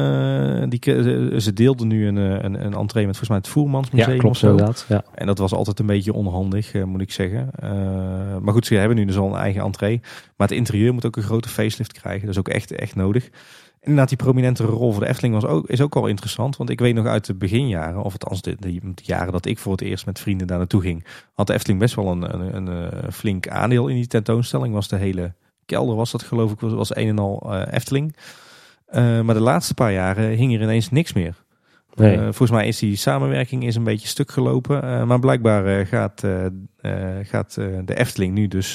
Ze deelden nu een entree met volgens mij het Voermansmuseum. Ja, klopt inderdaad. Ja. En dat was altijd een beetje onhandig, moet ik zeggen. Maar goed, ze hebben nu dus al een eigen entree. Maar het interieur moet ook een grote facelift krijgen. Dat is ook echt nodig. En inderdaad, die prominente rol voor de Efteling is ook al interessant. Want ik weet nog uit de beginjaren, of althans de jaren dat ik voor het eerst met vrienden daar naartoe ging, had de Efteling best wel een flink aandeel in die tentoonstelling. Was de hele kelder, was dat geloof ik, was een en al Efteling. Maar de laatste paar jaren hing er ineens niks meer. Nee. Volgens mij is die samenwerking een beetje stuk gelopen. Maar blijkbaar gaat de Efteling nu dus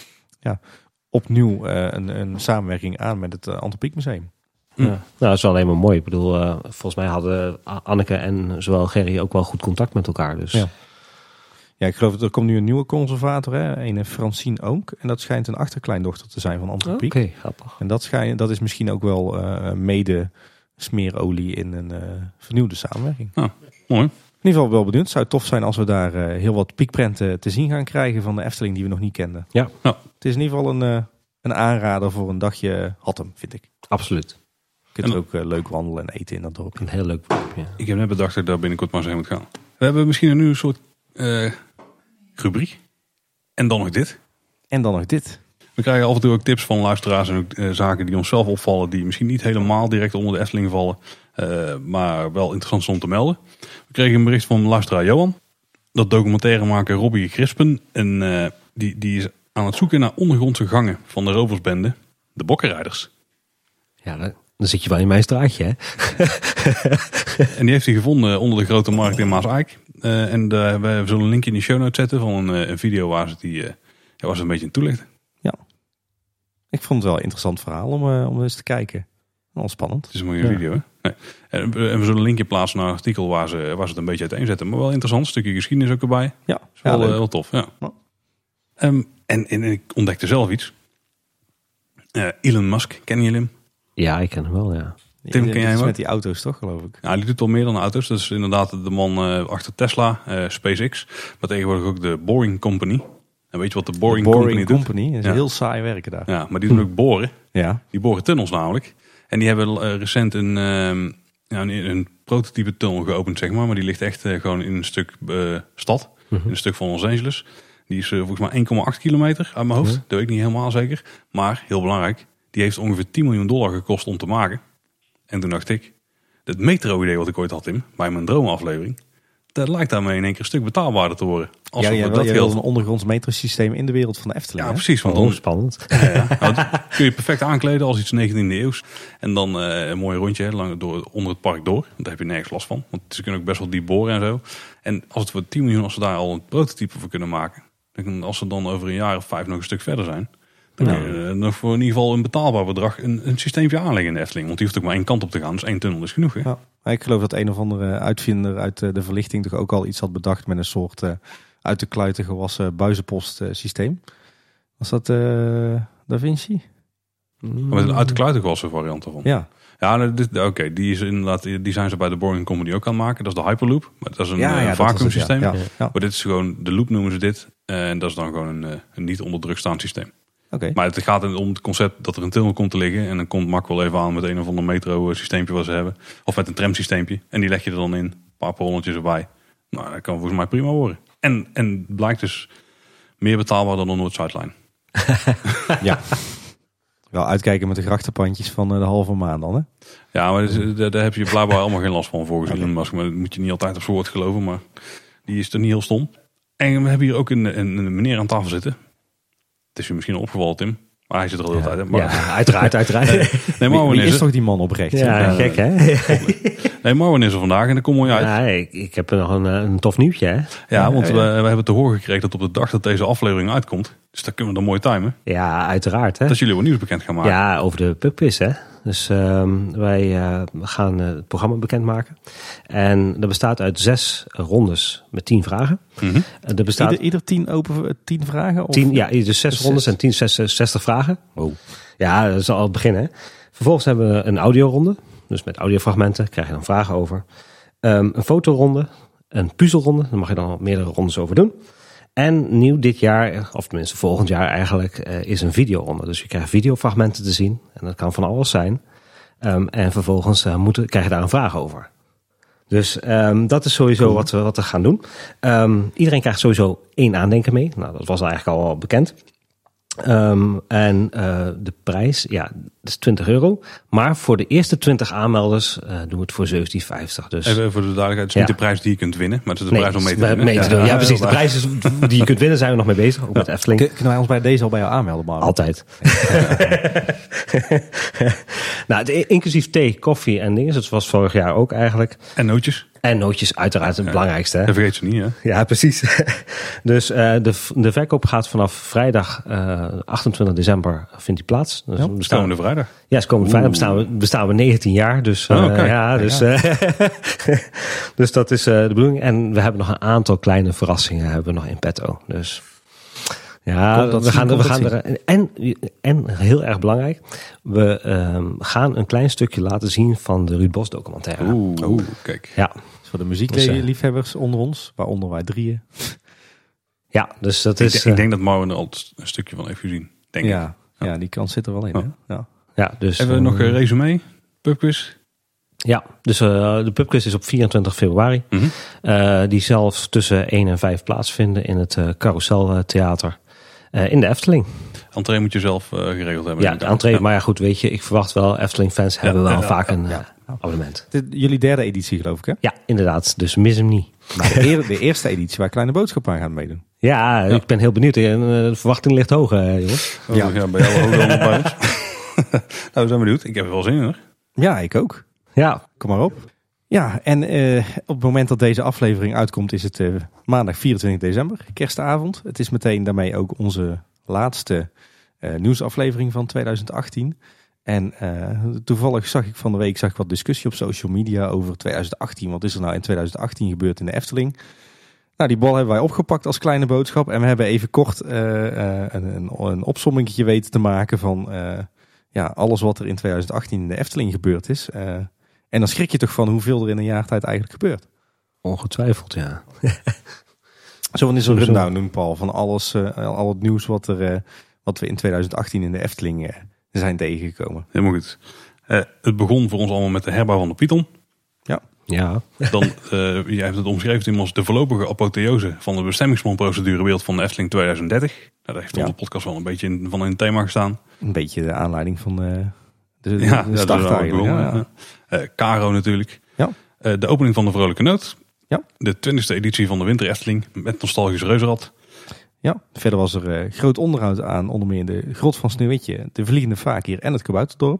opnieuw een samenwerking aan met het Antropiek Museum. Ja. Nou, dat is wel alleen maar mooi. Ik bedoel, volgens mij hadden Anneke en zowel Gerry ook wel goed contact met elkaar. Dus. Ja, ik geloof dat er komt nu een nieuwe conservator, een Francine Oonk. En dat schijnt een achterkleindochter te zijn van Antropiek. Oké, grappig. En dat is misschien ook wel mede smeerolie in een vernieuwde samenwerking. Oh, mooi. In ieder geval wel benieuwd. Het zou tof zijn als we daar heel wat piekprenten te zien gaan krijgen van de Efteling die we nog niet kenden. Ja. Het is in ieder geval een aanrader voor een dagje Hattem, vind ik. Absoluut. Je kunt er ook leuk wandelen en eten in dat dorp. Een heel leuk dorp, ja. Ik heb net bedacht dat ik daar binnenkort maar eens heen moet gaan. We hebben misschien nu een soort rubriek. En dan nog dit. En dan nog dit. We krijgen af en toe ook tips van luisteraars en ook zaken die ons zelf opvallen. Die misschien niet helemaal direct onder de Efteling vallen. Maar wel interessant zijn om te melden. We kregen een bericht van luisteraar Johan. Dat documentairemaker Robbie Grispen. En die is aan het zoeken naar ondergrondse gangen van de roversbende. De Bokkenrijders. Ja, dan zit je wel in mijn straatje, hè? En die heeft hij gevonden onder de Grote Markt in Maaseik. En we zullen een linkje in de show notes zetten van een video waar ze een beetje in toelichten. Ja, ik vond het wel een interessant verhaal om eens te kijken. Wel spannend. Het is een mooie video, hè? Nee. En we zullen een linkje plaatsen naar een artikel waar ze het een beetje uiteenzetten. Maar wel interessant, een stukje geschiedenis ook erbij. Ja, is wel tof. Ja. En ik ontdekte zelf iets. Elon Musk, kennen jullie hem? Ja, ik ken hem wel, ja. Tim, ken jij hem ook? Met die auto's toch, geloof ik? Ja, die doet wel meer dan auto's. Dat is inderdaad de man achter Tesla, SpaceX. Maar tegenwoordig ook de Boring Company. En weet je wat de Boring Company doet? Is heel saai werken daar. Ja, maar die doen ook boren. Ja. Die boren tunnels namelijk. En die hebben recent een prototype tunnel geopend, zeg maar. Maar die ligt echt gewoon in een stuk stad. In een stuk van Los Angeles. Die is volgens mij 1,8 kilometer uit mijn hoofd. Dat weet ik niet helemaal zeker. Maar, heel belangrijk, die heeft ongeveer $10 miljoen gekost om te maken. En toen dacht ik, het metro-idee wat ik ooit had, Tim, bij mijn droomaflevering, dat lijkt daarmee in één keer een stuk betaalbaarder te worden. Als je wil een ondergronds metrosysteem in de wereld van de Efteling. Ja, precies. Want dan spannend. Nou, kun je perfect aankleden als iets 19e eeuws. En dan een mooi rondje onder het park door. Daar heb je nergens last van. Want ze kunnen ook best wel diep boren en zo. En als het voor 10 miljoen, als ze daar al een prototype voor kunnen maken. Als ze dan over een jaar of 5 nog een stuk verder zijn. Dan kun je nog voor in ieder geval een betaalbaar bedrag een systeempje aanleggen in de Efteling. Want die hoeft ook maar één kant op te gaan. Dus 1 tunnel is genoeg. Hè? Ja. Ik geloof dat een of andere uitvinder uit de verlichting toch ook al iets had bedacht met een soort uit de kluiten gewassen buizenpost systeem. Was dat Da Vinci? Met een uit de kluiten gewassen variant ervan. Ja. Ja, oké, die is inderdaad, die zijn ze bij de Boring Company ook aan het maken. Dat is de Hyperloop. Maar dat is een vacuümsysteem. Ja. Maar dit is gewoon, de loop noemen ze dit. En dat is dan gewoon een niet onder druk staand systeem. Okay. Maar het gaat om het concept dat er een tunnel komt te liggen. En dan komt Mak wel even aan met een of ander metro systeempje wat ze hebben. Of met een tramsysteempje. En die leg je er dan in. Een paar perronnetjes erbij. Nou, dat kan volgens mij prima worden. En blijkt dus meer betaalbaar dan de Noord-Zuidlijn. Ja. Wel uitkijken met de grachtenpandjes van de halve maan dan, hè? Ja, maar daar heb je blijkbaar allemaal geen last van volgens Elon Musk. Maar dat moet je niet altijd op zijn woord geloven. Maar die is er niet heel stom. En we hebben hier ook een meneer aan tafel zitten. Het is je misschien opgevallen, Tim. Maar hij zit er al de hele tijd. Ja, uiteraard. Nee, Marwan is toch die man oprecht? Ja, gek hè? Nee, Marwan is er vandaag en dan kom mooi uit. Ja, ik heb nog een tof nieuwtje hè? Ja, want we hebben te horen gekregen dat op de dag dat deze aflevering uitkomt. Dus daar kunnen we dan mooi timen. Ja, uiteraard hè? Dat jullie wel nieuws bekend gaan maken. Ja, over de pubquiz hè? Dus wij gaan het programma bekendmaken. En dat bestaat uit 6 rondes met 10 vragen. Mm-hmm. Ieder 10 vragen? Of? Dus 6 rondes en 60 vragen. Oh. Ja, dat is al het begin hè. Vervolgens hebben we een audioronde. Dus met audiofragmenten krijg je dan vragen over. Een fotoronde, een puzzelronde. Daar mag je dan meerdere rondes over doen. En nieuw dit jaar, of tenminste volgend jaar eigenlijk, is een videoronde. Dus je krijgt videofragmenten te zien. En dat kan van alles zijn. En vervolgens krijg je daar een vraag over. Dus dat is sowieso wat we gaan doen. Iedereen krijgt sowieso 1 aandenken mee. Nou, dat was eigenlijk al bekend. De prijs, ja, dat is €20. Maar voor de eerste 20 aanmelders doen we het voor €17,50. Dus even voor de duidelijkheid, het is niet de prijs die je kunt winnen, maar het is de prijs om mee te winnen. Ja, precies. De prijs die je kunt winnen zijn we nog mee bezig, ook met Efteling. Kunnen wij ons bij deze al bij jou aanmelden, Marwan? Altijd. Nou, inclusief thee, koffie en dingen. Dat was vorig jaar ook eigenlijk. En nootjes. En nootjes, uiteraard het belangrijkste. Hè? Dat vergeet ze niet, hè? Ja, precies. Dus de verkoop gaat vanaf vrijdag 28 december vindt die plaats. Dus komende vrijdag. Ja, komende vrijdag bestaan we 19 jaar. Dus, dus dat is de bedoeling. En we hebben nog een aantal kleine verrassingen hebben we nog in petto. Dus ja, we gaan er. En heel erg belangrijk, we gaan een klein stukje laten zien van de Ruud Bos documentaire. Oeh, kijk. Ja. Voor de muziekliefhebbers onder ons, waaronder wij 3. Ja, dus dat is. Ik denk dat Marwan er al een stukje van heeft gezien. Denk ik. Ja, die kans zit er wel in. Hè? Ja, dus hebben we nog een resume? Pubquiz? Ja, dus de pubquiz is op 24 februari. Mm-hmm. Die zelfs tussen 1 en 5 plaatsvinden in het Carousel Theater in de Efteling. Entree moet je zelf geregeld hebben. Ja, de entree. Maar ja, goed, weet je, ik verwacht wel, Efteling-fans hebben wel vaak een abonnement. Jullie 3e editie, geloof ik, hè? Ja, inderdaad. Dus mis hem niet. Maar de eerste editie waar Kleine Boodschap aan gaat meedoen. Ja, ik ben heel benieuwd. De verwachting ligt hoog, jongens. Ja, bij jou hoger dan bij ons. Nou, we zijn benieuwd. Ik heb er wel zin in, hoor. Ja, ik ook. Ja. Kom maar op. Ja, en op het moment dat deze aflevering uitkomt is het maandag 24 december, kerstavond. Het is meteen daarmee ook onze laatste nieuwsaflevering van 2018. En toevallig zag ik van de week wat discussie op social media over 2018. Wat is er nou in 2018 gebeurd in de Efteling? Nou, die bal hebben wij opgepakt als Kleine Boodschap. En we hebben even kort een opsommingetje weten te maken van alles wat er in 2018 in de Efteling gebeurd is. En dan schrik je toch van hoeveel er in een jaar tijd eigenlijk gebeurt. Ongetwijfeld, ja. Zo van is een rundown doen, Paul, van alles, al het nieuws wat we in 2018 in de Efteling zijn tegengekomen. Helemaal goed. Het begon voor ons allemaal met de herbouw van de Python. Ja. Dan, jij hebt het omschreven, Tim, als de voorlopige apotheose van de bestemmingsplanprocedurebeeld van de Efteling 2030. Nou, daar heeft onze podcast wel een beetje in het thema gestaan. Een beetje de aanleiding van de start eigenlijk. Caro natuurlijk. Ja. De opening van de Vrolijke Noot. Ja. De 20e editie van de Winter Efteling met nostalgisch reuzenrad. Ja, verder was er groot onderhoud aan onder meer de Grot van Sneeuwwitje, de Vliegende Fakir en het Kabouterdorp.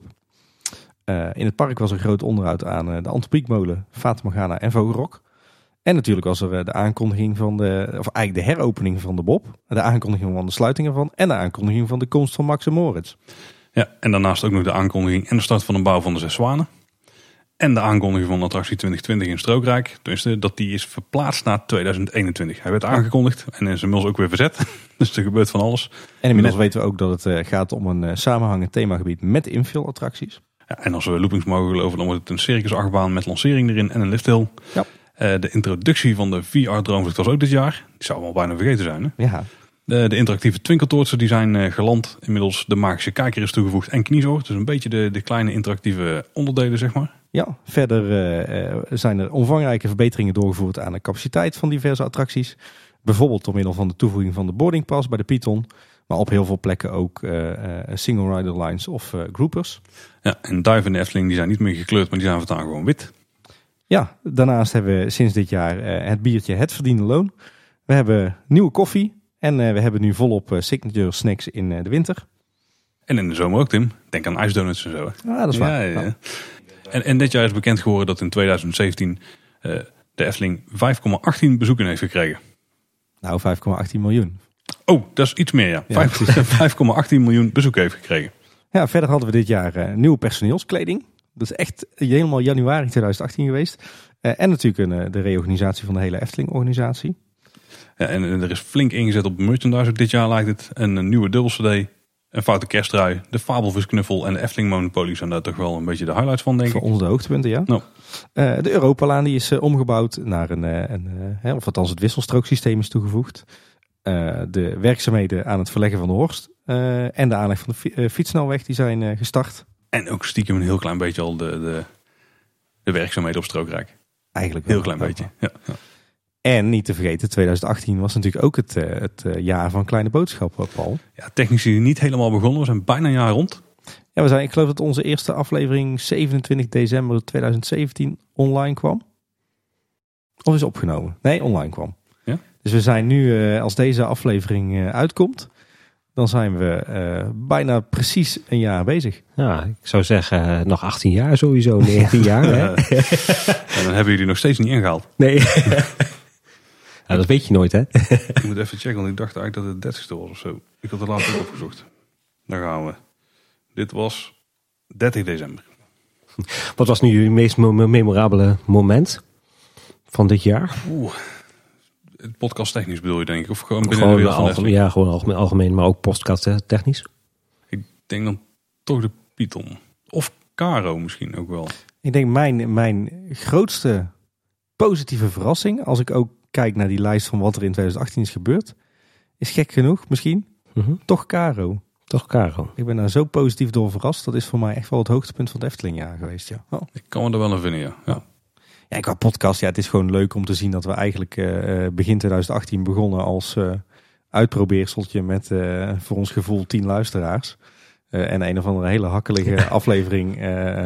In het park was er groot onderhoud aan de Antropiekmolen, Fata Morgana en Vogelrok. En natuurlijk was er de aankondiging van of eigenlijk de heropening van de Bob, de aankondiging van de sluiting ervan en de aankondiging van de komst van Max en Moritz. Ja, en daarnaast ook nog de aankondiging en de start van de bouw van de 6 Zwanen. En de aankondiging van de attractie 2020 in Strookrijk. Tenminste, dat die is verplaatst naar 2021. Hij werd aangekondigd en is inmiddels ook weer verzet. Dus er gebeurt van alles. En inmiddels weten we ook dat het gaat om een samenhangend themagebied met infill-attracties. Ja, en als we loopings mogen geloven, dan wordt het een circusachtbaan met lancering erin en een lifthill. Ja. De introductie van de VR-droomvlucht was ook dit jaar. Die zou wel bijna vergeten zijn. Hè? Ja. De interactieve twinkeltoortsen die zijn geland. Inmiddels de magische kijker is toegevoegd en kniezoor. Dus een beetje de kleine interactieve onderdelen, zeg maar. Ja, verder zijn er omvangrijke verbeteringen doorgevoerd aan de capaciteit van diverse attracties. Bijvoorbeeld door middel van de toevoeging van de boarding pass bij de Python. Maar op heel veel plekken ook single rider lines of groupers. Ja, en Dive in de Efteling die zijn niet meer gekleurd, maar die zijn voortaan gewoon wit. Ja, daarnaast hebben we sinds dit jaar het biertje Het Verdiende Loon. We hebben nieuwe koffie en we hebben nu volop signature snacks in de winter. En in de zomer ook, Tim. Denk aan ijsdonuts en zo. Ja, dat is waar. Ja. En dit jaar is bekend geworden dat in 2017 de Efteling 5,18 bezoeken heeft gekregen. Nou, 5,18 miljoen. Oh, dat is iets meer, ja. 5,18 miljoen bezoeken heeft gekregen. Ja, verder hadden we dit jaar nieuwe personeelskleding. Dat is echt helemaal januari 2018 geweest. En natuurlijk de reorganisatie van de hele Efteling-organisatie. Ja, en er is flink ingezet op merchandise ook dit jaar, lijkt het. Een nieuwe dubbel-cd, een foute kersttrui, de Fabelvisknuffel en de Efteling Monopoly zijn daar toch wel een beetje de highlights van, denk ik. Voor ons de hoogtepunten, ja. No. De Europalaan die is omgebouwd naar of althans het wisselstrooksysteem is toegevoegd. De werkzaamheden aan het verleggen van de Horst en de aanleg van de fietssnelweg die zijn gestart. En ook stiekem een heel klein beetje al de werkzaamheden op Strookrijk. Eigenlijk heel klein beetje. Ja. En niet te vergeten, 2018 was natuurlijk ook het jaar van Kleine Boodschappen, Paul. Ja, technisch niet helemaal begonnen. We zijn bijna een jaar rond. Ja, ik geloof dat onze eerste aflevering 27 december 2017 online kwam. Of is opgenomen? Nee, online kwam. Ja? Dus we zijn nu, als deze aflevering uitkomt, dan zijn we bijna precies een jaar bezig. Ja, ik zou zeggen nog 18 jaar sowieso, 19 jaar. Hè? En dan hebben jullie nog steeds niet ingehaald. Nee. Ja, dat weet je nooit, hè? Ik moet even checken, want ik dacht eigenlijk dat het 30ste was of zo. Ik had het laatst ook opgezocht. Daar gaan we. Dit was 30 december. Wat was nu je meest memorabele moment van dit jaar? Het podcast technisch bedoel je, denk ik? Of gewoon binnen de wereld van Efteling? Ja, gewoon algemeen, maar ook podcast technisch. Ik denk dan toch de Python. Of Caro misschien ook wel. Ik denk mijn grootste positieve verrassing, als ik ook kijk naar die lijst van wat er in 2018 is gebeurd, is gek genoeg misschien, toch Caro. Toch Caro. Ik ben daar zo positief door verrast. Dat is voor mij echt wel het hoogtepunt van het Eftelingjaar geweest. Ja. Oh. Ik kan me er wel aan vinden, ja. Ja, qua podcast, het is gewoon leuk om te zien dat we eigenlijk begin 2018 begonnen als uitprobeerseltje met voor ons gevoel 10 luisteraars. En een of andere hele hakkelige aflevering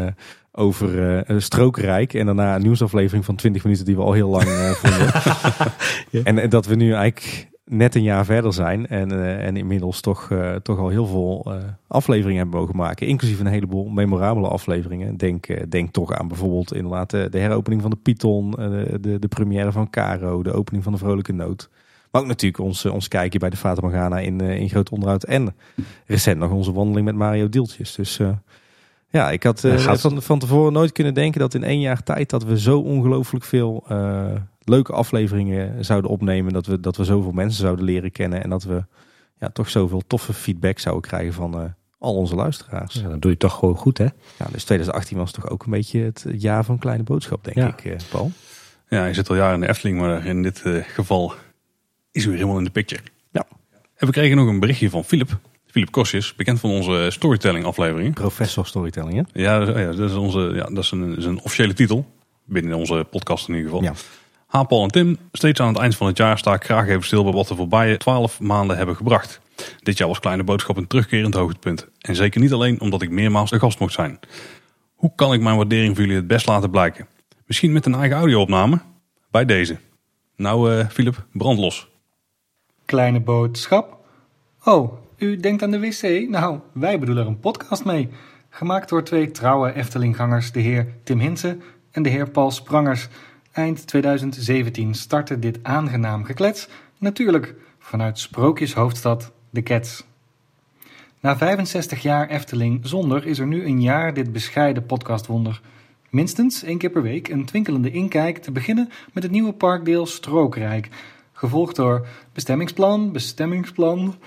over Strookrijk. En daarna een nieuwsaflevering van 20 minuten die we al heel lang vonden. Ja. En dat we nu eigenlijk net een jaar verder zijn en inmiddels toch al heel veel afleveringen hebben mogen maken. Inclusief een heleboel memorabele afleveringen. Denk toch aan bijvoorbeeld inderdaad de heropening van de Python, de première van Caro, de opening van de Vrolijke Noot. Maar ook natuurlijk ons kijkje bij de Fata Morgana in groot onderhoud. En recent nog onze wandeling met Mario Dieltjes. Dus ik had van tevoren nooit kunnen denken dat in 1 jaar tijd dat we zo ongelooflijk veel leuke afleveringen zouden opnemen. Dat we zoveel mensen zouden leren kennen. En dat we toch zoveel toffe feedback zouden krijgen van al onze luisteraars. Ja, dat doe je toch gewoon goed, hè? Ja, dus 2018 was toch ook een beetje het jaar van Kleine Boodschap, denk ik, Paul. Ja, je zit al jaren in de Efteling, maar in dit geval is weer helemaal in de picture. Ja. En we kregen nog een berichtje van Philip Kosjes, bekend van onze storytelling afleveringen. Professor storytelling, hè? Ja, dat is een officiële titel. Binnen onze podcast in ieder geval. Ja. Paul en Tim, steeds aan het eind van het jaar sta ik graag even stil bij wat de voorbije 12 maanden hebben gebracht. Dit jaar was Kleine Boodschap een terugkerend hoogtepunt. En zeker niet alleen omdat ik meermaals de gast mocht zijn. Hoe kan ik mijn waardering voor jullie het best laten blijken? Misschien met een eigen audio-opname? Bij deze. Nou, Philip, brand los. Kleine boodschap. Oh, u denkt aan de wc? Nou, wij bedoelen er een podcast mee. Gemaakt door 2 trouwe Eftelinggangers, de heer Tim Hinsen en de heer Paul Sprangers. Eind 2017 startte dit aangenaam geklets. Natuurlijk vanuit Sprookjeshoofdstad, de Cats. Na 65 jaar Efteling zonder is er nu een jaar dit bescheiden podcastwonder. Minstens 1 keer per week een twinkelende inkijk te beginnen met het nieuwe parkdeel Strookrijk. Gevolgd door bestemmingsplan.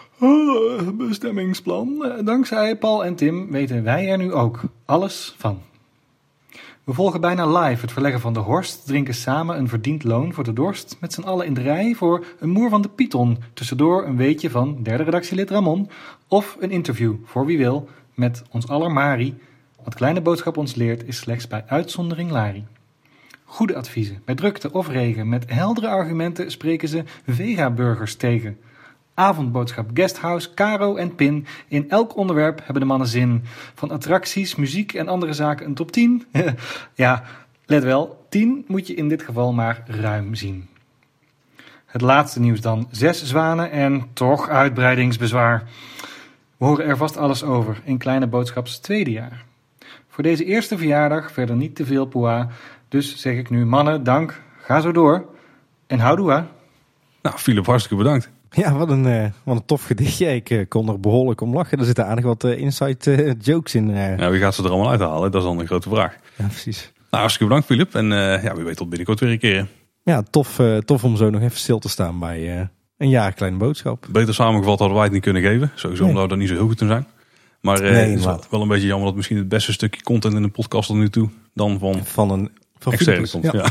Dankzij Paul en Tim weten wij er nu ook alles van. We volgen bijna live het verleggen van de Horst, drinken samen een verdiend loon voor de dorst, met z'n allen in de rij voor een moer van de Python, tussendoor een weetje van derde redactielid Ramon, of een interview, voor wie wil, met ons aller Mari. Wat Kleine Boodschap ons leert is slechts bij uitzondering Lari. Goede adviezen, bij drukte of regen, met heldere argumenten spreken ze vegaburgers tegen. Avondboodschap, guesthouse, Caro en Pin. In elk onderwerp hebben de mannen zin. Van attracties, muziek en andere zaken een top 10. Ja, let wel, 10 moet je in dit geval maar ruim zien. Het laatste nieuws dan. 6 zwanen en toch uitbreidingsbezwaar. We horen er vast alles over in Kleine Boodschaps 2e jaar. Voor deze eerste verjaardag verder niet te veel poa. Dus zeg ik nu, mannen, dank. Ga zo door. En houdoe. Nou, Philip, hartstikke bedankt. Ja, wat een tof gedichtje. Ik kon er behoorlijk om lachen. Er zitten aardig wat inside jokes in. Ja, wie gaat ze er allemaal uithalen? Dat is dan een grote vraag. Ja, precies. Nou, hartstikke bedankt, Philip. En wie weet tot binnenkort weer een keer. Ja, tof om zo nog even stil te staan bij een jaar Kleine Boodschap. Beter samengevat hadden wij het niet kunnen geven. Sowieso omdat we er niet zo heel goed in zijn. Maar het is wel een beetje jammer dat misschien het beste stukje content in een podcast tot nu toe dan van externe komt. Ja.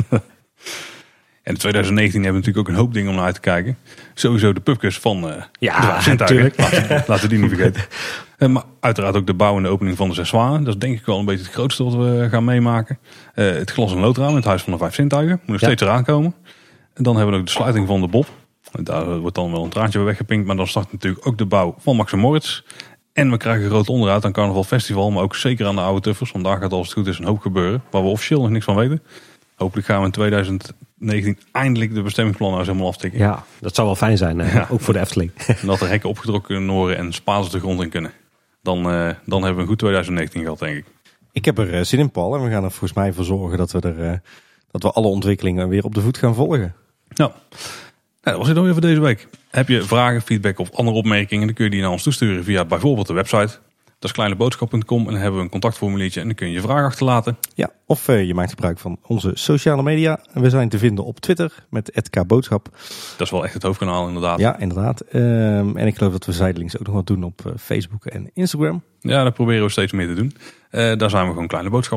En in 2019 hebben we natuurlijk ook een hoop dingen om naar uit te kijken. Sowieso de pubquiz van de Zintuigen. Laten we die niet vergeten. Maar uiteraard ook de bouw en de opening van de 6 zwanen. Dat is denk ik wel een beetje het grootste wat we gaan meemaken. Het glas- en loodraam in het Huis van de 5 Zintuigen. Moet nog steeds eraan komen. En dan hebben we ook de sluiting van de Bob. Daar wordt dan wel een traantje bij weggepinkt. Maar dan start natuurlijk ook de bouw van Max & Moritz. En we krijgen een groot onderhoud aan Carnaval Festival. Maar ook zeker aan de oude Tuffers. Want daar gaat als het goed is een hoop gebeuren. Waar we officieel nog niks van weten. Hopelijk gaan we in 2019 eindelijk de bestemmingsplannen helemaal aftikken. Ja, dat zou wel fijn zijn. Ja. Ook voor de Efteling. En dat de hekken opgetrokken kunnen worden en spaans de grond in kunnen. Dan hebben we een goed 2019 gehad, denk ik. Ik heb er zin in, Paul. En we gaan er volgens mij voor zorgen dat we alle ontwikkelingen weer op de voet gaan volgen. Ja. Dat was het dan weer voor deze week. Heb je vragen, feedback of andere opmerkingen, dan kun je die naar ons toesturen via bijvoorbeeld de website. Dat is kleineboodschap.com en dan hebben we een contactformuliertje en dan kun je je vraag achterlaten. Ja, of je maakt gebruik van onze sociale media. We zijn te vinden op Twitter met @kboodschap. Dat is wel echt het hoofdkanaal inderdaad. Ja, inderdaad. En ik geloof dat we zijdelings ook nog wat doen op Facebook en Instagram. Ja, daar proberen we steeds meer te doen. Daar zijn we gewoon Kleine Boodschap.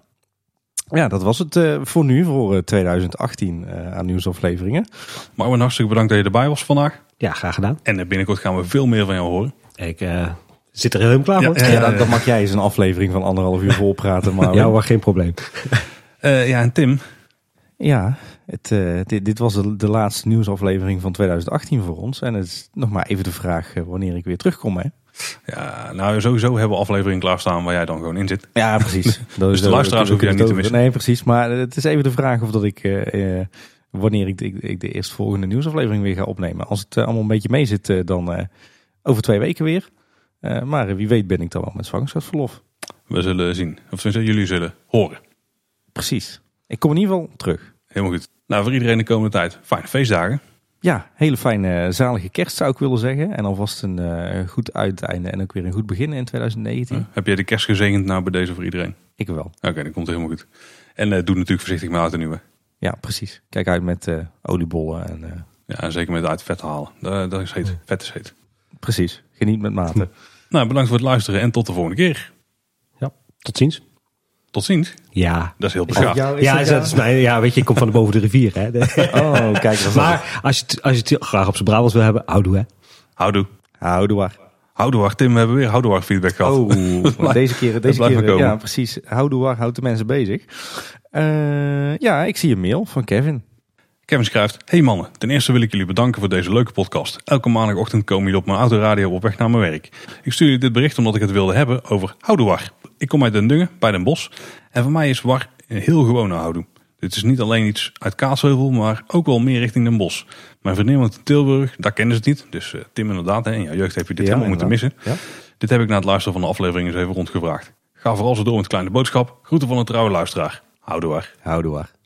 Ja, dat was het voor nu, voor 2018 aan nieuwsafleveringen. Marwan, hartstikke bedankt dat je erbij was vandaag. Ja, graag gedaan. En binnenkort gaan we veel meer van jou horen. Ik zit er helemaal klaar voor. Ja, dan mag jij eens een aflevering van 1,5 uur vol praten. Maar ja, maar geen probleem. En Tim? Ja, dit was de laatste nieuwsaflevering van 2018 voor ons. En het is nog maar even de vraag wanneer ik weer terugkom, hè? Ja, nou sowieso hebben we aflevering klaarstaan waar jij dan gewoon in zit. Ja, precies. Dus de luisteraars hoef je niet te missen. Nee, precies. Maar het is even de vraag of dat ik wanneer ik de eerstvolgende nieuwsaflevering weer ga opnemen. Als het allemaal een beetje mee zit, dan over 2 weken weer. Maar wie weet ben ik dan wel met zwangerschapsverlof. We zullen zien. Of jullie zullen horen. Precies. Ik kom in ieder geval terug. Helemaal goed. Nou, voor iedereen de komende tijd fijne feestdagen. Ja, hele fijne zalige kerst zou ik willen zeggen. En alvast een goed uiteinde en ook weer een goed begin in 2019. Heb jij de kerst gezegend nou bij deze voor iedereen? Ik wel. Oké, dan komt het helemaal goed. En doe natuurlijk voorzichtig met oud en nieuwe. Ja, precies. Kijk uit met oliebollen. En, ja, zeker met uit vet halen. Dat is heet. Vet is heet. Precies. Geniet met mate. Nou, bedankt voor het luisteren en tot de volgende keer. Ja, tot ziens. Tot ziens? Ja. Dat is heel beschaafd. Dat is mij. Ja, weet je, ik kom van boven de rivier. Hè. Oh, kijk. Maar als je het graag op zijn Brabants wil hebben, houdoe hè. Houdoe. Houdoe. Tim, we hebben weer houdoe feedback gehad. Oh, deze keer ja, precies. Houdoe houdt de mensen bezig. Ja, ik zie een mail van Kevin. Kevin schrijft: Hey mannen, ten eerste wil ik jullie bedanken voor deze leuke podcast. Elke maandagochtend komen jullie op mijn autoradio op weg naar mijn werk. Ik stuur jullie dit bericht omdat ik het wilde hebben over houdoe. Ik kom uit Den Dungen, bij Den Bosch. En voor mij is war een heel gewone houdoe. Dit is niet alleen iets uit Kaatsheuvel, maar ook wel meer richting Den Bosch. Mijn vriendin woont in Tilburg, daar kennen ze het niet. Dus Tim inderdaad, in jouw jeugd heb je dit helemaal moeten missen. Ja. Dit heb ik na het luisteren van de aflevering eens even rondgevraagd. Ga vooral zo door met kleine boodschap. Groeten van een trouwe luisteraar. Houdoe waar.